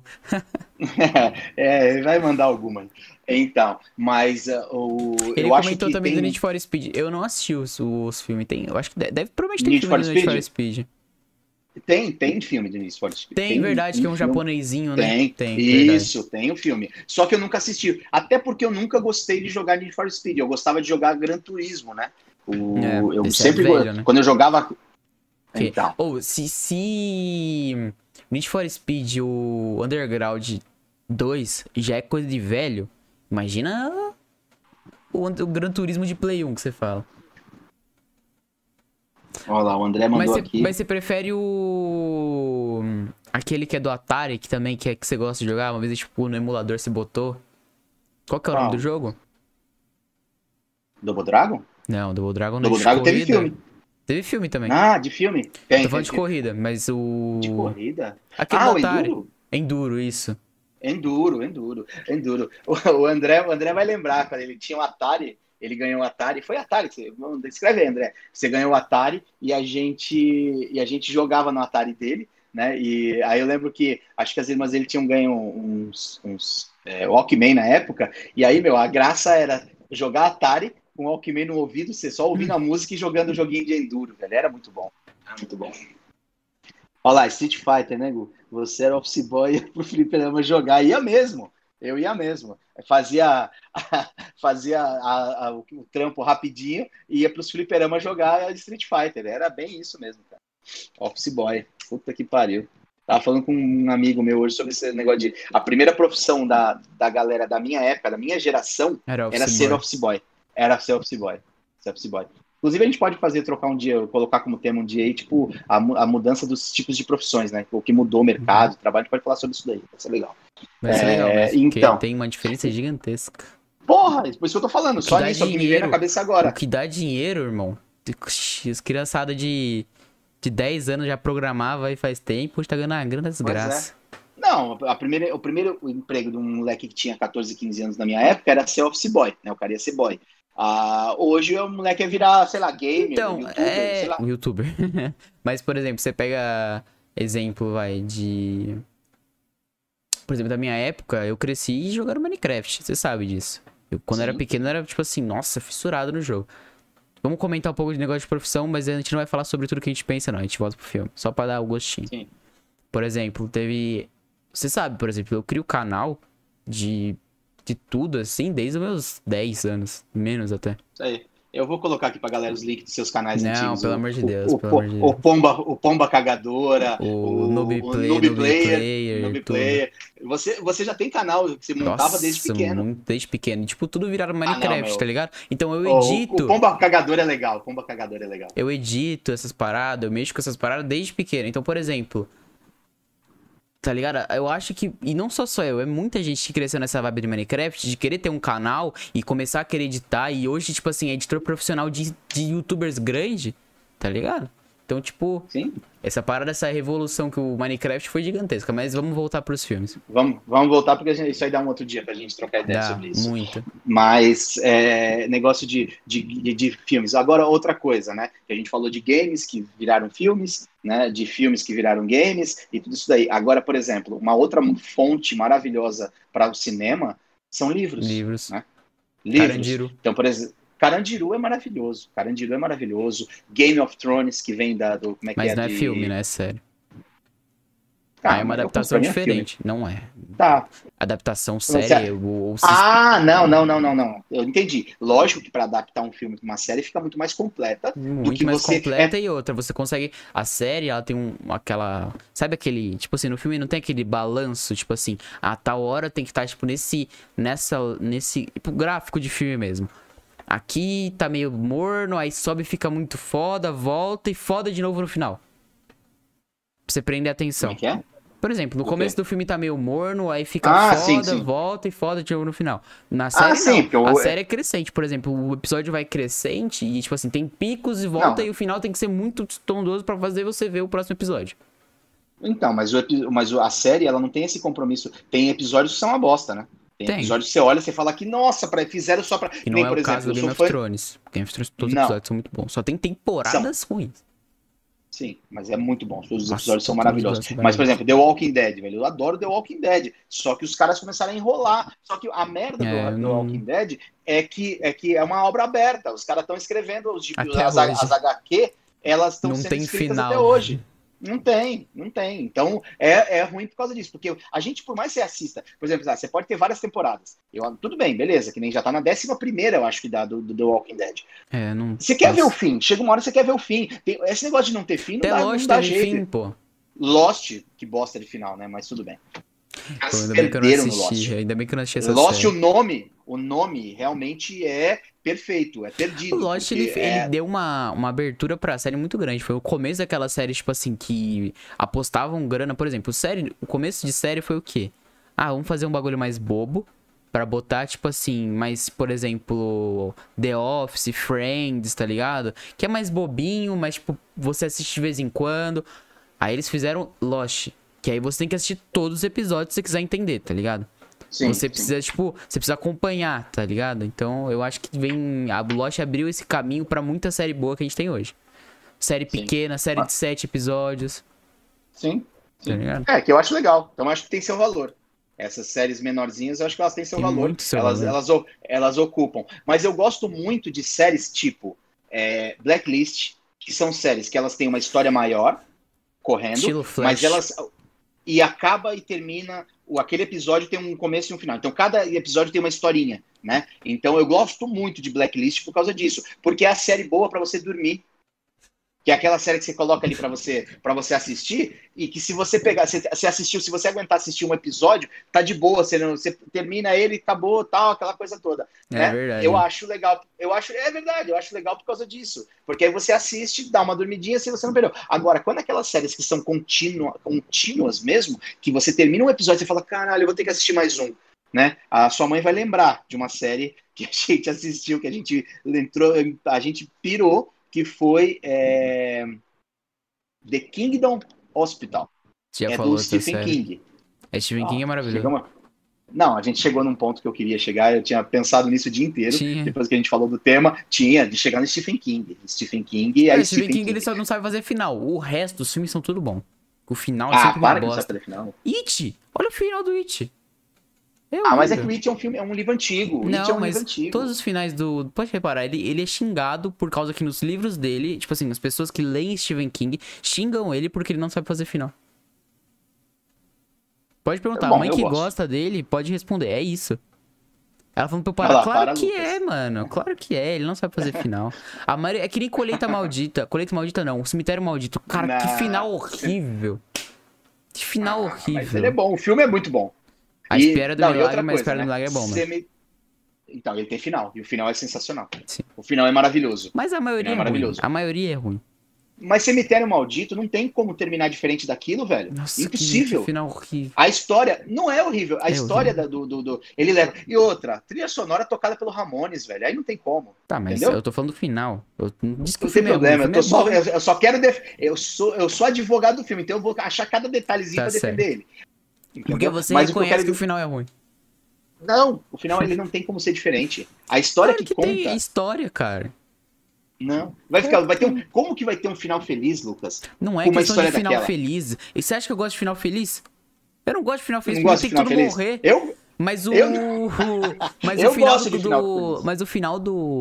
ele vai mandar alguma. Então, mas Ele eu acho comentou que também do tem Need for Speed. Eu não assisti os filmes. Eu acho que provavelmente tem Need filme for do Need for Speed? Speed. Tem filme de Need for Speed. Tem, verdade, que é um filme. japonesinho, né? Tem, Verdade. isso, tem o filme. Só que eu nunca assisti. Até porque eu nunca gostei de jogar Need for Speed. Eu gostava de jogar Gran Turismo, né? Eu esse sempre, velho, né? quando eu jogava... Okay. Então, Ou, se Need for Speed, o Underground, 2 já é coisa de velho. Imagina o Gran Turismo de Play 1 que você fala. Olha lá, o André mandou aqui. Mas você prefere o... Aquele que é do Atari, que também que você gosta de jogar? Uma vez, tipo, no emulador você botou. Qual que é o nome do jogo? Double Dragon? Não, Double Dragon não. Double Dragon teve filme. Teve filme também. Ah, de filme? Eu tô falando de corrida, mas o... De corrida? Aquele do Atari. Enduro? Enduro, isso. Enduro. O André vai lembrar, quando ele tinha um Atari, ele ganhou um Atari. Foi Atari, escreve aí, André. Você ganhou o Atari e a gente jogava no Atari dele, né? E aí eu lembro que, acho que as irmãs dele tinham ganho uns Walkman na época, e aí, a graça era jogar Atari com o Walkman no ouvido, você só ouvindo a música e jogando o joguinho de Enduro, velho. Era muito bom. Olha lá, Street Fighter, né, Gu? Você era office boy pro fliperama jogar. Ia mesmo. Eu ia mesmo. Fazia o trampo rapidinho e ia pros fliperama jogar Street Fighter. Era bem isso mesmo, cara. Office boy. Puta que pariu. Tava falando com um amigo meu hoje sobre esse negócio de... A primeira profissão da galera da minha época, da minha geração, era ser office boy. Era ser office boy. Inclusive, a gente pode trocar um dia, colocar como tema um dia aí, tipo, a mudança dos tipos de profissões, né? O que mudou o mercado, o trabalho, a gente pode falar sobre isso daí. Vai ser legal. Vai ser legal, mesmo, então, tem uma diferença gigantesca. Porra, por isso que eu tô falando, só nisso é o que me veio na cabeça agora. O que dá dinheiro, irmão? As criançadas de 10 anos já programava aí faz tempo, hoje tá ganhando uma grana desgraça. Não, o primeiro emprego de um moleque que tinha 14, 15 anos na minha época era ser office boy, né? O cara ia ser boy. Hoje o moleque ia virar, sei lá, gamer, então, YouTuber, sei lá. YouTuber. Mas, por exemplo, você pega exemplo, por exemplo, da minha época, eu cresci jogando Minecraft, você sabe disso. Eu, quando era pequeno, era tipo assim, nossa, fissurado no jogo. Vamos comentar um pouco de negócio de profissão, mas a gente não vai falar sobre tudo que a gente pensa, não. A gente volta pro filme, só pra dar o gostinho. Sim. Por exemplo, você sabe, por exemplo, eu crio canal de tudo, assim, desde os meus 10 anos. Menos até. Isso aí. Eu vou colocar aqui pra galera os links dos seus canais antigos. Não, pelo amor de Deus. O Pomba Cagadora. O Noob Player. Você já tem canal que você montava desde pequeno. Desde pequeno. Tipo, tudo viraram Minecraft, tá ligado? Então eu edito. O Pomba Cagador é legal. Eu edito essas paradas, eu mexo com essas paradas desde pequeno. Então, por exemplo... Tá ligado? Eu acho que... E não só eu. É muita gente que cresceu nessa vibe de Minecraft. De querer ter um canal e começar a querer editar. E hoje, tipo assim, é editor profissional de youtubers grande. Tá ligado? Então, tipo... Sim. Essa parada, essa revolução que o Minecraft foi gigantesca. Mas vamos voltar pros filmes. Vamos voltar, porque isso aí dá um outro dia pra gente trocar ideia sobre isso. Muito. Mas, negócio de filmes. Agora, outra coisa, né? Que a gente falou de games que viraram filmes, né? De filmes que viraram games e tudo isso daí. Agora, por exemplo, uma outra fonte maravilhosa para o cinema são livros. Né? Carandiru. Então, por exemplo... Carandiru é maravilhoso. Game of Thrones, que vem do... Como é que Mas não é filme, né? É sério. Tá, é uma adaptação diferente. Não é. Tá. Adaptação série ou... Não. Eu entendi. Lógico que para adaptar um filme para uma série fica muito mais completa. Muito mais completa e outra. Você consegue... A série, ela tem aquela... Sabe aquele... Tipo assim, no filme não tem aquele balanço, tipo assim... A tal hora tem que estar, tipo, nesse tipo, gráfico de filme mesmo. Aqui tá meio morno, aí sobe e fica muito foda, volta e foda de novo no final. Pra você prender a atenção. Como é que é? Por exemplo, no começo do filme tá meio morno, aí fica foda, sim. Volta e foda de novo no final. Na série não, a série é crescente, por exemplo, o episódio vai crescente e tipo assim, tem picos e volta e o final tem que ser muito estrondoso pra fazer você ver o próximo episódio. Então, mas a série, ela não tem esse compromisso. Tem episódios que são uma bosta, né? Tem episódios que você olha e você fala que, nossa, fizeram só pra... E não é o caso do Game of Thrones. Game of Thrones, todos os episódios são muito bons. Só tem temporadas ruins. Sim, mas é muito bom. Todos os episódios são maravilhosos. Mas, por exemplo, The Walking Dead, velho. Eu adoro The Walking Dead. Só que os caras começaram a enrolar. Só que a merda do Walking Dead é que é uma obra aberta. Os caras estão escrevendo as HQ, elas estão sendo escritas até hoje. Não tem. Então, é ruim por causa disso. Porque a gente, por mais que você assista, por exemplo, você pode ter várias temporadas. Tudo bem, beleza, que nem já tá na 11ª, eu acho que do The Walking Dead. Você quer ver o fim. Chega uma hora que você quer ver o fim. Esse negócio de não ter fim não dá jeito. Fim, pô. Lost, que bosta de final, né? Mas tudo bem. Os caras Pô, se ainda bem que eu não perderam no Lost. assisti. Ainda bem que eu não assisti essa Lost, série. o nome realmente é perfeito, é O perdido. Lost, Porque ele deu uma abertura pra série muito grande. Foi o começo daquela série, tipo assim, que apostavam grana. Por exemplo, o começo de série foi o quê? Ah, vamos fazer um bagulho mais bobo. Pra botar, tipo assim, mais, por exemplo, The Office, Friends, tá ligado? Que é mais bobinho, mas, tipo, você assiste de vez em quando. Aí eles fizeram Lost. Que aí você tem que assistir todos os episódios se você quiser entender, tá ligado? sim, Você sim, precisa, tipo, você precisa acompanhar, tá ligado? Então, eu acho que a Lost abriu esse caminho pra muita série boa que a gente tem hoje. Série sim. pequena, série de 7 episódios, Sim, tá sim. ligado? É, que eu acho legal. Então, eu acho que tem seu valor. Essas séries menorzinhas, eu acho que elas têm seu Tem valor. muito seu valor. Elas ocupam. Mas eu gosto muito de séries tipo Blacklist, que são séries que elas têm uma história maior, correndo, Estilo mas Flash. elas. E acaba e termina. Aquele episódio tem um começo e um final. Então, cada episódio tem uma historinha, né? Então, eu gosto muito de Blacklist por causa disso. Porque é a série boa para você dormir, que é aquela série que você coloca ali para você assistir, e que se você pegar, você assistiu, se você aguentar assistir um episódio, tá de boa, você termina ele, acabou, tal, aquela coisa toda, É né? Eu verdade. acho legal, é verdade, eu acho legal por causa disso, porque aí você assiste, dá uma dormidinha se você não perdeu. Agora, quando aquelas séries que são contínuas mesmo, que você termina um episódio e você fala, caralho, eu vou ter que assistir mais um, né? A sua mãe vai lembrar de uma série que a gente assistiu, que a gente entrou, a gente pirou, que foi The Kingdom Hospital. Você já É do falou dessa Stephen série. King. É Stephen King Ó, é maravilhoso. Não, a gente chegou num ponto que eu queria chegar, eu tinha pensado nisso o dia inteiro, Tinha. depois que a gente falou do tema, tinha de chegar no Stephen King. Stephen King é Cara, Stephen Stephen King ele King. só não sabe fazer final. O resto dos filmes são tudo bom. O final é Ah, sempre uma para que não sabe bosta. fazer final. It! Olha o final do It. É Ah, mas é que o horrível. It é um filme, é um livro antigo. O It é Não, um livro mas todos antigo. os finais do. Pode reparar, ele é xingado por causa que nos livros dele, tipo assim, as pessoas que leem Stephen King xingam ele porque ele não sabe fazer final. Pode perguntar, a Bom, mãe eu que gosto. gosta dele pode responder, é isso. Ela falando pra eu Vai parar, lá, claro para, que é, Lucas. mano, claro que é, ele não sabe fazer final. A Mari é que nem Colheita Maldita, Colheita Maldita não, o Cemitério Maldito. Cara, que final horrível. Que final Mas ele é horrível. bom, o filme é muito bom. A E, Espera do não, e Milagre, outra mas a coisa, Espera do né? Milagre é bom, mano. Então, ele tem final, e o final é sensacional. Sim. O final é maravilhoso. Mas a O final maioria é é ruim, maravilhoso. a maioria é ruim. Mas Cemitério Maldito não tem como terminar diferente daquilo, velho. Nossa, que Impossível. final horrível. A história não é horrível. A É história horrível. ele leva. E outra, trilha sonora tocada pelo Ramones, velho. Aí não tem como. Tá, mas Entendeu? eu tô falando do final. Eu não disse que o Não tem filme é ruim, o problema. filme é bom. Eu só quero. Eu sou advogado do filme, então eu vou achar cada detalhezinho Tá pra defender certo. ele. Porque Entendeu? você Mas o que eu reconhece quero que o dizer. final é ruim. Não, o final ele não tem como ser diferente. A história Claro que que tem conta. história, cara. Não. Claro Vai que ter tem. como que vai ter um final feliz, Lucas? Não é Com uma questão de história final daquela. feliz. E você acha que eu gosto de final feliz? Eu não gosto de final Você feliz não porque gosta tem de que final tudo feliz? morrer. Eu, Mas eu, mas o eu final gosto de final feliz. mas o final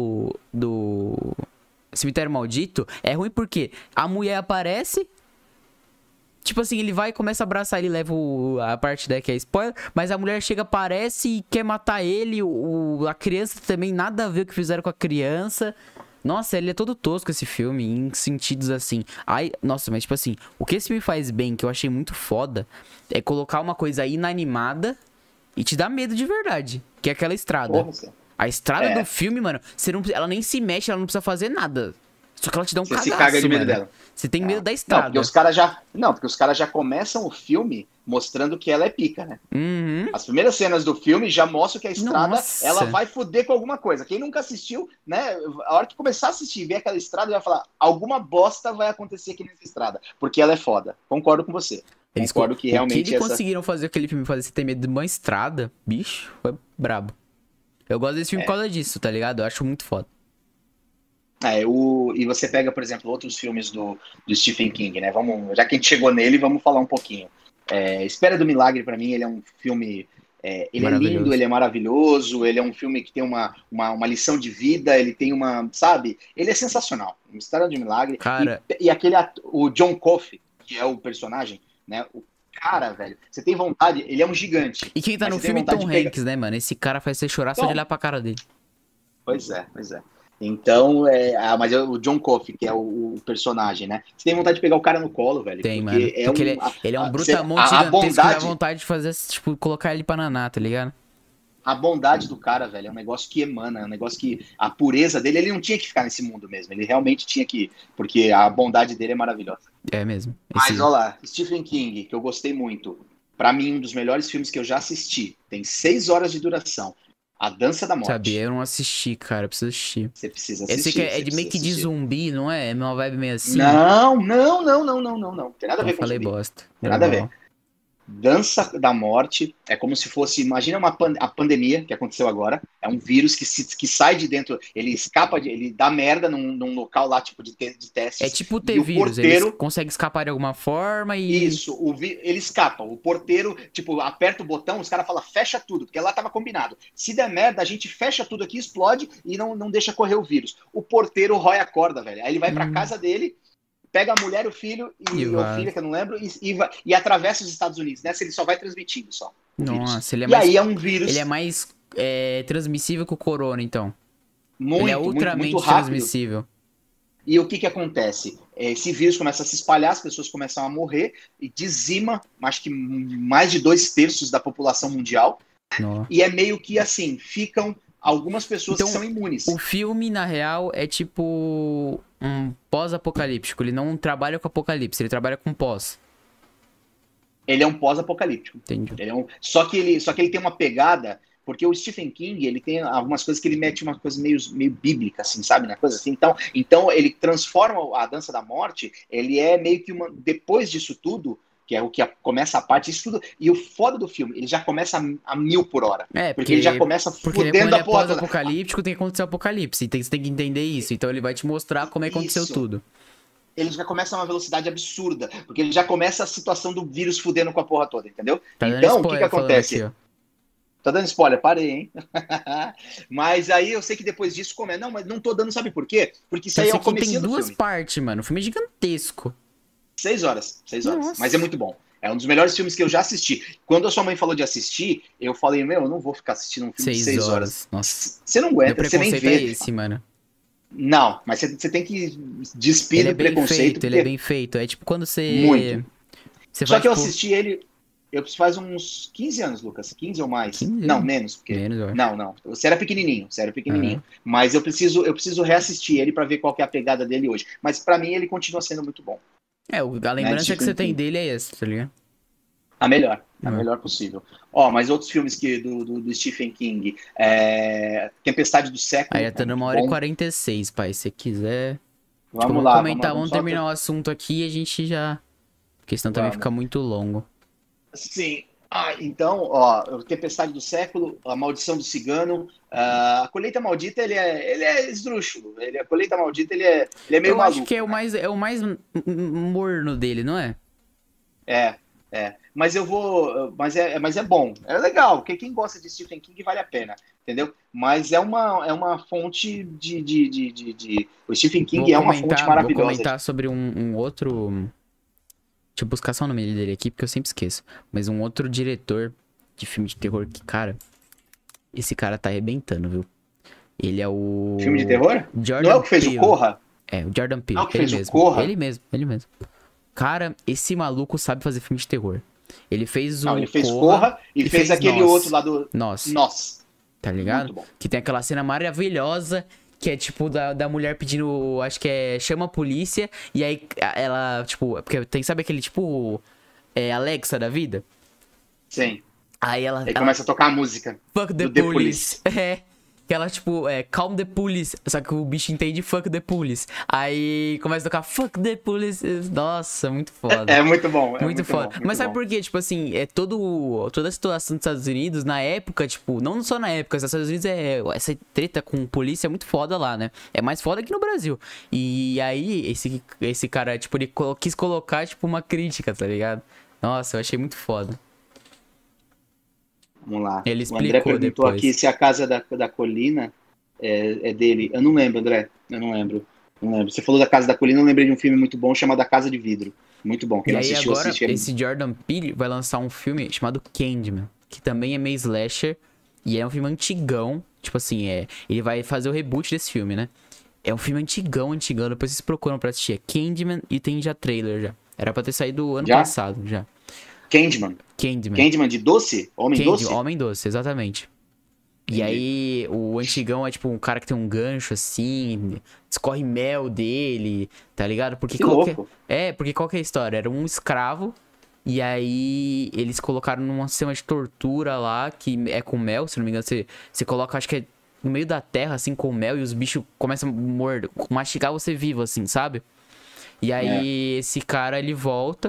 do Cemitério Maldito é ruim porque a mulher aparece. Tipo assim, ele vai e começa a abraçar ele, leva a parte que é spoiler, mas a mulher chega, aparece e quer matar ele, a criança também, nada a ver o que fizeram com a criança. Nossa, ele é todo tosco esse filme, em sentidos assim. Ai, nossa, mas tipo assim, o que esse filme faz bem, que eu achei muito foda, é colocar uma coisa inanimada e te dar medo de verdade, que é aquela estrada. Porra, você A estrada É. do filme, mano, ela nem se mexe, ela não precisa fazer nada. Só que ela te dá um se cagaço, caga de medo mano. dela. Você tem medo da Não, estrada. porque os caras já começam o filme mostrando que ela é pica, né? Uhum. As primeiras cenas do filme já mostram que a estrada, Nossa. ela vai foder com alguma coisa. Quem nunca assistiu, né? A hora que começar a assistir e ver aquela estrada, vai falar, alguma bosta vai acontecer aqui nessa estrada, porque ela é foda. Concordo com você. Concordo que O que realmente eles conseguiram fazer aquele filme fazer você ter medo de uma estrada, bicho, foi brabo. Eu gosto desse filme por causa disso, tá ligado? Eu acho muito foda. E você pega, por exemplo, outros filmes do Stephen King, né? Já que a gente chegou nele, vamos falar um pouquinho. Espera do Milagre, pra mim, ele é um filme. Ele é lindo, ele é maravilhoso, ele é um filme que tem uma lição de vida, ele tem uma. Sabe? Ele é sensacional. Espera do Milagre. Cara. E o John Coffey, que é o personagem, né? O cara, velho, você tem vontade, ele é um gigante. E quem tá no filme é Tom Hanks, né, mano? Esse cara faz você chorar só de olhar pra cara dele. Pois é, pois é. Então, mas é o John Coffey, que é o personagem, né? Você tem vontade de pegar o cara no colo, velho. Tem, porque mano. é Porque um. ele é um brutamonte A gigantesco que dá bondade. vontade de fazer, tipo, colocar ele pra naná, tá ligado? A bondade do cara, velho, é um negócio que emana, é um negócio que a pureza dele, ele não tinha que ficar nesse mundo mesmo, ele realmente tinha que, porque a bondade dele é maravilhosa. É mesmo. Mas olha lá, Stephen King, que eu gostei muito, pra mim um dos melhores filmes que eu já assisti, tem 6 horas de duração, A Dança da Sabia, Morte. eu não assisti, cara. Eu preciso assistir. Você precisa Esse que assistir, é você de meio precisa que de assistir. zumbi, não é? É uma vibe meio assim. Não, não, não, não, não, não, não. Tem nada a Então ver com falei zumbi. bosta. Tem nada a ver. Normal. Dança da Morte é como se fosse, imagina a pandemia que aconteceu agora, é um vírus que sai de dentro, ele escapa, ele dá merda num local lá, tipo, de É testes, tipo e ter o vírus, eles porteiro, conseguem escapar de alguma forma e. isso, ele escapa, o porteiro, tipo, aperta o botão, os caras falam, fecha tudo, porque lá tava combinado, se der merda, a gente fecha tudo aqui, explode e não deixa correr o vírus. O porteiro rói a corda, velho, aí ele vai pra casa dele, pega a mulher, o filho E ou filha, que eu não lembro, e atravessa os Estados Unidos. Nessa ele só vai transmitindo só o vírus. Nossa, ele é E mais. aí é um vírus Ele é mais transmissível que o corona, então. Ele é muito, muito, muito ultramente rápido. transmissível. E o que acontece? Esse vírus começa a se espalhar, as pessoas começam a morrer e dizima, acho que mais de 2/3 da população mundial. Nossa. E é meio que assim, ficam algumas pessoas Então, que são imunes. O filme, na real, é tipo um pós-apocalíptico. Ele não trabalha com apocalipse, ele trabalha com pós. Ele é um pós-apocalíptico. Entendi. Só que ele tem uma pegada, porque o Stephen King, ele tem algumas coisas que ele mete uma coisa meio bíblica, assim, sabe? Na coisa assim. Então ele transforma a Dança da Morte, ele é meio que depois disso tudo, que é o que começa a parte, isso tudo. E o foda do filme, ele já começa a 1000 por hora. Porque ele já começa quando fudendo ele a é porra toda. pós-apocalíptico, tem que acontecer o apocalipse. Você tem que entender isso. Então ele vai te mostrar como é que aconteceu Isso. tudo. Ele já começa a uma velocidade absurda, porque ele já começa a situação do vírus fudendo com a porra toda, entendeu? Tá dando Então, o que spoiler falando acontece? aqui, ó. Tá dando spoiler, parei, hein? Mas aí eu sei que depois disso começa. Não, mas não tô dando, sabe por quê? Porque isso aí é Esse o aqui comecinho tem do duas filme. partes, mano. O filme é gigantesco. 6 horas, 6 horas. Nossa. Mas é muito bom. É um dos melhores filmes que eu já assisti. Quando a sua mãe falou de assistir, eu falei, eu não vou ficar assistindo um filme de 6 horas. Nossa. Você não Meu aguenta, você nem preconceito é vê. esse, mano. Não, mas você tem que despir Ele é do bem preconceito. feito, ele é bem feito. É tipo quando você... Muito. Você Só vai, que eu tipo... assisti ele, faz uns 15 anos, Lucas. 15 ou mais. 15 Não, anos? menos. Porque... Menos, eu acho. Não. Você era pequenininho. Mas eu preciso reassistir ele pra ver qual que é a pegada dele hoje. Mas pra mim ele continua sendo muito bom. A lembrança que você tem King. dele é essa, tá ligado? A melhor possível. Mas outros filmes do Stephen King. Tempestade do Século. Aí já tá numa hora e 46, pai. Se você quiser... Vamos lá. Vamos terminar o assunto aqui e a gente já... Porque senão também fica muito longo. Sim. Então, Tempestade do Século, A Maldição do Cigano, A Colheita Maldita, ele é esdrúxulo. A Colheita Maldita, ele é meio maluco. Eu acho que é o mais morno dele, não é? Mas mas é bom. É legal, porque quem gosta de Stephen King vale a pena, entendeu? Mas é uma fonte o Stephen King é uma fonte maravilhosa. Vou comentar sobre um outro... Deixa eu buscar só o nome dele aqui, porque eu sempre esqueço. Mas um outro diretor de filme de terror que, cara... Esse cara tá arrebentando, viu? Ele é o... Filme de terror? Jordan Não é o que fez Peele. o Corra? É, o Jordan Peele. Não é o que fez o Corra? Ele mesmo. Cara, esse maluco sabe fazer filme de terror. Ele fez ele fez Corra e fez aquele outro lá do... Nós. Tá ligado? Muito bom. Que tem aquela cena maravilhosa... Que é tipo da mulher pedindo, acho que chama a polícia, e aí ela, tipo, porque tem, sabe aquele tipo, Alexa da vida? Sim. Aí ela começa a tocar a música. Fuck the police. Que ela, tipo, calm the police. Só que o bicho entende fuck the police. Aí começa a tocar fuck the police. Nossa, muito foda. É muito bom. Muito foda. Bom, mas sabe por quê? Tipo assim, toda a situação dos Estados Unidos, na época, tipo, não só na época, os Estados Unidos essa treta com polícia é muito foda lá, né? É mais foda que no Brasil. E aí, esse cara, tipo, ele quis colocar, tipo, uma crítica, tá ligado? Nossa, eu achei muito foda. Vamos lá. Ele O André explicou perguntou depois. aqui se a Casa da Colina é dele. Eu não lembro, André. Eu não lembro. Você falou da Casa da Colina, eu lembrei de um filme muito bom chamado A Casa de Vidro. Muito bom. Quem E não aí assistiu, agora, assiste. esse Jordan Peele vai lançar um filme chamado Candyman, que também é meio slasher, e é um filme antigão, Tipo assim, ele vai fazer o reboot desse filme, né? É um filme antigão, antigão. Depois vocês procuram pra assistir. É Candyman e tem já trailer já. Era pra ter saído ano Já? passado já. Candyman. Candyman. Candyman de doce? Homem Candy, doce? Homem Doce, exatamente. E Entendi. aí, o antigão é tipo um cara que tem um gancho assim, escorre mel dele, tá ligado? Porque Que louco. porque qual que é a história? Era um escravo, e aí eles colocaram num sistema de tortura lá, que é com mel, se não me engano, você coloca, acho que é no meio da terra, assim, com mel, e os bichos começam a mastigar você vivo, assim, sabe? E É. aí, esse cara, ele volta.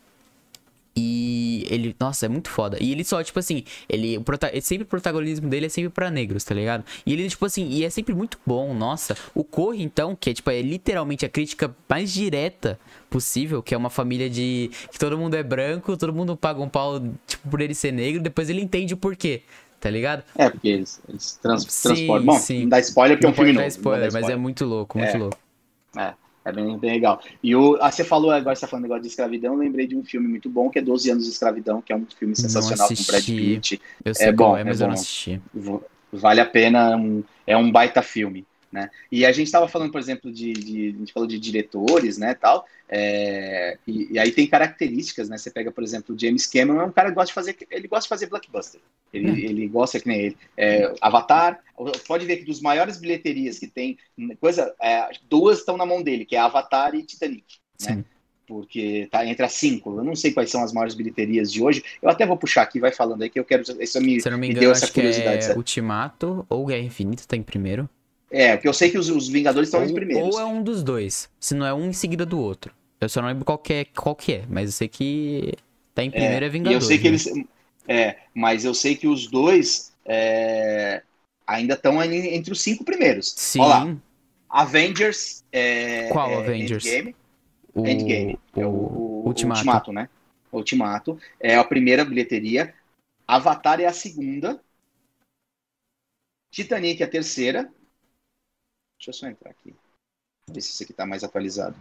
E ele, nossa, é muito foda. E ele só, tipo assim, sempre o protagonismo dele é sempre pra negros, tá ligado? E ele, tipo assim, e é sempre muito bom, nossa. O Corre, então, que é, tipo, é literalmente a crítica mais direta possível, que é uma família que todo mundo é branco, todo mundo paga um pau, tipo, por ele ser negro, depois ele entende o porquê, tá ligado? É, porque eles transformam. Sim, Bom, sim. não dá spoiler porque é Não um filme pode dar novo. Não vou dar spoiler, mas é spoiler. muito louco, muito louco. É, é bem legal. E você falou agora, você tá falando negócio de escravidão, eu lembrei de um filme muito bom, que é 12 anos de escravidão, que é um filme Não sensacional com Brad assisti. Pitt. Eu É sei qual bom, é, é mas eu não bom. assisti. Vale a pena, é um baita filme, né? E a gente estava falando, por exemplo, a gente falou de diretores, né, tal, e aí tem características, né? Você pega, por exemplo, o James Cameron é um cara que ele gosta de fazer blockbuster. Ele gosta que nem ele. Avatar, pode ver que dos maiores bilheterias que tem, duas estão na mão dele, que é Avatar e Titanic, né? Sim. Porque tá entre as 5. Eu não sei quais são as maiores bilheterias de hoje. Eu até vou puxar aqui, vai falando aí, que eu quero. Isso Se eu não me me engano, deu essa acho que curiosidade. é Ultimato ou Guerra Infinita tá em primeiro. Porque eu sei que os Vingadores estão entre os Ou primeiros. é um dos dois. Se não é um em seguida do outro. Eu só não lembro qual que é, mas eu sei que tá em primeiro é E eu sei Vingadores, que né? eles. Mas eu sei que os dois ainda estão entre os 5 primeiros. Olha lá. Sim. Avengers Qual Avengers? Endgame. Endgame. É O o Ultimato. Ultimato, né? Ultimato. É a primeira bilheteria. Avatar é a segunda. Titanic é a terceira. Deixa eu só entrar aqui. Ver se esse aqui tá mais atualizado.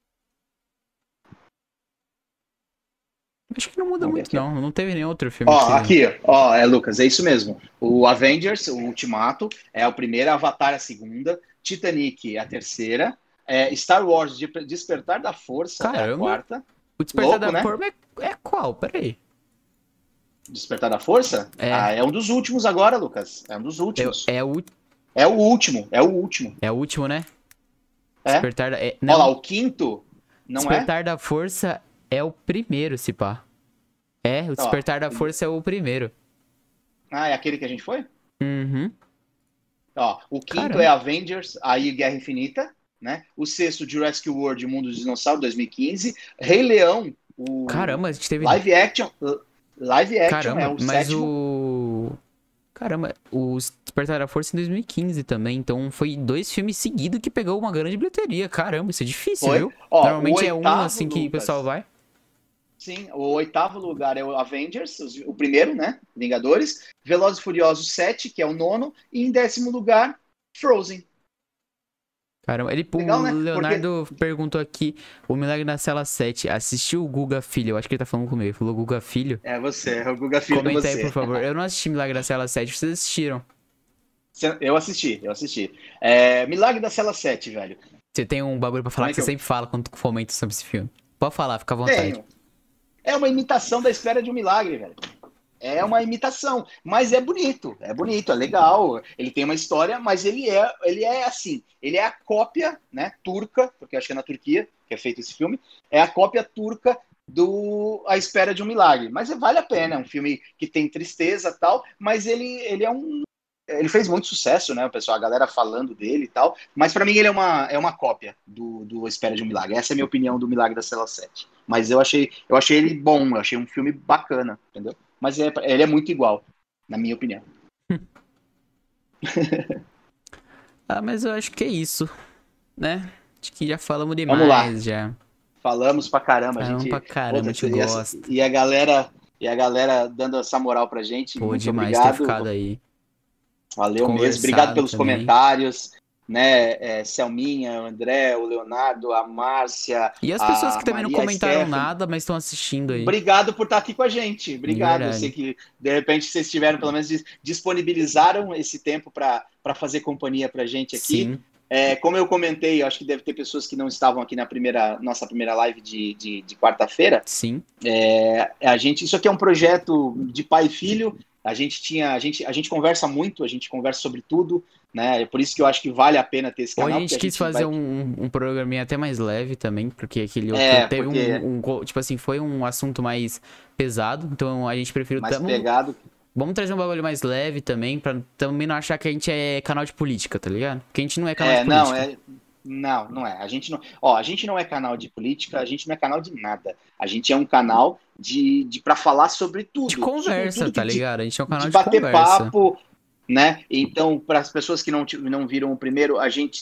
Acho que não muda Vamos ver muito, aqui. não. Não teve nenhum outro filme Aqui, Lucas, é isso mesmo. O Avengers, o Ultimato, é a primeira, Avatar é a segunda, Titanic é a terceira, Star Wars, Despertar da Força é a Caramba! quarta. O Despertar Louco, da né? Forma é qual? Peraí. Despertar da Força? É um dos últimos agora, Lucas. É um dos últimos. É o É o último. É o último, né? É? Despertar da... Olha não, lá, o quinto, não Despertar da Força é o primeiro, se pá. O Despertar da Força é o primeiro. é aquele que a gente foi? Uhum. O quinto Caramba. é Avengers, aí Guerra Infinita, né? O sexto, Jurassic World, O Mundo dos Dinossauros, 2015. Rei Leão, o Caramba, a gente teve... live action Caramba, é o mas sétimo. Caramba, o Despertar da Força em 2015 também. Então foi 2 filmes seguidos que pegou uma grande bilheteria. Caramba, isso é difícil, Foi. viu? O Normalmente é um oitavo, assim que o Lucas. pessoal vai. Sim, o oitavo lugar é o Avengers, o primeiro, né? Vingadores. Velozes e Furiosos 7, que é o nono. E em 10º lugar, Frozen. Caramba, Legal, o né? Leonardo perguntou aqui, o Milagre na Cela 7, assistiu o Guga Filho? Eu acho que ele tá falando comigo, falou Guga Filho. É você, é o Guga Filho. Comenta aí, por favor. Eu não assisti Milagre na Cela 7, vocês assistiram? Eu assisti. Milagre da Cela 7, velho. Você tem um bagulho pra falar que você sempre fala quando tu comenta sobre esse filme. Pode falar, fica à vontade. Tenho. É uma imitação da Espera de um Milagre, velho. É uma imitação, mas é bonito, é legal. Ele tem uma história, mas ele é assim, ele é a cópia, né, turca, porque acho que é na Turquia que é feito esse filme, é a cópia turca do A Espera de um Milagre. Mas vale a pena, é um filme que tem tristeza e tal, mas ele fez muito sucesso, né, o pessoal, a galera falando dele e tal, mas para mim ele é uma cópia do A Espera de um Milagre. Essa é a minha opinião do Milagre da Cela 7. Mas eu achei ele bom, eu achei um filme bacana, entendeu? Mas ele é muito igual, na minha opinião. Mas eu acho que é isso, né? Acho que já falamos Vamos lá. demais, já. Falamos pra caramba, Falamos pra caramba, a gente gosta. E a galera dando essa moral pra gente. Pô, muito demais obrigado. ter ficado aí. Valeu mesmo. Obrigado pelos também. comentários. né? Selminha, o André, o Leonardo, a Márcia, E as pessoas que a também não Maria, a comentaram Stephanie. nada, mas estão assistindo aí. Obrigado por estar aqui com a gente. De Obrigado. Eu sei verdade. que, de repente, vocês tiveram, pelo menos, disponibilizaram esse tempo para fazer companhia para a gente aqui. Sim, Como eu comentei, eu acho que deve ter pessoas que não estavam aqui na nossa primeira live de quarta-feira. sim. Isso aqui é um projeto de pai e filho. A gente conversa muito, a gente conversa sobre tudo, né? É por isso que eu acho que vale a pena ter esse Hoje canal, a porque gente a quis gente fazer vai. um programinha até mais leve também, porque aquele outro teve Porque tipo assim, foi um assunto mais pesado, então a gente preferiu. mais pegado. Vamos trazer um bagulho mais leve também, pra também não achar que a gente é canal de política, tá ligado? Porque a gente não é canal de Não, política. não é. A gente não é canal de política, a gente não é canal de nada. A gente é um canal de para falar sobre De tudo, sobre conversa, tudo tá ligado? A gente é um de canal de bater conversa. papo, né? Então, para as pessoas que não viram o primeiro,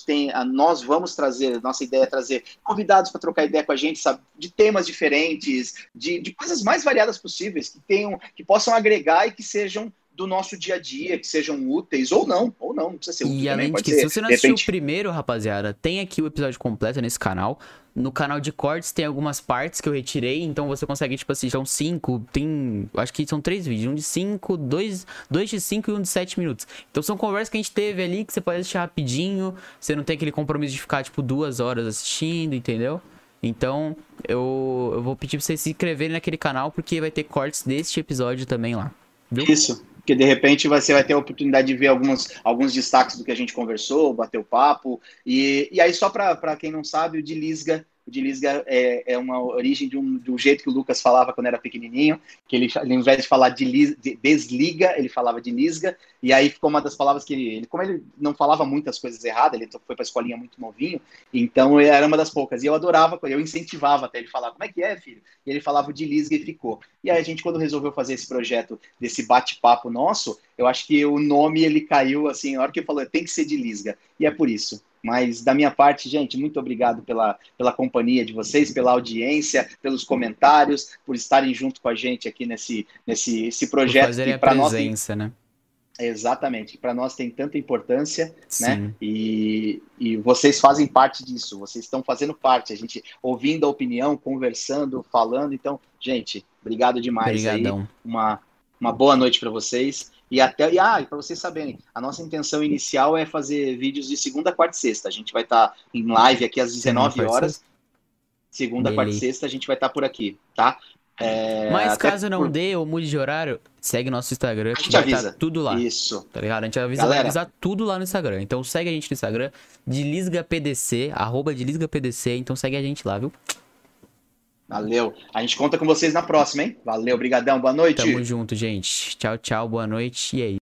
nós vamos trazer, nossa ideia é trazer convidados para trocar ideia com a gente, sabe, de temas diferentes, de coisas mais variadas possíveis, que possam agregar e que sejam do nosso dia a dia, que sejam úteis ou não precisa ser útil E também, além de pode que, se ser, você não de assistiu o repente, primeiro, rapaziada, tem aqui o episódio completo nesse canal. No canal de cortes tem algumas partes que eu retirei, então você consegue, tipo assim, são 5, acho que são 3 vídeos, um de 5, dois de 5 e um de 7 minutos. Então são conversas que a gente teve ali, que você pode assistir rapidinho, você não tem aquele compromisso de ficar, tipo, 2 horas assistindo, entendeu? Então, eu vou pedir pra vocês se inscreverem naquele canal, porque vai ter cortes deste episódio também lá, viu? isso, porque de repente você vai ter a oportunidade de ver alguns destaques do que a gente conversou, bater o papo. E aí, só para quem não sabe, o de Lisga é uma origem de um jeito que o Lucas falava quando era pequenininho, que ele ao invés de falar de desliga, ele falava de Lisga, e aí ficou uma das palavras que como ele não falava muitas coisas erradas, ele foi para a escolinha muito novinho, então era uma das poucas. E eu adorava, eu incentivava até ele falar, como é que é, filho? E ele falava de Lisga e ficou. E aí a gente, quando resolveu fazer esse projeto desse bate-papo nosso, eu acho que o nome ele caiu assim, na hora que ele falou, tem que ser de Lisga. E é por isso. Mas da minha parte, gente, muito obrigado pela companhia de vocês, pela audiência, pelos comentários, por estarem junto com a gente aqui nesse Por projeto fazerem que a para nós tem. presença, né? Exatamente, para nós tem tanta importância, né? Sim. E vocês fazem parte disso, vocês estão fazendo parte, a gente ouvindo a opinião, conversando, falando. Então, gente, obrigado demais aí. Brigadão. Uma boa noite para vocês. E para vocês saberem, a nossa intenção inicial é fazer vídeos de segunda, quarta e sexta. A gente vai estar em live aqui às Segunda, 19 quarta e horas. sexta. Segunda, quarta e Beleza. sexta, a gente vai estar por aqui, tá? Mas Até caso não dê ou mude de horário, segue nosso Instagram a que gente vai estar avisa. tudo lá. Isso. Tá ligado? A gente vai Galera, avisar tudo lá no Instagram. Então segue a gente no Instagram, DelisgaPDC, @DelisgaPDC. Então segue a gente lá, viu? valeu. A gente conta com vocês na próxima, hein? Valeu, brigadão, boa noite. Tamo junto, gente. Tchau, tchau, boa noite e aí.